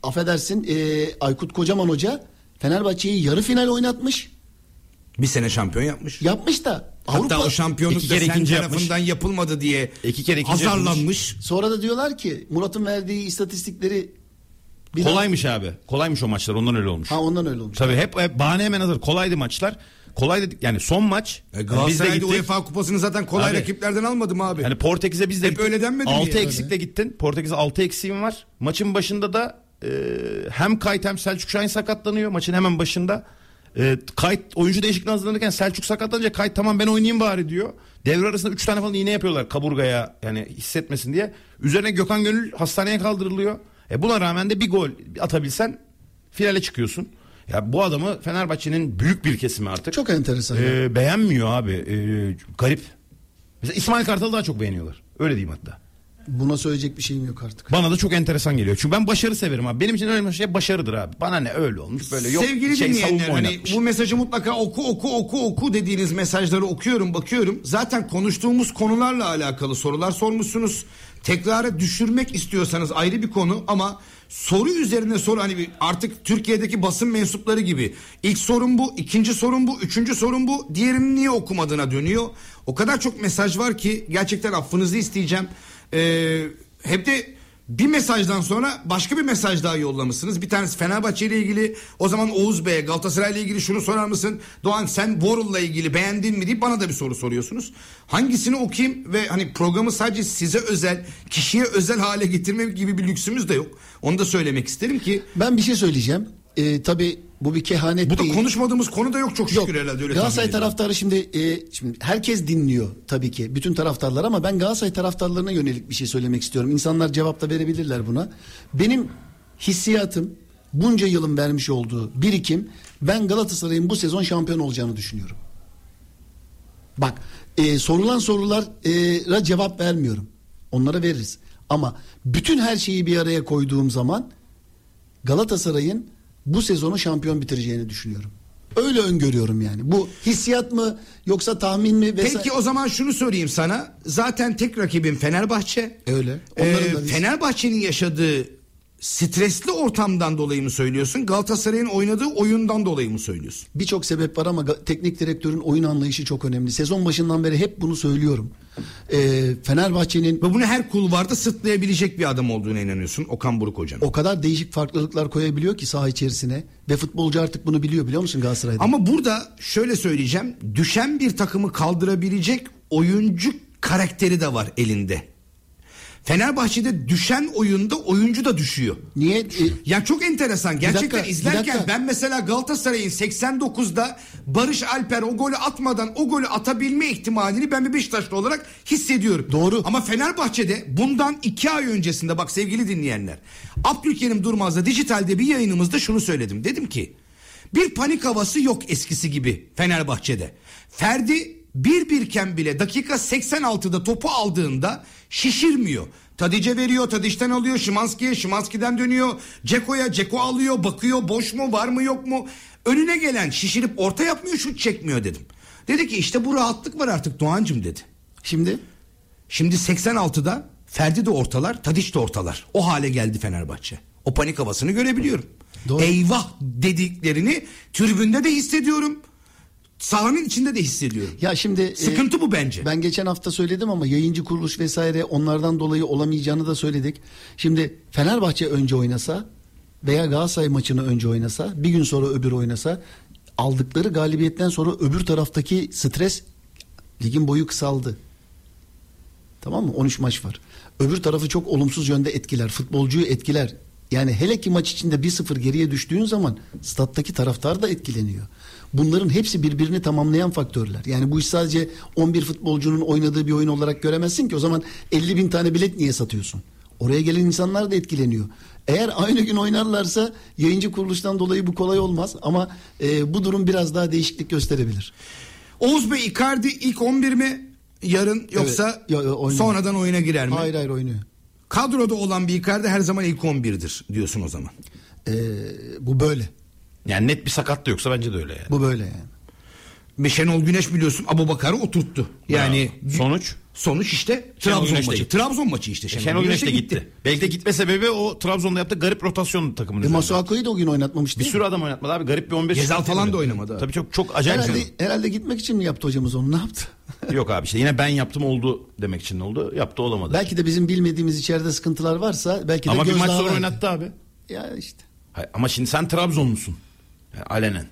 affedersin e, Aykut Kocaman Hoca Fenerbahçe'yi yarı final oynatmış. Bir sene şampiyon yapmış. Yapmış da Hatta Avrupa, o şampiyonluk iki da kere sen ikinci tarafından yapmış. yapılmadı diye İki kere ikinci azarlanmış. sonra da diyorlar ki Murat'ın verdiği istatistikleri bir Kolaymış abi. Kolaymış o maçlar. Ondan öyle olmuş. Ha ondan öyle olmuş. Tabii hep, hep bahane hemen hazır. Kolaydı maçlar. Kolay dedik yani son maç. E biz de Galatasaray'da gittik. UEFA kupasını zaten kolay Abi. rakiplerden almadım abi. Yani Portekiz'e biz de Hep öyle denmedi mi altı ya? eksikle gittin. Portekiz'e altı eksiğim var. Maçın başında da e, hem Kayt hem Selçuk Şahin sakatlanıyor. Maçın hemen başında. E, Kayt oyuncu değişikliğine hazırlanırken Selçuk sakatlanınca Kayt tamam ben oynayayım bari diyor. Devre arasında üç tane falan iğne yapıyorlar kaburgaya yani hissetmesin diye. Üzerine Gökhan Gönül hastaneye kaldırılıyor. E buna rağmen de bir gol atabilsen finale çıkıyorsun. Ya bu adamı Fenerbahçe'nin büyük bir kesimi artık. Çok enteresan. e, beğenmiyor abi. E, garip. Mesela İsmail Kartal'ı daha çok beğeniyorlar. Öyle diyeyim hatta. Buna söyleyecek bir şeyim yok artık. Bana da çok enteresan geliyor. Çünkü ben başarı severim abi. Benim için önemli şey başarıdır abi. Bana ne öyle olmuş böyle yok. Sevgili şey, dinleyenler savunma hani oynatmış. bu mesajı mutlaka oku oku oku oku dediğiniz mesajları okuyorum bakıyorum. Zaten konuştuğumuz konularla alakalı sorular sormuşsunuz. Tekrara düşürmek istiyorsanız ayrı bir konu ama soru üzerine soru hani bir artık Türkiye'deki basın mensupları gibi ilk sorun bu, ikinci sorun bu, üçüncü sorun bu, diğerini niye okumadığına dönüyor. O kadar çok mesaj var ki gerçekten affınızı isteyeceğim. Ee, hep de bir mesajdan sonra başka bir mesaj daha yollamışsınız. Bir tanesi Fenerbahçe ile ilgili. O zaman Oğuz Bey'e Galatasaray ile ilgili şunu sorar mısın? Doğan sen Borul'la ilgili beğendin mi deyip bana da bir soru soruyorsunuz. Hangisini okuyayım ve hani programı sadece size özel, kişiye özel hale getirmek gibi bir lüksümüz de yok. Onu da söylemek isterim ki. Ben bir şey söyleyeceğim. Ee, tabii bu bir kehanet Bu da değil. konuşmadığımız konu da yok çok şükür Yok. herhalde. Öyle Galatasaray tahmin ediyorum. taraftarı şimdi, e, şimdi herkes dinliyor tabii ki bütün taraftarlar ama ben Galatasaray taraftarlarına yönelik bir şey söylemek istiyorum. İnsanlar cevap da verebilirler buna. Benim hissiyatım bunca yılın vermiş olduğu birikim, ben Galatasaray'ın bu sezon şampiyon olacağını düşünüyorum. Bak e, sorulan sorulara cevap vermiyorum. Onlara veririz. Ama bütün her şeyi bir araya koyduğum zaman Galatasaray'ın bu sezonu şampiyon bitireceğini düşünüyorum. Öyle öngörüyorum yani. Bu hissiyat mı yoksa tahmin mi vesaire? Peki o zaman şunu sorayım sana. Zaten tek rakibin Fenerbahçe. Öyle. Onların Ee, da biz- Fenerbahçe'nin yaşadığı stresli ortamdan dolayı mı söylüyorsun? Galatasaray'ın oynadığı oyundan dolayı mı söylüyorsun? Birçok sebep var ama ga- teknik direktörün oyun anlayışı çok önemli. Sezon başından beri hep bunu söylüyorum. Ee, Fenerbahçe'nin Ve bunu her kulvarda sırtlayabilecek bir adam olduğuna inanıyorsun Okan Buruk Hoca'nın. o kadar değişik farklılıklar koyabiliyor ki saha içerisine ve futbolcu artık bunu biliyor, biliyor musun Galatasaray'da? Ama burada şöyle söyleyeceğim. Düşen bir takımı kaldırabilecek oyuncu karakteri de var elinde. Fenerbahçe'de düşen oyunda oyuncu da düşüyor. Niye? Ee, Ya çok enteresan. Gerçekten dakika, bir izlerken dakika. ben mesela Galatasaray'ın seksen dokuzda Barış Alper o golü atmadan o golü atabilme ihtimalini ben bir Beşiktaşlı olarak hissediyorum. Doğru. Ama Fenerbahçe'de bundan iki ay öncesinde bak sevgili dinleyenler. Abdülkerim Durmaz'da dijitalde bir yayınımızda şunu söyledim. Dedim ki bir panik havası yok eskisi gibi Fenerbahçe'de. Ferdi bir birken bile dakika seksen altıda topu aldığında şişirmiyor. Tadic'e veriyor, Tadic'ten alıyor, Şimanski'ye, Şimanski'den dönüyor. Ceko'ya, Ceko alıyor, bakıyor boş mu, var mı, yok mu? Önüne gelen şişirip orta yapmıyor, şut çekmiyor dedim. Dedi ki işte bu rahatlık var artık Doğancım dedi. Şimdi Şimdi seksen altıda Ferdi de ortalar, Tadic de ortalar. O hale geldi Fenerbahçe. O panik havasını görebiliyorum. Doğru. Eyvah dediklerini tribünde de hissediyorum. Sahanın içinde de hissediyorum. ya şimdi Sıkıntı e, bu bence. Ben geçen hafta söyledim ama yayıncı kuruluş vesaire onlardan dolayı olamayacağını da söyledik. Şimdi Fenerbahçe önce oynasa veya Galatasaray maçını önce oynasa, bir gün sonra öbür oynasa, aldıkları galibiyetten sonra öbür taraftaki stres ligin boyu kısaldı. Tamam mı? on üç maç var. Öbür tarafı çok olumsuz yönde etkiler. Futbolcuyu etkiler. Yani hele ki maç içinde bir sıfır geriye düştüğün zaman stat'taki taraftar da etkileniyor. Bunların hepsi birbirini tamamlayan faktörler. Yani bu iş sadece on bir futbolcunun oynadığı bir oyun olarak göremezsin ki. O zaman elli bin tane bilet niye satıyorsun? Oraya gelen insanlar da etkileniyor. Eğer aynı gün oynarlarsa yayıncı kuruluştan dolayı bu kolay olmaz. Ama e, bu durum biraz daha değişiklik gösterebilir. Oğuz Bey Icardi ilk on bir mi yarın yoksa Yo, yo, oynuyor. sonradan oyuna girer mi? Hayır hayır oynuyor. Kadroda olan bir Icardi her zaman ilk on birdir diyorsun o zaman. E, bu böyle. Yani net bir sakat da yoksa bence de öyle yani. Bu böyle yani. Ve Şenol Güneş biliyorsun Abubakar'ı oturttu. Yani Ya, sonuç Sonuç işte Şenol Trabzon Güneş de maçı. gitti. Trabzon maçı işte. Şenol, Şenol Güneş de gitti. gitti. Belki de gitme sebebi o Trabzon'da yaptığı garip rotasyon takımının. E, Masuaku'yu da o gün oynatmamış bir değil sürü mi? adam oynatmadı abi. Garip bir on beş. Gezal falan da oynamadı. Tabii çok çok acayip. Herhalde, şey. herhalde gitmek için mi yaptı hocamız onu, ne yaptı? Yok abi işte yine ben yaptım oldu demek için oldu. Yaptı olamadı. Belki de bizim bilmediğimiz içeride sıkıntılar varsa belki de ama bir maç sonra verdi. oynattı abi. Ya işte. Hayır, ama şimdi sen Trabzonlusun. Yani alenen.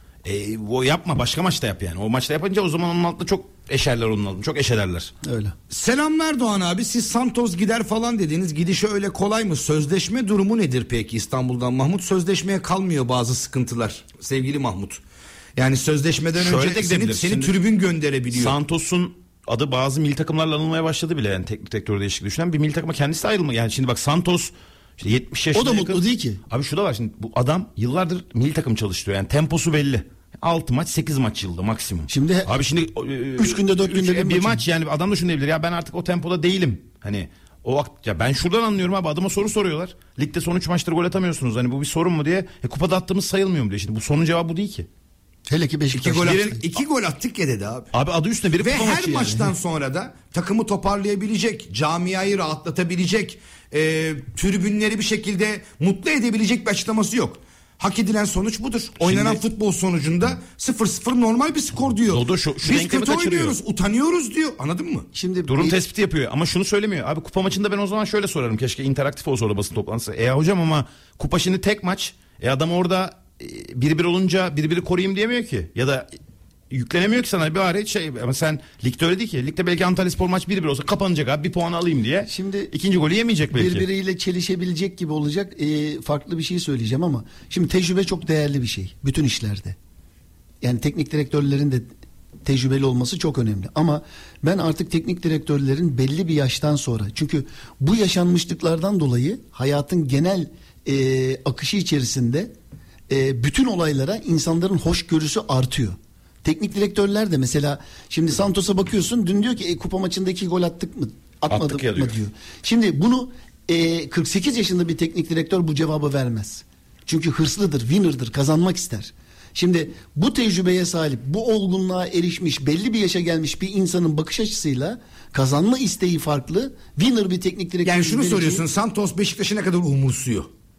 E, o yapma, başka maçta yap yani. O maçta yapınca o zaman onun altında çok eşerler onun altında. Çok eşelerler. Öyle. Selamlar Doğan abi. Siz Santos gider falan dediniz. Gidişi öyle kolay mı? Sözleşme durumu nedir peki İstanbul'dan? Mahmut, sözleşmeye kalmıyor bazı sıkıntılar. Sevgili Mahmut. Yani sözleşmeden Şöyle önce de seni, gidebilir. seni Şimdi tribün gönderebiliyor. Santos'un adı bazı milli takımlarla anılmaya başladı bile. Yani teknik direktör değişikliği düşünen bir milli takıma kendisi de ayrılma. Yani şimdi bak Santos işte yetmiş yaşında. O da yakın. mutlu değil ki. Abi şu da var şimdi, bu adam yıllardır milli takım çalıştırıyor. Yani temposu belli. altı maç sekiz maç yılda maksimum. Şimdi abi şimdi üç günde dört günde üç, bir, bir maç, maç yani adam da şunu diyebilir ya, ben artık o tempoda değilim. Hani o vakt, ya ben şuradan anlıyorum abi, adama soru soruyorlar. Ligde son üç maçtır gol atamıyorsunuz. Hani bu bir sorun mu diye. E, kupada attığımız sayılmıyor mu diye. Şimdi bu sorunun cevabı bu değil ki. Hele ki Beşiktaş. İki gol, Birin- attık, iki gol attık ya dedi abi. Abi adı üstüne biri Ve kupa her maçı maçtan yani. sonra da takımı toparlayabilecek, camiayı rahatlatabilecek, e, tribünleri bir şekilde mutlu edebilecek bir açıklaması yok. Hak edilen sonuç budur. Oynanan futbol sonucunda sıfır sıfır normal bir skor diyor. Dodo şu- şu Biz denklemi kötü kaçırıyor. oynuyoruz, utanıyoruz diyor. Anladın mı? Şimdi Durum bir- tespiti yapıyor ama şunu söylemiyor. Abi kupa maçında ben o zaman şöyle sorarım. Keşke interaktif olsa orada basın toplantısı. E ya hocam ama kupa şimdi tek maç. E adam orada e, bir bir olunca bir biri koruyayım diyemiyor ki. Ya da yüklenemiyor ki sana bir ara şey, ama sen ligde öyle değil ki. Ligde belki Antalyaspor maç bir bir olsa kapanacak abi, bir puan alayım diye. Şimdi ikinci golü yemeyecek belki. birbiriyle çelişebilecek gibi olacak. Ee, farklı bir şey söyleyeceğim ama şimdi tecrübe çok değerli bir şey bütün işlerde. Yani teknik direktörlerin de tecrübeli olması çok önemli. Ama ben artık teknik direktörlerin belli bir yaştan sonra, çünkü bu yaşanmışlıklardan dolayı hayatın genel e, akışı içerisinde e, bütün olaylara insanların hoşgörüsü artıyor. Teknik direktörler de mesela şimdi Santos'a bakıyorsun, dün diyor ki e, kupa maçında iki gol attık mı atmadık Attık ya mı diyor. diyor. Şimdi bunu e, kırk sekiz yaşında bir teknik direktör bu cevabı vermez. Çünkü hırslıdır, winner'dır, kazanmak ister. Şimdi bu tecrübeye sahip, bu olgunluğa erişmiş, belli bir yaşa gelmiş bir insanın bakış açısıyla kazanma isteği farklı. Winner bir teknik direktör. Yani şunu vereceği- soruyorsun, Santos Beşiktaş'ı ne kadar umursuyor?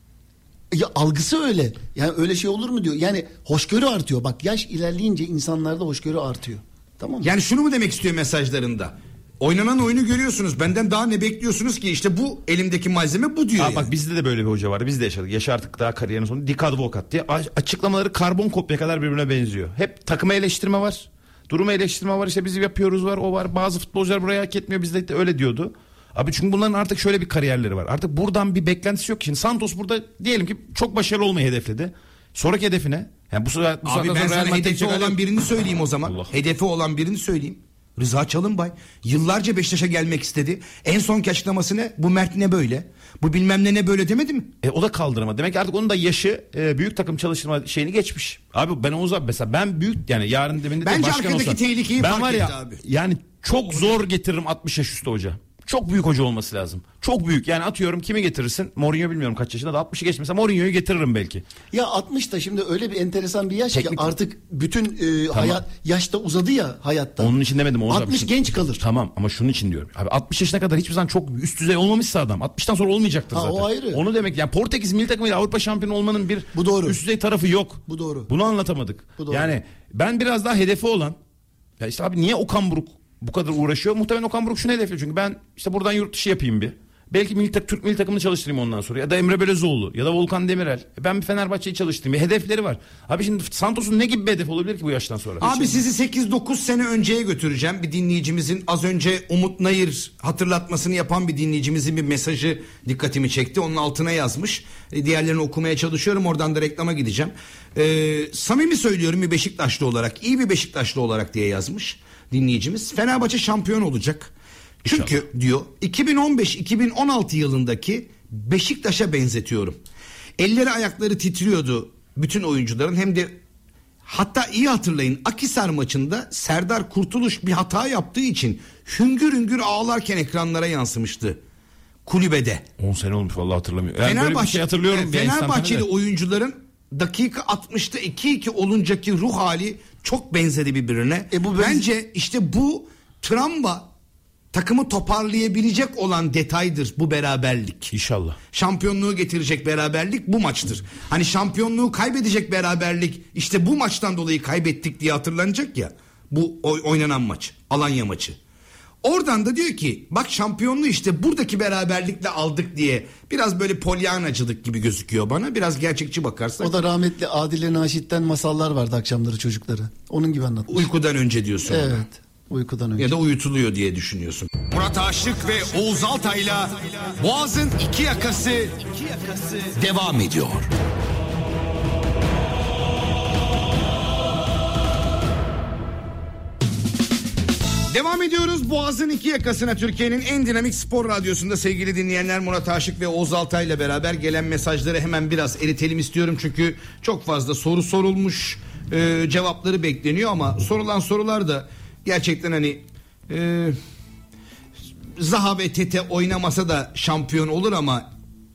Ya algısı öyle. Yani öyle şey olur mu diyor. Yani hoşgörü artıyor. Bak yaş ilerleyince insanlarda hoşgörü artıyor. Tamam mı? Yani şunu mu demek istiyor mesajlarında? Oynanan oyunu görüyorsunuz. Benden daha ne bekliyorsunuz ki? İşte bu elimdeki malzeme bu diyor. Aa, yani. bak bizde de böyle bir hoca vardı. Biz de yaşadık. Yaşı artık daha kariyerin sonu. Dick Advocat diye. A- Açıklamaları karbon kopya kadar birbirine benziyor. Hep takıma eleştirme var. Durumu eleştirme var. İşte biz yapıyoruz var. O var. Bazı futbolcular buraya hak etmiyor. Biz de öyle diyordu. Abi çünkü bunların artık şöyle bir kariyerleri var. Artık buradan bir beklentisi yok. Şimdi Santos burada diyelim ki çok başarılı olmayı hedefledi. Sonraki hedefine. Yani bu, bu Abi saatten ben sonra Real sana Madrid hedefi çeker- olan birini söyleyeyim o zaman. Allah. Hedefi olan birini söyleyeyim. Rıza Çalınbay yıllarca Beşiktaş'a gelmek istedi. En sonki açıklaması ne? Bu Mert ne böyle? Bu bilmem ne ne böyle demedi mi? E, o da kaldıramadı. Demek ki artık onun da yaşı e, büyük takım çalıştırma şeyini geçmiş. Abi ben o zaman mesela ben büyük yani yarın deminde Bence başkan arkadaki olsam, tehlikeyi ben fark var ya, etti abi. yani çok zor getiririm altmış yaş üstü hoca. Çok büyük hoca olması lazım. Çok büyük. Yani atıyorum kimi getirirsin? Mourinho bilmiyorum kaç yaşında da altmışı geçmese Mourinho'yu getiririm belki. Ya altmış da şimdi öyle bir enteresan bir yaş Teknik- ki artık bütün e, hayat yaşta uzadı ya hayatta. Onun için demedim Oğuz abi. altmış Şimdi- genç kalır. Tamam ama şunun için diyorum. Abi altmış yaşına kadar hiçbir zaman çok üst düzey olmamışsa adam altmıştan sonra olmayacaktır Ha, zaten. o ayrı. Onu demek yani Portekiz milli takımıyla Avrupa şampiyonu olmanın bir Bu doğru. üst düzey tarafı yok. Bu doğru. Bunu anlatamadık. Bu doğru. Yani ben biraz daha hedefi olan, ya işte abi niye Okan Buruk bu kadar uğraşıyor? Muhtemelen Okan Buruk şunu hedefliyor. Çünkü ben işte buradan yurt dışı yapayım bir. Belki milli tak- Türk milli takımını çalıştırayım ondan sonra. Ya da Emre Belözoğlu ya da Volkan Demirel. E Ben bir Fenerbahçe'yi çalıştırayım. Bir hedefleri var. Abi şimdi Santos'un ne gibi bir hedef olabilir ki bu yaştan sonra? Abi sizi sekiz dokuz sene önceye götüreceğim. Bir dinleyicimizin az önce Umut Nayır hatırlatmasını yapan bir dinleyicimizin bir mesajı dikkatimi çekti. Onun altına yazmış. E, diğerlerini okumaya çalışıyorum. Oradan da reklama gideceğim. Ee, samimi söylüyorum bir Beşiktaşlı olarak, iyi bir Beşiktaşlı olarak diye yazmış dinleyicimiz. Fenerbahçe şampiyon olacak. Çünkü diyor iki bin on beş iki bin on altı yılındaki Beşiktaş'a benzetiyorum. Elleri ayakları titriyordu bütün oyuncuların, hem de hatta iyi hatırlayın Akhisar maçında Serdar Kurtuluş bir hata yaptığı için hüngür hüngür ağlarken ekranlara yansımıştı kulübede. on sene olmuş vallahi hatırlamıyorum. Yani böyle bir şey hatırlıyorum. bir insan Fenerbahçeli hani de. oyuncuların dakika altmışta iki iki oluncaki ruh hali çok benzedi birbirine. E bu benz- Bence işte bu travma takımı toparlayabilecek olan detaydır bu beraberlik. İnşallah. Şampiyonluğu getirecek beraberlik bu maçtır. Hani şampiyonluğu kaybedecek beraberlik işte bu maçtan dolayı kaybettik diye hatırlanacak ya. Bu oynanan maç, Alanya maçı. Oradan da diyor ki bak şampiyonluğu işte buradaki beraberlikle aldık diye biraz böyle polyanacılık gibi gözüküyor bana. Biraz gerçekçi bakarsak. O da rahmetli Adile Naşit'ten masallar vardı akşamları çocukları. Onun gibi anlatmış. Uykudan önce diyorsun. Evet. Ona. Uykudan önce. Ya da uyutuluyor diye düşünüyorsun. Murat Aşık ve Oğuz Altay'la Boğaz'ın iki yakası, iki yakası devam ediyor. Devam ediyoruz Boğaz'ın iki yakasına, Türkiye'nin en dinamik spor radyosunda sevgili dinleyenler. Murat Aşık ve Oğuz Altay ile beraber gelen mesajları hemen biraz eritelim istiyorum. Çünkü çok fazla soru sorulmuş, e, cevapları bekleniyor ama sorulan sorular da gerçekten hani e, Zaha ve Tete oynamasa da şampiyon olur ama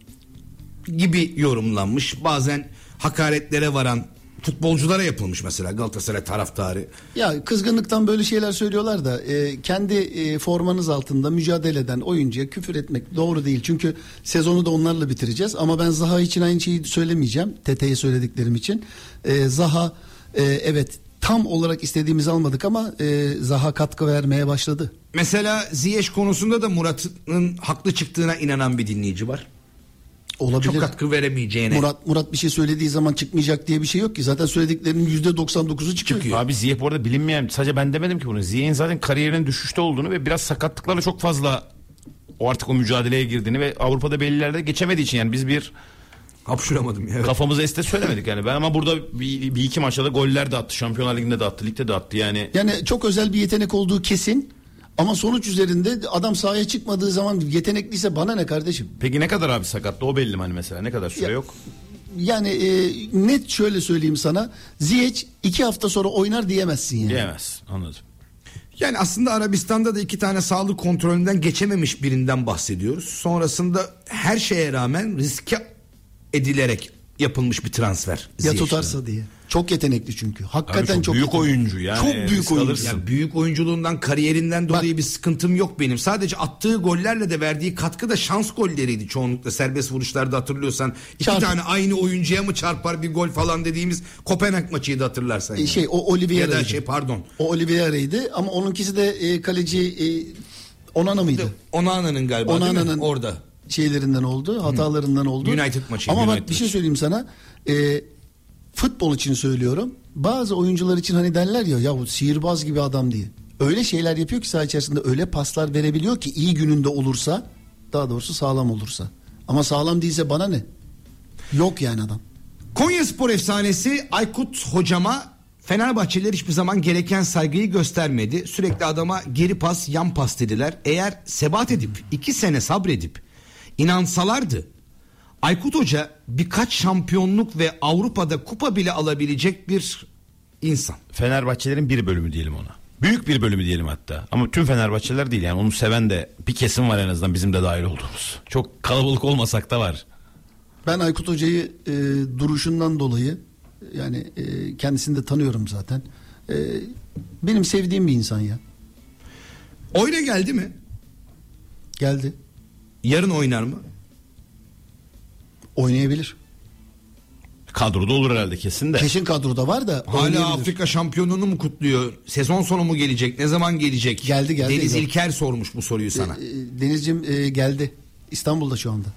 gibi yorumlanmış. Bazen hakaretlere varan futbolculara yapılmış mesela Galatasaray taraftarı. Ya kızgınlıktan böyle şeyler söylüyorlar da e, kendi e, formanız altında mücadele eden oyuncuya küfür etmek doğru değil. Çünkü sezonu da onlarla bitireceğiz ama ben Zaha için aynı şeyi söylemeyeceğim. Tete'ye söylediklerim için. E, Zaha e, evet tam olarak istediğimizi almadık ama e, Zaha katkı vermeye başladı. Mesela Ziyech konusunda da Murat'ın haklı çıktığına inanan bir dinleyici var. Olabilir. Çok katkı veremeyeceğine. Murat Murat bir şey söylediği zaman çıkmayacak diye bir şey yok ki. Zaten söylediklerinin yüzde doksan dokuzu çıkıyor. Çıkıyor. Abi Ziyech bu arada bilinmeyen, sadece ben demedim ki bunu. Ziyech'in zaten kariyerinin düşüşte olduğunu ve biraz sakatlıklarla çok fazla o artık o mücadeleye girdiğini ve Avrupa'da belli yerlerde geçemediği için yani biz bir hapşuramadım ya. Evet. Kafamıza este söylemedik yani. Ben ama burada bir, bir iki maçta da goller de attı. Şampiyonlar Ligi'nde de attı, ligde de attı yani. Yani çok özel bir yetenek olduğu kesin. Ama sonuç üzerinde adam sahaya çıkmadığı zaman yetenekliyse bana ne kardeşim? Peki ne kadar abi sakattı? O belli mi hani mesela? Ne kadar süre Ya, yok? Yani e, net şöyle söyleyeyim sana. Ziyech iki hafta sonra oynar diyemezsin yani. Diyemez. Anladım. Yani aslında Arabistan'da da iki tane sağlık kontrolünden geçememiş birinden bahsediyoruz. Sonrasında her şeye rağmen riske edilerek yapılmış bir transfer. Ya Ziyech'ten. tutarsa diye. Çok yetenekli çünkü. Hakikaten Abi çok, çok büyük yetenekli. oyuncu yani. Çok büyük Risk oyuncu. alırsın. Ya büyük oyunculuğundan, kariyerinden dolayı Bak, bir sıkıntım yok benim. Sadece attığı gollerle de verdiği katkı da şans golleriydi çoğunlukla. Serbest vuruşlarda hatırlıyorsan iki Çarp. tane aynı oyuncuya mı çarpar bir gol falan dediğimiz Kopenhag maçıydı hatırlarsan. E, yani. şey o Oliveira'ydı. Ya da şey pardon. O Oliveira'ydı ama onunkisi de e, kaleci e, Onana mıydı? Onana'nın galiba Onana'nın değil mi? Orada. Şeylerinden oldu, hatalarından oldu. United maçı. Ama United bak bir şey maçı. söyleyeyim sana. E, futbol için söylüyorum. Bazı oyuncular için hani derler ya ya bu sihirbaz gibi adam diye. Öyle şeyler yapıyor ki saha içerisinde, öyle paslar verebiliyor ki iyi gününde olursa, daha doğrusu sağlam olursa. Ama sağlam değilse bana ne? Yok yani adam. Konyaspor efsanesi Aykut hocama Fenerbahçeliler hiçbir zaman gereken saygıyı göstermedi. Sürekli adama geri pas, yan pas dediler. Eğer sebat edip iki sene sabredip inansalardı Aykut Hoca birkaç şampiyonluk ve Avrupa'da kupa bile alabilecek bir insan. Fenerbahçelerin bir bölümü diyelim ona. Büyük bir bölümü diyelim hatta. Ama tüm Fenerbahçeliler değil yani, onu seven de bir kesim var en azından, bizim de dahil olduğumuz. Çok kalabalık olmasak da var. Ben Aykut Hoca'yı e, duruşundan dolayı yani e, kendisini de tanıyorum zaten. E, benim sevdiğim bir insan ya. Oyuna geldi mi? Geldi. Yarın oynar mı? Oynayabilir. Kadroda olur herhalde kesin de. Kesin kadroda var da Hala oynayabilir. Afrika şampiyonluğunu mu kutluyor? Sezon sonu mu gelecek? Ne zaman gelecek? Geldi, geldi. Deniz Yok. İlker sormuş bu soruyu sana. E, e, Denizciğim e, geldi. İstanbul'da şu anda.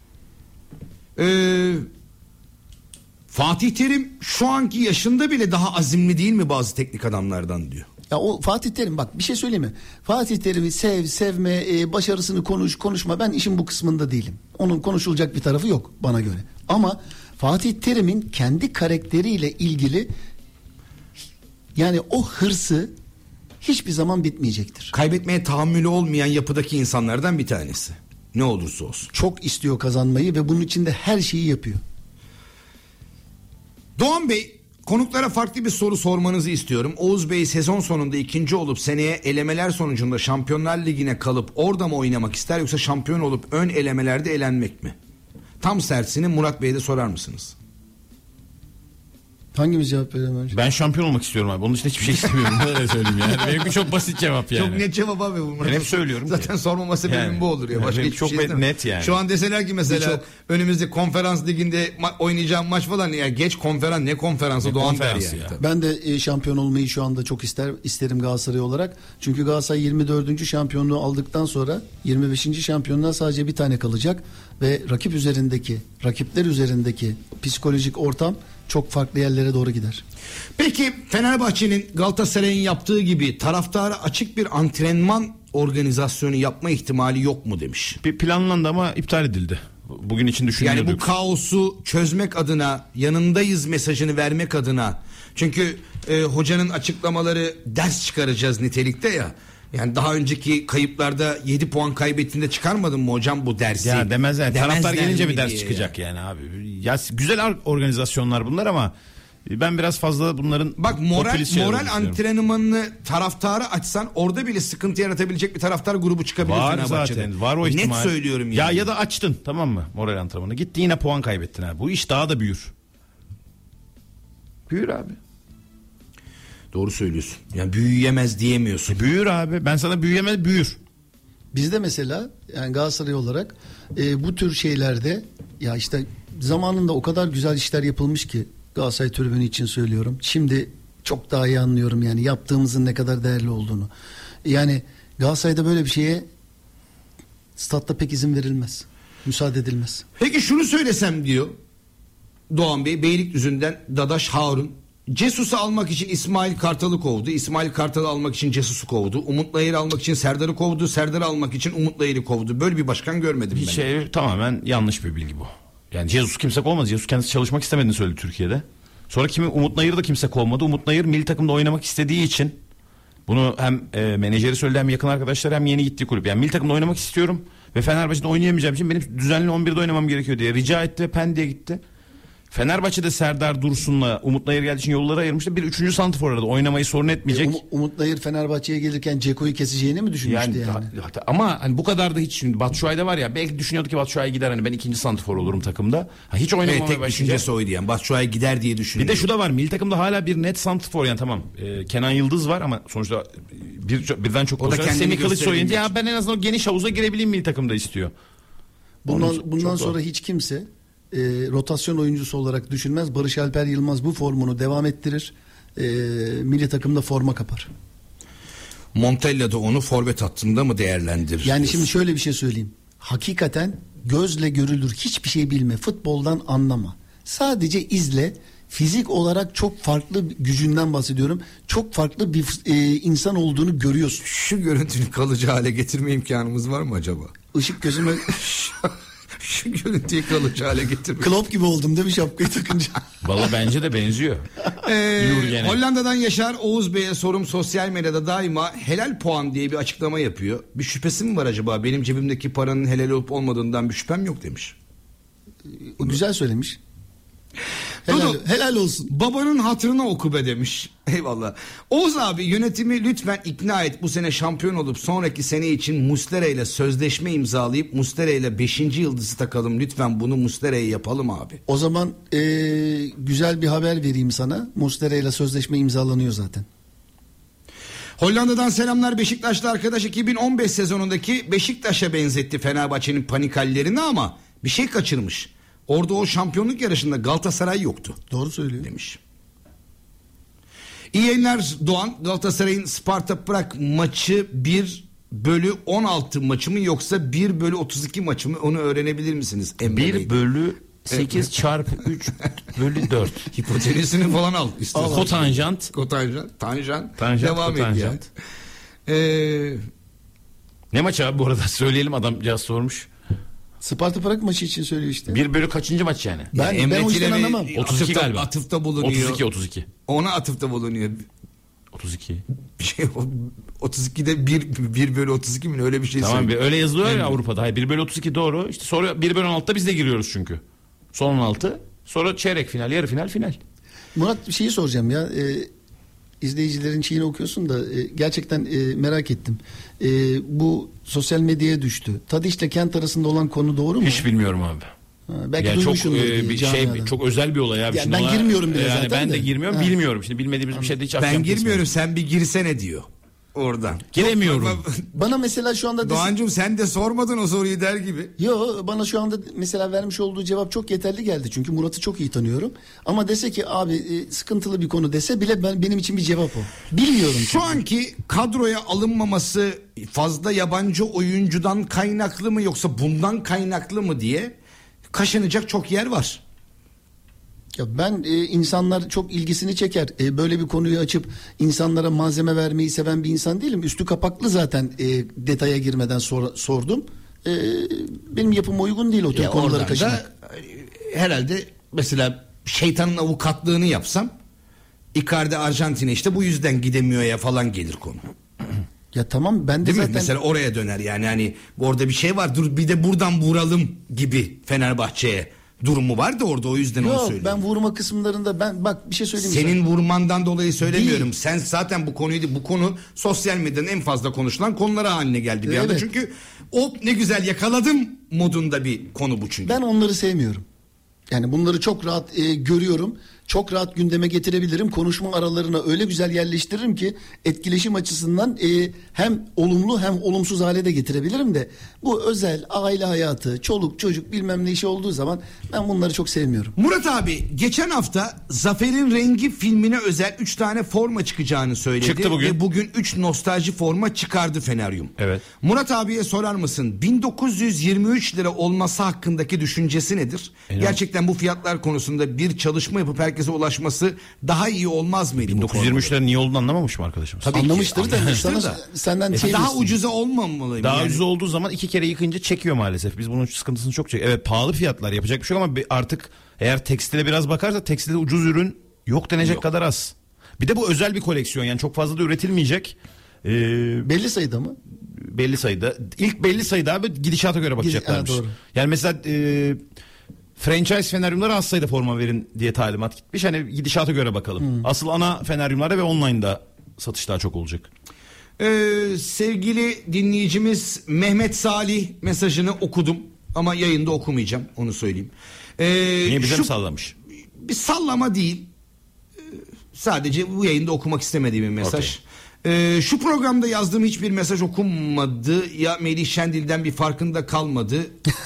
Ee, Fatih Terim şu anki yaşında bile daha azimli değil mi bazı teknik adamlardan diyor. Ya o Fatih Terim, bak bir şey söyleyeyim mi? Fatih Terim'i sev, sevme, e, başarısını konuş, konuşma. Ben işin bu kısmında değilim. Onun konuşulacak bir tarafı yok bana göre. Ama Fatih Terim'in kendi karakteriyle ilgili yani o hırsı hiçbir zaman bitmeyecektir. Kaybetmeye tahammülü olmayan yapıdaki insanlardan bir tanesi. Ne olursa olsun. Çok istiyor kazanmayı ve bunun için de her şeyi yapıyor. Doğan Bey, konuklara farklı bir soru sormanızı istiyorum. Oğuz Bey sezon sonunda ikinci olup seneye elemeler sonucunda Şampiyonlar Ligi'ne kalıp orada mı oynamak ister, yoksa şampiyon olup ön elemelerde elenmek mi? Tam tersini Murat Bey'e de sorar mısınız? Hangimiz cevap verelim önce? Ben şampiyon olmak istiyorum abi. Onun için hiçbir şey istemiyorum. Öyle söyleyeyim yani. Benimki çok basit cevap yani. Çok net cevap abi bu. Ben hep söylüyorum. Zaten ki. sormama sebebim Yani, bu olur ya. Başka yani hiçbir çok şey net, istemem. net yani. Şu an deseler ki mesela Çok... önümüzde konferans liginde ma- oynayacağım maç falan ya geç konferans ne konferansı Ne Doğan konferansı der yani. ya. Ben de e, şampiyon olmayı şu anda çok ister isterim Galatasaray olarak. Çünkü Galatasaray yirmi dördüncü şampiyonluğu aldıktan sonra yirmi beşinci şampiyonluğa sadece bir tane kalacak ve rakip üzerindeki, rakipler üzerindeki psikolojik ortam çok farklı yerlere doğru gider. Peki Fenerbahçe'nin Galatasaray'ın yaptığı gibi taraftara açık bir antrenman organizasyonu yapma ihtimali yok mu demiş. Bir planlandı ama iptal edildi. Bugün için düşünüyorduk. Yani bu kaosu çözmek adına, yanındayız mesajını vermek adına. Çünkü e, hocanın açıklamaları ders çıkaracağız nitelikte ya. Yani daha önceki kayıplarda yedi puan kaybettiğinde çıkarmadın mı hocam bu dersi? Ya demez yani. Demezler Taraftar gelince mi bir ders diye çıkacak yani abi. Ya güzel organizasyonlar bunlar ama ben biraz fazla bunların Bak moral popülist şeyler moral düşünüyorum. antrenmanını taraftarı açsan orada bile sıkıntı yaratabilecek bir taraftar grubu çıkabilir Var Fenerbahçe'de. zaten. Var o ihtimal. Net söylüyorum yani. Ya ya da açtın, tamam mı? Moral antrenmanı. Gitti yine puan kaybettin abi. Bu iş daha da büyür. Büyür abi. Doğru söylüyorsun. Yani büyüyemez diyemiyorsun. Büyür abi. Ben sana büyüyemez, büyür. Bizde mesela yani Galatasaray olarak e, bu tür şeylerde ya işte zamanında o kadar güzel işler yapılmış ki Galatasaray tribünü için söylüyorum. Şimdi çok daha iyi anlıyorum yani yaptığımızın ne kadar değerli olduğunu. Yani Galatasaray'da böyle bir şeye statta pek izin verilmez. Müsaade edilmez. Peki şunu söylesem diyor Doğan Bey, Beylikdüzü'nden Dadaş Harun. Cesus'u almak için İsmail Kartal'ı kovdu. İsmail Kartal'ı almak için Cesus'u kovdu. Umut Nayır'ı almak için Serdar'ı kovdu. Serdar'ı almak için Umut Nayır'ı kovdu. Böyle bir başkan görmedim Bir ben. şey tamamen yanlış bir bilgi bu. Yani Jesus kimse kovmadı. Jesus kendisi çalışmak istemediğini söyledi Türkiye'de. Sonra kimi Umut Nayır'ı da kimse kovmadı. Umut Nayır milli takımda oynamak istediği için bunu hem e, menajeri söyledi hem yakın arkadaşlar hem yeni gittiği kulüp. Yani milli takımda oynamak istiyorum ve Fenerbahçe'de oynayamayacağım için benim düzenli on birde oynamam gerekiyor diye rica etti ve Pendik'e gitti. Fenerbahçe'de Serdar Dursun'la Umut Nayır geldiği için yolları ayırmıştı. Bir üçüncü santrfor aradı. Oynamayı sorun etmeyecek. E, Um- Umut Nayır Fenerbahçe'ye gelirken Ceko'yu keseceğini mi düşünmüştü Yani, yani? hatta- ama hani bu kadar da hiç şimdi Batshuayi'de var ya, belki düşünüyordu ki Batshuayi gider hani ben ikinci santrfor olurum takımda. Ha, hiç oynamamaya Evet, tek başlayacak. düşüncesi oydu yani. Batshuayi gider diye Bir düşünüyor. de şu da var, milli takımda hala bir net santrfor yani tamam. Ee, Kenan Yıldız var ama sonuçta bir, birden çok O da pozisyon. kendini Semih Kılıçsoy gösterebilmek ya için. ben en azından o geniş havuza girebileyim milli takımda istiyor. Bundan, Onun- bundan çok sonra doğru. hiç kimse e, rotasyon oyuncusu olarak düşünmez. Barış Alper Yılmaz bu formunu devam ettirir. E, milli takımda forma kapar. Montella da onu forvet hattında mı değerlendirir? Yani diyorsun? şimdi şöyle bir şey söyleyeyim. Hakikaten gözle görülür hiçbir şey bilme. Futboldan anlama. Sadece izle. Fizik olarak çok farklı gücünden bahsediyorum. Çok farklı bir e, insan olduğunu görüyorsun. Şu görüntünü kalıcı hale getirme imkanımız var mı acaba? Işık gözüme Şu görüntüyü kalıcı hale getirme. Klopp gibi oldum değil mi şapkayı takınca? Valla bence de benziyor. Ee, Jürgen'e. Hollanda'dan Yaşar Oğuz Bey'e sorum sosyal medyada daima helal puan diye bir açıklama yapıyor. Bir şüphesi mi var acaba? Benim cebimdeki paranın helal olup olmadığından bir şüphem yok demiş. O güzel söylemiş. Helal, Dudu, helal olsun. babanın hatırına oku be demiş. Eyvallah. Oğuz abi yönetimi lütfen ikna et. Bu sene şampiyon olup sonraki sene için Muslera ile sözleşme imzalayıp Muslera ile beşinci yıldızı takalım. Lütfen bunu Muslera'ya yapalım abi. O zaman e, güzel bir haber vereyim sana. Muslera ile sözleşme imzalanıyor zaten. Hollanda'dan selamlar Beşiktaşlı arkadaş iki bin on beş sezonundaki Beşiktaş'a benzetti Fenerbahçe'nin panik hallerini ama bir şey kaçırmış. Orada o şampiyonluk yarışında Galatasaray yoktu Doğru söylüyor. demiş. İyi yayınlar Doğan. Galatasaray'ın Sparta Prag maçı bir bölü on altı maçı mı yoksa bir bölü otuz iki maçı mı, onu öğrenebilir misiniz? Emre Bey? bir bölü sekiz çarpı üç bölü dört. Hipotenüsünü falan al istiyorsan. Kotanjant. Kotanjant. Tanjant. Tanjant, Devam et kotanjant. ya. Ee, Ne maçı abi bu arada söyleyelim, adamcağız sormuş. Sparta Prag maçı için söylüyor işte. bir bölü kaçıncı maç yani? Ben- yani ben Emre o yüzden Çelebi anlamam. otuz iki atıfta- galiba. Atıfta bulunuyor. otuz iki otuz iki. Ona atıfta bulunuyor. otuz iki. Bir şey otuz ikide bir, bir bölü otuz iki mi öyle bir şey Tamam, bir söylüyor. öyle yazılıyor ya Avrupa'da. Hayır, bir bölü otuz iki doğru. İşte sonra bir bölü on altıda biz de giriyoruz çünkü. Son on altı. Sonra çeyrek final, yarı final, final. Murat bir şeyi soracağım ya. Ee, izleyicilerin şeyini okuyorsun da e, gerçekten e, merak ettim. E, bu sosyal medyaya düştü. Tadiç'le Kent arasında olan konu doğru mu? Hiç bilmiyorum abi. Ha, belki Yani çok duymuşsundur e, diye, bir şey camiadan. çok özel bir olay abi. Ya Şimdi ben ona- girmiyorum bile yani zaten ben de de. girmiyorum, Ha. bilmiyorum. Şimdi bilmediğimiz bir şeyde hiç Ben ahkam girmiyorum, kesmiyorum. sen bir girsene diyor oradan. Giremiyorum. Bana mesela şu anda dese- Doğancığım sen de sormadın o soruyu der gibi. Yo, bana şu anda mesela vermiş olduğu cevap çok yeterli geldi. Çünkü Murat'ı çok iyi tanıyorum. Ama dese ki abi e, sıkıntılı bir konu dese bile ben benim için bir cevap o. Bilmiyorum. Şu çünkü. anki kadroya alınmaması fazla yabancı oyuncudan kaynaklı mı yoksa bundan kaynaklı mı diye kaşınacak çok yer var. Ya ben e, insanlar çok ilgisini çeker. E, böyle bir konuyu açıp insanlara malzeme vermeyi seven bir insan değilim. Üstü kapaklı zaten e, detaya girmeden sor, sordum. E, benim yapıma uygun değil o tür Ya konuları oradan kaşımak. da e, herhalde mesela şeytanın avukatlığını yapsam Icardi Arjantin'e işte bu yüzden gidemiyor ya falan gelir konu. Ya tamam ben de Değil zaten... mi? Mesela oraya döner yani hani orada bir şey var, dur bir de buradan vuralım gibi Fenerbahçe'ye durumu var da orada, o yüzden onu Yok, söylüyorum. ben vurma kısımlarında ben bak bir şey söyleyeyim. Senin vurmandan dolayı söylemiyorum. Değil. Sen zaten bu konuyu, bu konu sosyal medyanın en fazla konuşulan konuları haline geldi bir Evet. anda. Çünkü o ne güzel yakaladım modunda bir konu bu çünkü. Ben onları sevmiyorum. Yani bunları çok rahat e, görüyorum. Çok rahat gündeme getirebilirim. Konuşma aralarına öyle güzel yerleştiririm ki etkileşim açısından e, hem olumlu hem olumsuz hale de getirebilirim de bu özel aile hayatı, çoluk çocuk bilmem ne işi olduğu zaman ben bunları çok sevmiyorum. Murat abi geçen hafta Zafer'in Rengi filmine özel üç tane forma çıkacağını söyledi. Çıktı bugün. Ve bugün üç nostalji forma çıkardı Feneryum. Evet. Murat abiye sorar mısın bin dokuz yüz yirmi üç lira olması hakkındaki düşüncesi nedir? E, Gerçekten bu fiyatlar konusunda bir çalışma yapıp herkese ulaşması daha iyi olmaz mıydı? bin dokuz yüz yirmi üçlerin niye olduğunu anlamamış mı arkadaşımız? Tabii ki, Anlamıştır da anlamıştır sana, da. senden E, şey daha bilsin. ucuza olmamalı mı? Daha yani? ucuz olduğu zaman iki kere yıkınca çekiyor maalesef. Biz bunun sıkıntısını çok çekiyoruz. Evet, pahalı fiyatlar, yapacak bir şey yok ama bir- artık eğer tekstile biraz bakarsa tekstilde ucuz ürün yok denecek Yok. kadar az. Bir de bu özel bir koleksiyon, yani çok fazla da üretilmeyecek. Ee, Belli sayıda mı? belli sayıda. İlk belli sayıda abi gidişata göre bakacaklarmış. Ha, doğru. Yani mesela e, franchise feneryumlara az sayıda forma verin diye talimat gitmiş. Hani gidişata göre bakalım. Hmm. Asıl ana feneryumlarda ve online'da satış daha çok olacak. Ee, sevgili dinleyicimiz Mehmet Salih mesajını okudum ama yayında okumayacağım, onu söyleyeyim. Ee, Niye bize şu- mi sallamış? Bir sallama değil. Ee, Sadece bu yayında okumak istemediğim bir mesaj. Ee, şu programda yazdığım hiçbir mesaj okunmadı. Ya Melih Şendil'den bir farkında kalmadı.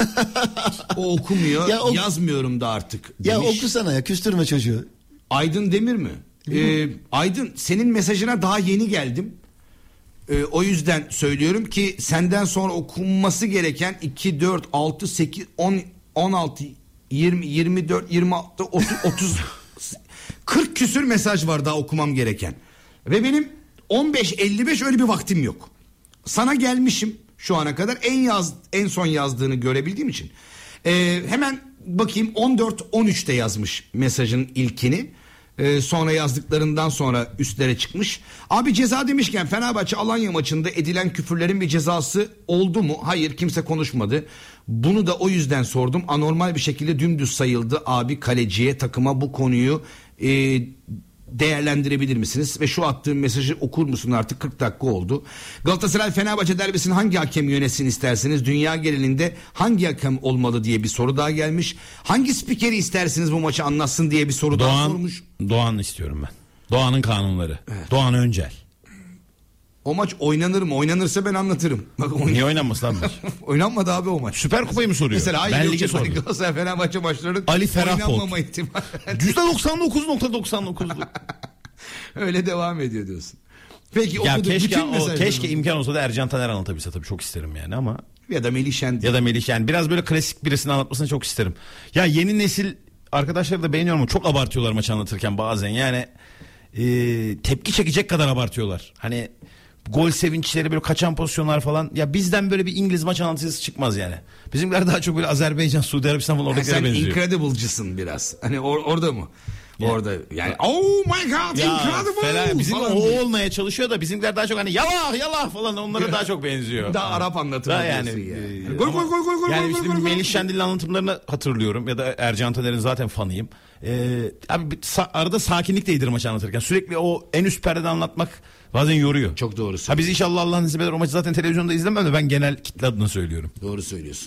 O okumuyor. Ya o- Yazmıyorum da artık Ya demiş. okusana ya, küstürme çocuğu. Aydın Demir mi? Ee, Aydın, senin mesajına daha yeni geldim. Ee, o yüzden söylüyorum ki senden sonra okunması gereken iki, dört, altı, sekiz, on, on altı, yirmi, yirmi dört, yirmi altı, otuz, otuz, kırk küsür mesaj var daha okumam gereken. Ve benim on beş elli beş öyle bir vaktim yok. Sana gelmişim şu ana kadar, en yaz en son yazdığını görebildiğim için. Ee, hemen bakayım, on dört on üçte yazmış mesajın ilkini. Ee, sonra yazdıklarından sonra üstlere çıkmış. Abi ceza demişken Fenerbahçe Alanya maçında edilen küfürlerin bir cezası oldu mu? Hayır, kimse konuşmadı. Bunu da o yüzden sordum. Anormal bir şekilde dümdüz sayıldı abi kaleciye, takıma bu konuyu e, değerlendirebilir misiniz? Ve şu attığım mesajı okur musun, artık kırk dakika oldu. Galatasaray Fenerbahçe derbisini hangi hakem yönetsin istersiniz? Dünya genelinde hangi hakem olmalı diye bir soru daha gelmiş. Hangi spikeri istersiniz bu maçı anlatsın diye bir soru daha Doğan, sormuş. Doğan istiyorum ben. Doğan'ın kanunları. Doğan Öncel. O maç oynanır mı? Oynanırsa ben anlatırım. Bak, oyn- Niye oynanması lan maç? Oynanmadı abi o maç. Süper Kupayı mı soruyor? Mesela hayır, ben yok ligi canım. sordum. Galatasaray Fenerbahçe maçlarının Ali Ferah oynanmama Polt. ihtimali. yüzde doksan dokuz nokta doksan dokuz. Öyle devam ediyor diyorsun. Peki Ya okudu keşke bütün o, mesajları. keşke imkan olsa da Ercan Taner anlatabilse, tabii çok isterim yani ama Ya da Melih Şendil. ya da Melih, yani biraz böyle klasik birisini anlatmasını çok isterim. Ya yeni nesil arkadaşları da beğeniyorum ama çok abartıyorlar maçı anlatırken bazen. Yani e, tepki çekecek kadar abartıyorlar. Hani gol sevinçleri, böyle kaçan pozisyonlar falan. Ya bizden böyle bir İngiliz maç anlatıcısı çıkmaz yani. Bizimkiler daha çok böyle Azerbaycan, Suudi Arabistan falan Yani oradakilere sen benziyor. Incredible'cısın biraz. Hani or- orada mı? Ya. Orada yani oh my god, Ya incredible falan, bizim falan. o olmaya çalışıyor da bizimkiler daha çok hani yalah yalah falan, onlara daha çok benziyor. Daha Arap anlatımı Daha yani. diyorsun yani. e, Gol, ama- gol, gol, gol, gol, Yani gol, işte gol, gol. Melih Şendil'in anlatımlarını hatırlıyorum ya da Ercan Taner'in zaten fanıyım. Ee, abi bir sa- arada sakinlik de iyidir maçı anlatırken. Sürekli o en üst perdede anlatmak bazen yoruyor. Çok doğru Ha söylüyorsun. biz inşallah Allah'ın izniyle o maçı zaten televizyonda izlemem de ben genel kitle adına söylüyorum. Doğru söylüyorsun.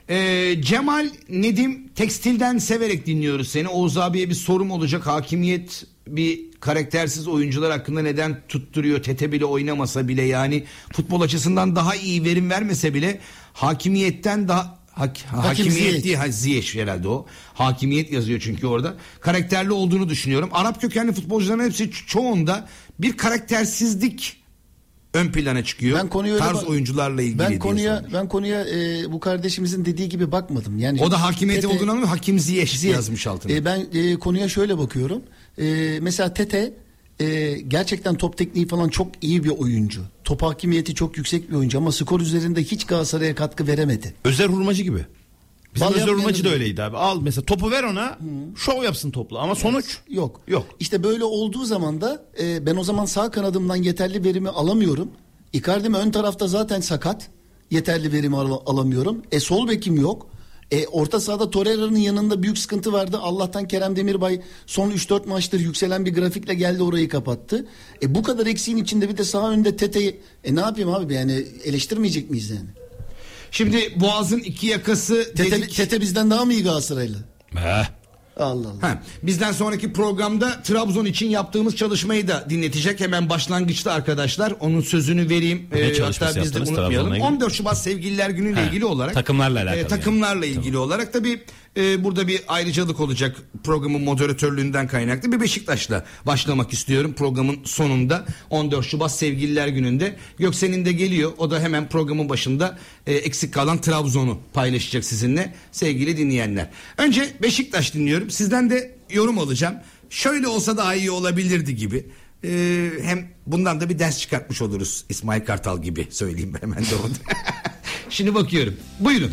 Ee, Cemal Nedim Tekstil'den severek dinliyoruz seni. Oğuz abiye bir sorum olacak. Hakimiyet bir karaktersiz oyuncular hakkında neden tutturuyor? Tete bile oynamasa bile, yani futbol açısından daha iyi verim vermese bile hakimiyetten daha hak, hakimiyet değil, ha, Ziyech herhalde o. Hakimiyet yazıyor çünkü orada. Karakterli olduğunu düşünüyorum. Arap kökenli futbolcuların hepsi ço- çoğunda bir karaktersizlik ön plana çıkıyor. Ben konuya tarz bak- oyuncularla ilgili. Ben konuya ben konuya e, bu kardeşimizin dediği gibi bakmadım. Yani o da hakimiyeti Tete, olduğunu anlıyor. Hakim Ziyech, Ziyech yazmış altına. E, ben e, konuya şöyle bakıyorum. E, mesela Tete e, gerçekten top tekniği falan çok iyi bir oyuncu. Top hakimiyeti çok yüksek bir oyuncu ama skor üzerinde hiç Galatasaray'a katkı veremedi. Özer Hurmacı gibi. Bizim Özer Hurmacı da öyleydi abi. Al mesela topu ver ona, Hı. şov yapsın topla ama sonuç evet. yok. Yok. İşte böyle olduğu zaman da e, ben o zaman sağ kanadımdan yeterli verimi alamıyorum. Icardi'm ön tarafta zaten sakat. Yeterli verimi al- alamıyorum. E sol bekim yok. E orta sahada Torreira'nın yanında büyük sıkıntı vardı. Allah'tan Kerem Demirbay son üç dört maçtır yükselen bir grafikle geldi, orayı kapattı. E bu kadar eksiğin içinde bir de sağ önde Tete'yi e ne yapayım abi, yani eleştirmeyecek miyiz yani? Şimdi Boğaz'ın iki yakası Tete, dedik. Tete bizden daha mı iyi Galatasaraylı? Heh. Allah Allah. Ha, bizden sonraki programda Trabzon için yaptığımız çalışmayı da dinletecek. Hemen başlangıçta arkadaşlar onun sözünü vereyim. Ne ee, hatta biz de unutmayalım. on dört Şubat Sevgililer Günü'yle ilgili olarak. Takımlarla alakalı. E, takımlarla yani. ilgili tamam. olarak tabii e, burada bir ayrıcalık olacak programın moderatörlüğünden kaynaklı. Bir Beşiktaş'la başlamak istiyorum programın sonunda. on dört Şubat Sevgililer Günü'nde. Göksen'in de geliyor. O da hemen programın başında e, eksik kalan Trabzon'u paylaşacak sizinle sevgili dinleyenler. Önce Beşiktaş dinliyorum. Sizden de yorum alacağım. Şöyle olsa daha iyi olabilirdi gibi. Ee, hem bundan da bir ders çıkartmış oluruz. İsmail Kartal gibi söyleyeyim ben hemen de onu. Şimdi bakıyorum. Buyurun.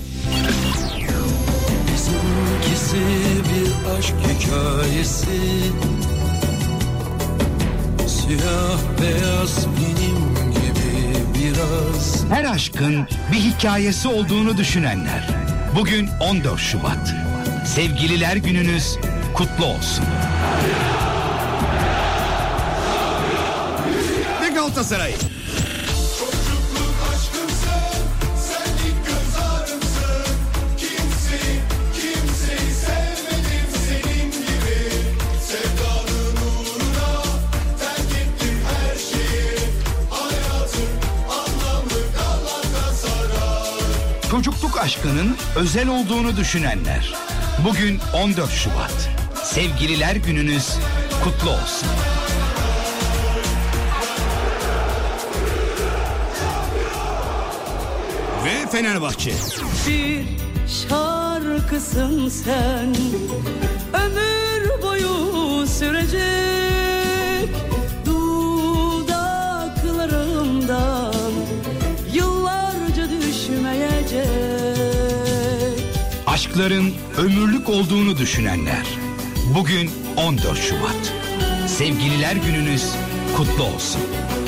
Bizimkisi bir aşk hikayesi. Siyah beyaz benim gibi biraz. Her aşkın bir hikayesi olduğunu düşünenler. Bugün on dört Şubat. Sevgililer gününüz kutlu olsun. Ve Galatasaray. Çocukluk aşkımsın, sen ilk göz ağrımsın. Kimseyi, kimseyi sevmedim senin gibi. Sevdanın uğruna terk ettim her şeyi. Hayatın anlamı Galatasaray. Çocukluk aşkının özel olduğunu düşünenler. Bugün on dört Şubat. Sevgililer gününüz kutlu olsun. Ve Fenerbahçe. Bir şarkısın sen, ömür boyu sürecek, dudaklarımdan yıllarca düşmeyecek. Aşkların ömürlük olduğunu düşünenler. Bugün on dört Şubat. Sevgililer gününüz kutlu olsun.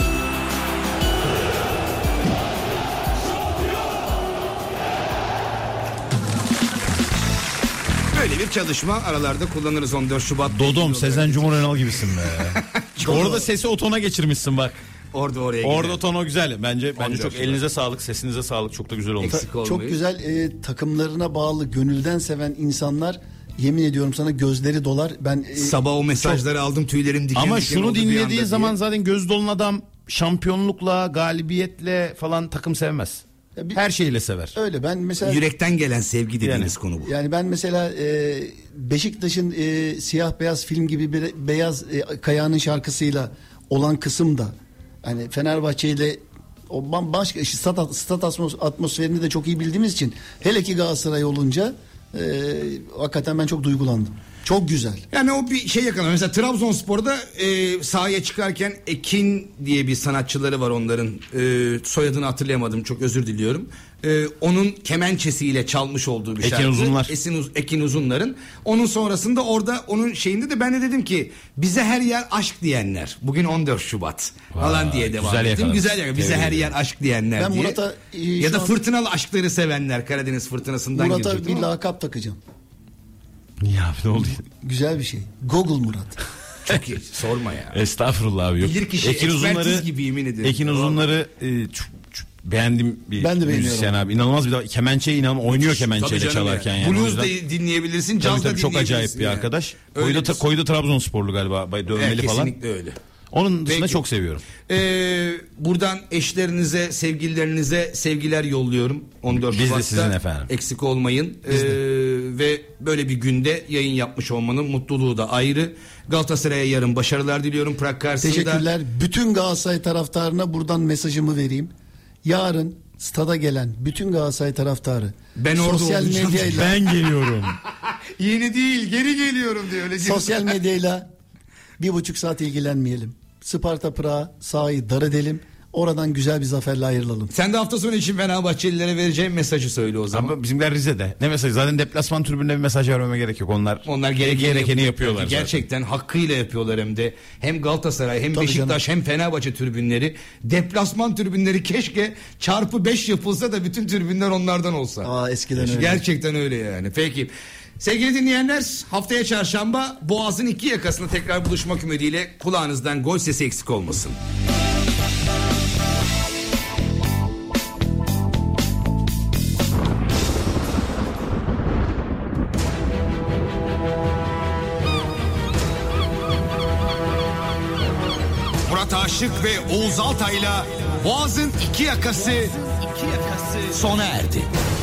Böyle bir çalışma, aralarda kullanırız on dört Şubat. Dodom, Sezen Cumhurbaşkanı gibisin be. Orada sesi otona geçirmişsin bak. Orada oraya Orada gidelim. Tono güzel. Bence bence çok elinize sağlık, sesinize sağlık. Çok da güzel olmuş. Ta- çok güzel, e, takımlarına bağlı, gönülden seven insanlar, yemin ediyorum sana gözleri dolar. Ben e, sabah o mesajları çok... aldım, tüylerim diken Ama diken şunu dinlediği zaman diye. Zaten göz dolun adam şampiyonlukla, galibiyetle falan takım sevmez. Bir, her şeyle sever. Öyle, ben mesela yürekten gelen sevgi dediğiniz yani, konu bu. Yani ben mesela e, Beşiktaş'ın e, siyah beyaz film gibi bir beyaz e, Kaya'nın şarkısıyla olan kısım da hani Fenerbahçe ile o bambaşka işte stat, stat atmosferini de çok iyi bildiğimiz için, hele ki Galatasaray olunca e, hakikaten ben çok duygulandım. Çok güzel. Yani o bir şey yakalamış. Mesela Trabzonspor'da e, sahaya çıkarken Ekin diye bir sanatçıları var onların. E, soyadını hatırlayamadım, çok özür diliyorum. E, onun kemençesiyle çalmış olduğu bir Ekin şarkı. Uzunlar. Esin, Ekin Uzunlar'ın. Onun sonrasında orada onun şeyinde de ben de dedim ki bize her yer aşk diyenler. Bugün on dört Şubat falan diye devam güzel ettim. yakaladın. Güzel ya, bize Evet. her yer aşk diyenler Ben diye. Murat'a, e, ya da an... fırtınalı aşkları sevenler, Karadeniz fırtınasından Murat'a girecektim bir ama. lakap takacağım. Ya ne oldu? Güzel bir şey. Google Murat. Çok iyi, sorma ya. Estağfurullah abi. Yok. Bilir kişi, Ekin ekspertiz Uzunları gibi, yemin ederim. Ekin Uzunları e, çok, çok beğendiğim bir Ben de beğeniyorum. müzisyen abi. İnanılmaz bir de kemençeyi inanılmaz oynuyor kemençeyle çalarken yani. Blues O yüzden- da dinleyebilirsin, Tabii caz da tabii çok dinleyebilirsin acayip bir yani. arkadaş. Öyle Koyda, bir- Koyda Trabzonsporlu galiba. bay- Dövmeli Evet, falan. kesinlikle öyle. Onun dışında Peki. çok seviyorum. Ee, buradan eşlerinize, sevgililerinize sevgiler yolluyorum. on dört Biz de Şubat'ta. sizin efendim. Eksik olmayın. Ee, ve böyle bir günde yayın yapmış olmanın mutluluğu da ayrı. Galatasaray'a yarın başarılar diliyorum Prag karşısında. Teşekkürler. Bütün Galatasaray taraftarına buradan mesajımı vereyim. Yarın stada gelen bütün Galatasaray taraftarı Ben orada sosyal olacağım. medyayla Ben geliyorum. Yeni değil, geri geliyorum diyor. Öyle sosyal medyayla bir buçuk saat ilgilenmeyelim. Sparta Prag'a sahayı dar edelim. Oradan güzel bir zaferle ayrılalım. Sen de hafta sonu için Fenerbahçelilere vereceğim mesajı söyle o zaman. Ama bizimler Rize'de. Ne mesaj? Zaten deplasman tribününe bir mesaj vermeme gerek yok. Onlar Onlar gerekeni, gerekeni yapıyor. yapıyorlar zaten. Gerçekten hakkıyla yapıyorlar hem de. Hem Galatasaray hem Tabii Beşiktaş canım. hem Fenerbahçe tribünleri. Deplasman tribünleri keşke çarpı beş yapılsa da bütün tribünler onlardan olsa. Aa, eskiden öyle. Gerçekten öyle yani. Peki. Sevgili dinleyenler, haftaya çarşamba Boğaz'ın iki yakasında tekrar buluşmak ümidiyle kulağınızdan gol sesi eksik olmasın. Murat Aşık ve Oğuz Altay'la Boğaz'ın iki yakası sona erdi.